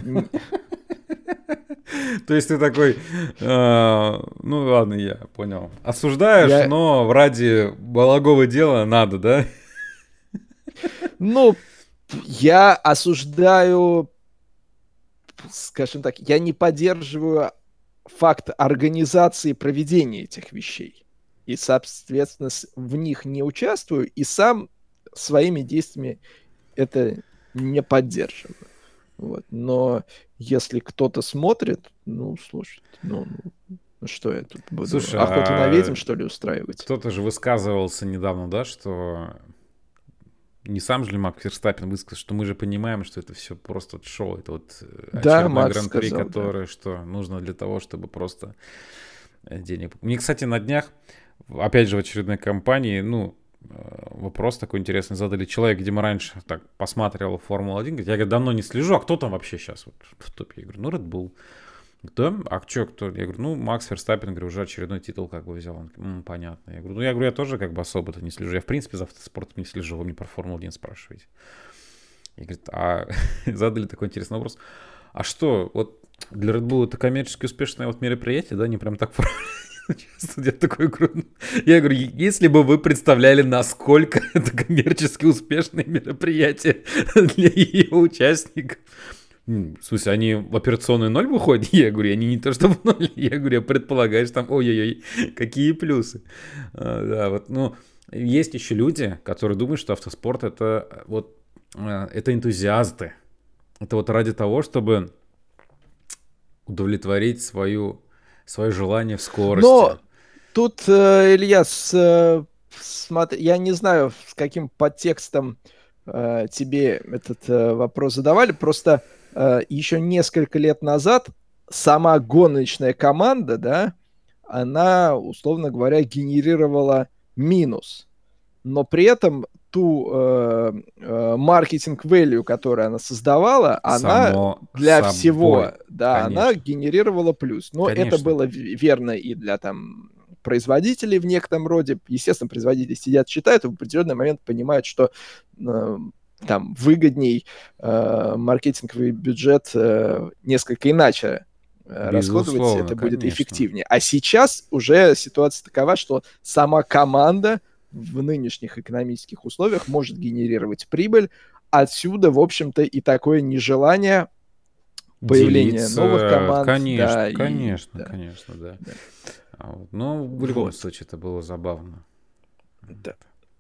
То есть ты такой, ну ладно, я понял. Осуждаешь, но ради благого дела надо, да? Ну, я осуждаю, скажем так, я не поддерживаю факт организации проведения этих вещей. И, соответственно, в них не участвую, и сам своими действиями это не поддерживаю. Вот. Но если кто-то смотрит, ну, слушай, ну, ну что я тут буду? Слушай, охоту на ведьм, что ли, устраивать? Кто-то же высказывался недавно, да, что не сам же ли Макс Ферстаппен высказал, что мы же понимаем, что это все просто вот шоу, это вот да, очередной гран-при, который, да. что нужно для того, чтобы просто денег... Мне, кстати, на днях, опять же, в очередной кампании, ну, вопрос такой интересный задали. Человек, где мы раньше так посматривал Формулу один, говорит, я говорю, давно не слежу, а кто там вообще сейчас вот в топе? Я говорю, ну, Red Bull. Да? А что, кто? Я говорю, ну, Макс Ферстаппен, говорю, уже очередной титул как бы взял. Он, М, понятно. Я говорю, ну, я говорю, я тоже как бы особо-то не слежу. Я, в принципе, за автоспортом не слежу. Вы мне про Формулу один спрашиваете. И говорит, а задали такой интересный вопрос. А что, вот для Red Bull это коммерчески успешное вот мероприятие, да, не прям так часто я такой говорю, я говорю, если бы вы представляли, насколько это коммерчески успешное мероприятие для ее участников. В смысле, они в операционную ноль выходят? Я говорю, они не то что в ноль. Я говорю, я предполагаю, что там, ой-ой-ой, какие плюсы. А, да, вот, ну, есть еще люди, которые думают, что автоспорт это вот, это энтузиасты. Это вот ради того, чтобы удовлетворить свою, свое желание в скорости. Но тут, э, Ильяс, э, смотри, я не знаю, с каким подтекстом э, тебе этот э, вопрос задавали, просто э, еще несколько лет назад сама гоночная команда, да, она, условно говоря, генерировала минус, но при этом ту э, э, маркетинг value, которую она создавала, она Само для собой. всего, да, Конечно. она генерировала плюс. Но Конечно. это было верно и для там производителей в некотором роде. Естественно, производители сидят, считают, и в определенный момент понимают, что э, там выгодней э, маркетинговый бюджет э, несколько иначе э, расходовать, это будет конечно. эффективнее. А сейчас уже ситуация такова, что сама команда в нынешних экономических условиях может генерировать прибыль. Отсюда, в общем-то, и такое нежелание появления Делиться, новых команд. Конечно, да, конечно, и, да. конечно, да. да. А вот, но в любом вот. случае это было забавно. Да.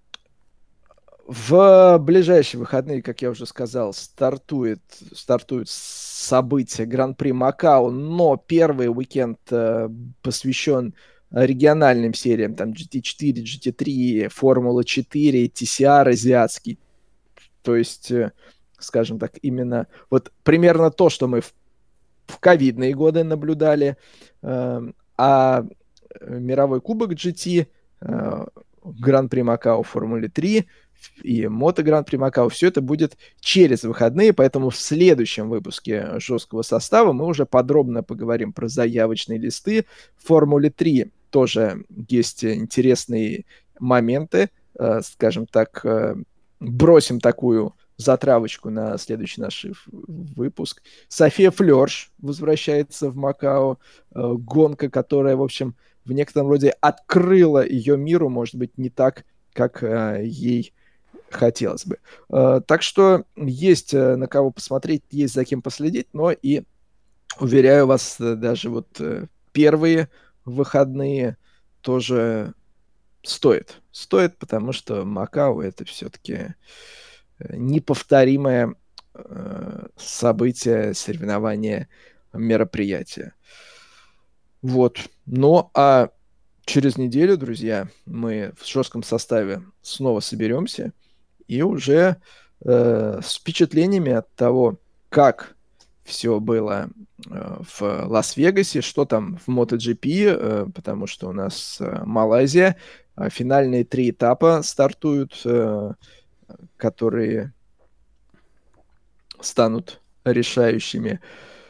В ближайшие выходные, как я уже сказал, стартует, стартует событие Гран-при Макао, но первый уикенд э, посвящен региональным сериям, там джи ти четыре, джи ти три, Формула четыре, ти си ар азиатский. То есть, скажем так, именно вот примерно то, что мы в, в ковидные годы наблюдали, э, а мировой кубок джи ти, э, Гран-при Макао Формуле три и Мото Гран-при Макао, все это будет через выходные, поэтому в следующем выпуске жесткого состава мы уже подробно поговорим про заявочные листы. В Формуле три тоже есть интересные моменты, э, скажем так, э, бросим такую затравочку на следующий наш выпуск. София Флерш возвращается в Макао, э, гонка, которая, в общем, в некотором роде открыла ее миру, может быть, не так, как э, ей хотелось бы. Э, так что есть э, на кого посмотреть, есть за кем последить, но и, уверяю вас, э, даже вот э, первые выходные тоже стоит. Стоит, потому что Макао — это все-таки неповторимое э, событие, соревнование, мероприятие. Вот. Ну, а через неделю, друзья, мы в жестком составе снова соберемся и уже э, с впечатлениями от того, как все было э, в Лас-Вегасе, что там в MotoGP, э, потому что у нас э, Малайзия, э, финальные три этапа стартуют, э, которые станут решающими.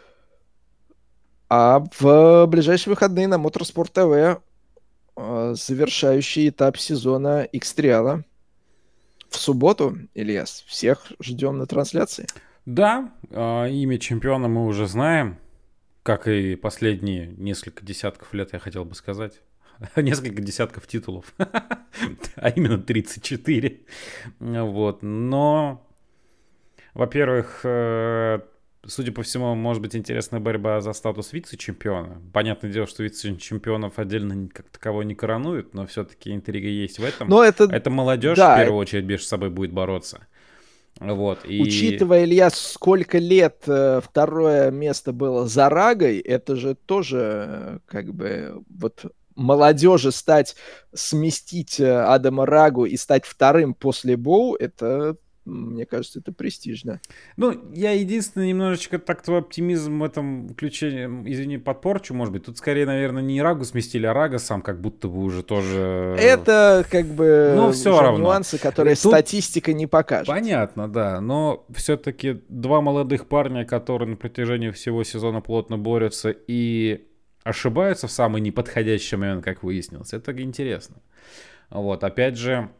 А в ближайшие выходные на Motorsport ти ви э, завершающий этап сезона X-Trial. В субботу, Ильяс, всех ждем на трансляции. Да, э, имя чемпиона мы уже знаем, как и последние несколько десятков лет, я хотел бы сказать. Несколько десятков титулов, а именно тридцать четыре. Вот, но, во-первых, э, судя по всему, может быть интересная борьба за статус вице-чемпиона. Понятное дело, что вице-чемпионов отдельно как такового не коронуют, но все-таки интрига есть в этом. Но это, это молодежь, да, в первую очередь, между собой будет бороться. Вот, и... Учитывая, Илья, сколько лет э, второе место было за Рагой, это же тоже э, как бы вот молодежи стать, сместить э, Адама Рагу и стать вторым после Боу, это, мне кажется, это престижно. Ну, я единственное немножечко так твой оптимизм в этом ключе, извини, подпорчу, может быть. Тут скорее, наверное, не Рагу сместили, а Рага сам как будто бы уже тоже... Это как бы ну, все уже равно. нюансы, которые Тут... статистика не покажет. Понятно, да, но все-таки два молодых парня, которые на протяжении всего сезона плотно борются и ошибаются в самый неподходящий момент, как выяснилось, это интересно. Вот, опять же...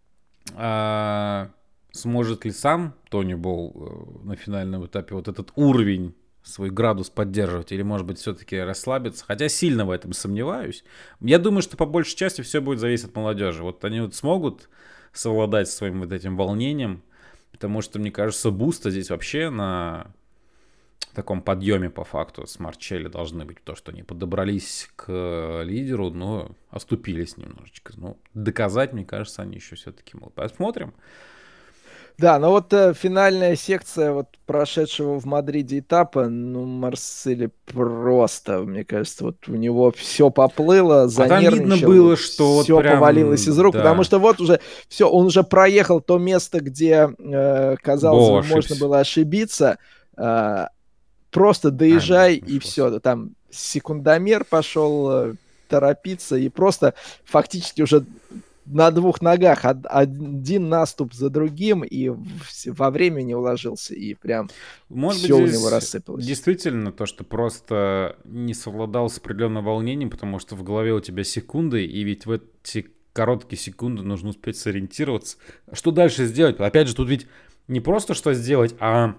А... Сможет ли сам Тони Боу на финальном этапе вот этот уровень, свой градус поддерживать, или, может быть, все-таки расслабиться? Хотя сильно в этом сомневаюсь. Я думаю, что по большей части все будет зависеть от молодежи. Вот они вот смогут совладать своим вот этим волнением, потому что, мне кажется, буста здесь вообще на таком подъеме по факту с Марчелли должны быть, потому что они подобрались к лидеру, но оступились немножечко. Ну, доказать, мне кажется, они еще все-таки могут. Посмотрим. Да, но вот э, финальная секция вот прошедшего в Мадриде этапа, ну, Марсель просто, мне кажется, вот у него все поплыло, занервничал. А там видно было, что все вот прям, повалилось из рук, да. потому что вот уже все, он уже проехал то место, где, э, казалось бы, можно было ошибиться, э, просто доезжай, а, и все, там секундомер пошел э, торопиться, и просто фактически уже... на двух ногах, один наступ за другим, и во время не уложился, и прям может все быть, у него рассыпалось. Действительно, то, что просто не совладал с определенным волнением, потому что в голове у тебя секунды, и ведь в эти короткие секунды нужно успеть сориентироваться. Что дальше сделать? Опять же, тут ведь не просто что сделать, а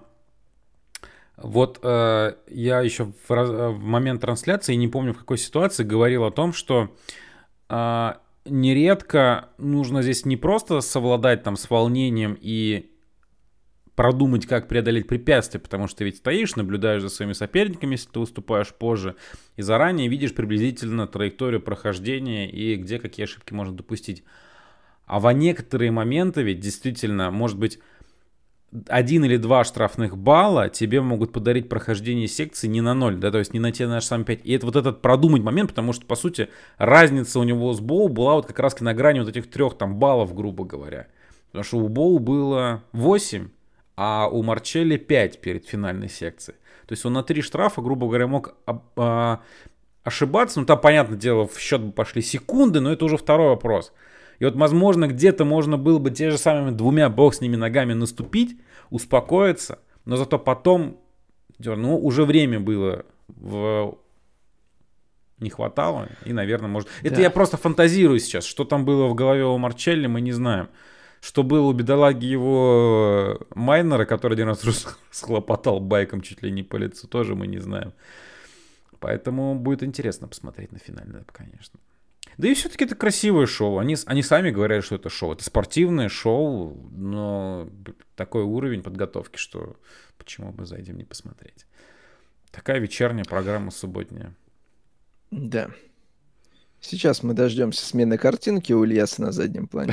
вот э, я еще в, в момент трансляции, не помню в какой ситуации, говорил о том, что э, нередко нужно здесь не просто совладать там с волнением и продумать, как преодолеть препятствия, потому что ты ведь стоишь, наблюдаешь за своими соперниками, если ты выступаешь позже, и заранее видишь приблизительно траекторию прохождения и где какие ошибки можно допустить. А во некоторые моменты ведь действительно, может быть, один или два штрафных балла тебе могут подарить прохождение секции не на ноль, да, то есть не на те на сам пять. И это вот этот продумать момент, потому что, по сути, разница у него с Боу была вот как раз на грани вот этих трех там баллов, грубо говоря. Потому что у Боу было восемь, а у Марчелли пять перед финальной секцией. То есть он на три штрафа, грубо говоря, мог а, ошибаться. Ну, там, понятное дело, в счет бы пошли секунды, но это уже второй вопрос. И вот, возможно, где-то можно было бы те же самыми двумя, бог с ними, ногами наступить, успокоиться, но зато потом, ну, уже время было, в... не хватало, и, наверное, может... Да. Это я просто фантазирую сейчас, что там было в голове у Марчелли, мы не знаем. Что было у бедолаги его Майнера, который один раз схлопотал байком чуть ли не по лицу, тоже мы не знаем. Поэтому будет интересно посмотреть на финальный, конечно. Да и все-таки это красивое шоу. Они, они сами говорят, что это шоу. Это спортивное шоу, но такой уровень подготовки, что почему бы зайдем не посмотреть. Такая вечерняя программа субботняя. Да. Сейчас мы дождемся смены картинки у Ильяса на заднем плане.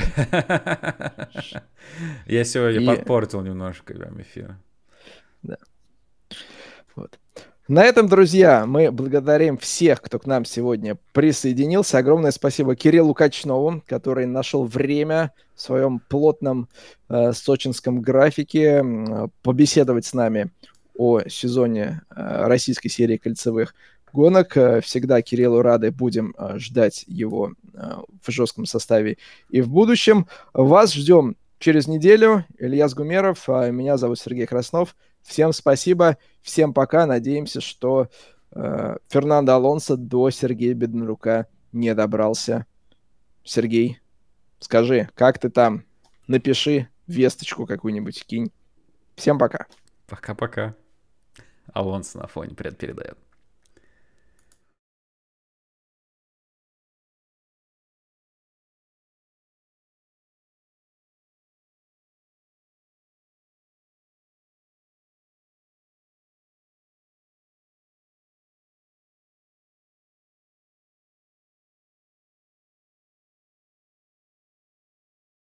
Я сегодня подпортил немножко вам эфир. Да. Вот. На этом, друзья, мы благодарим всех, кто к нам сегодня присоединился. Огромное спасибо Кириллу Качнову, который нашел время в своем плотном э, сочинском графике э, побеседовать с нами о сезоне э, российской серии кольцевых гонок. Э, Всегда Кириллу рады, будем э, ждать его э, в жестком составе и в будущем. Вас ждем через неделю. Ильяс Гумеров, а меня зовут Сергей Краснов. Всем спасибо, всем пока. Надеемся, что э, Фернандо Алонсо до Сергея Бедренрука не добрался. Сергей, скажи, как ты там? Напиши весточку какую-нибудь, кинь. Всем пока. Пока-пока. Алонсо на фоне привет передает.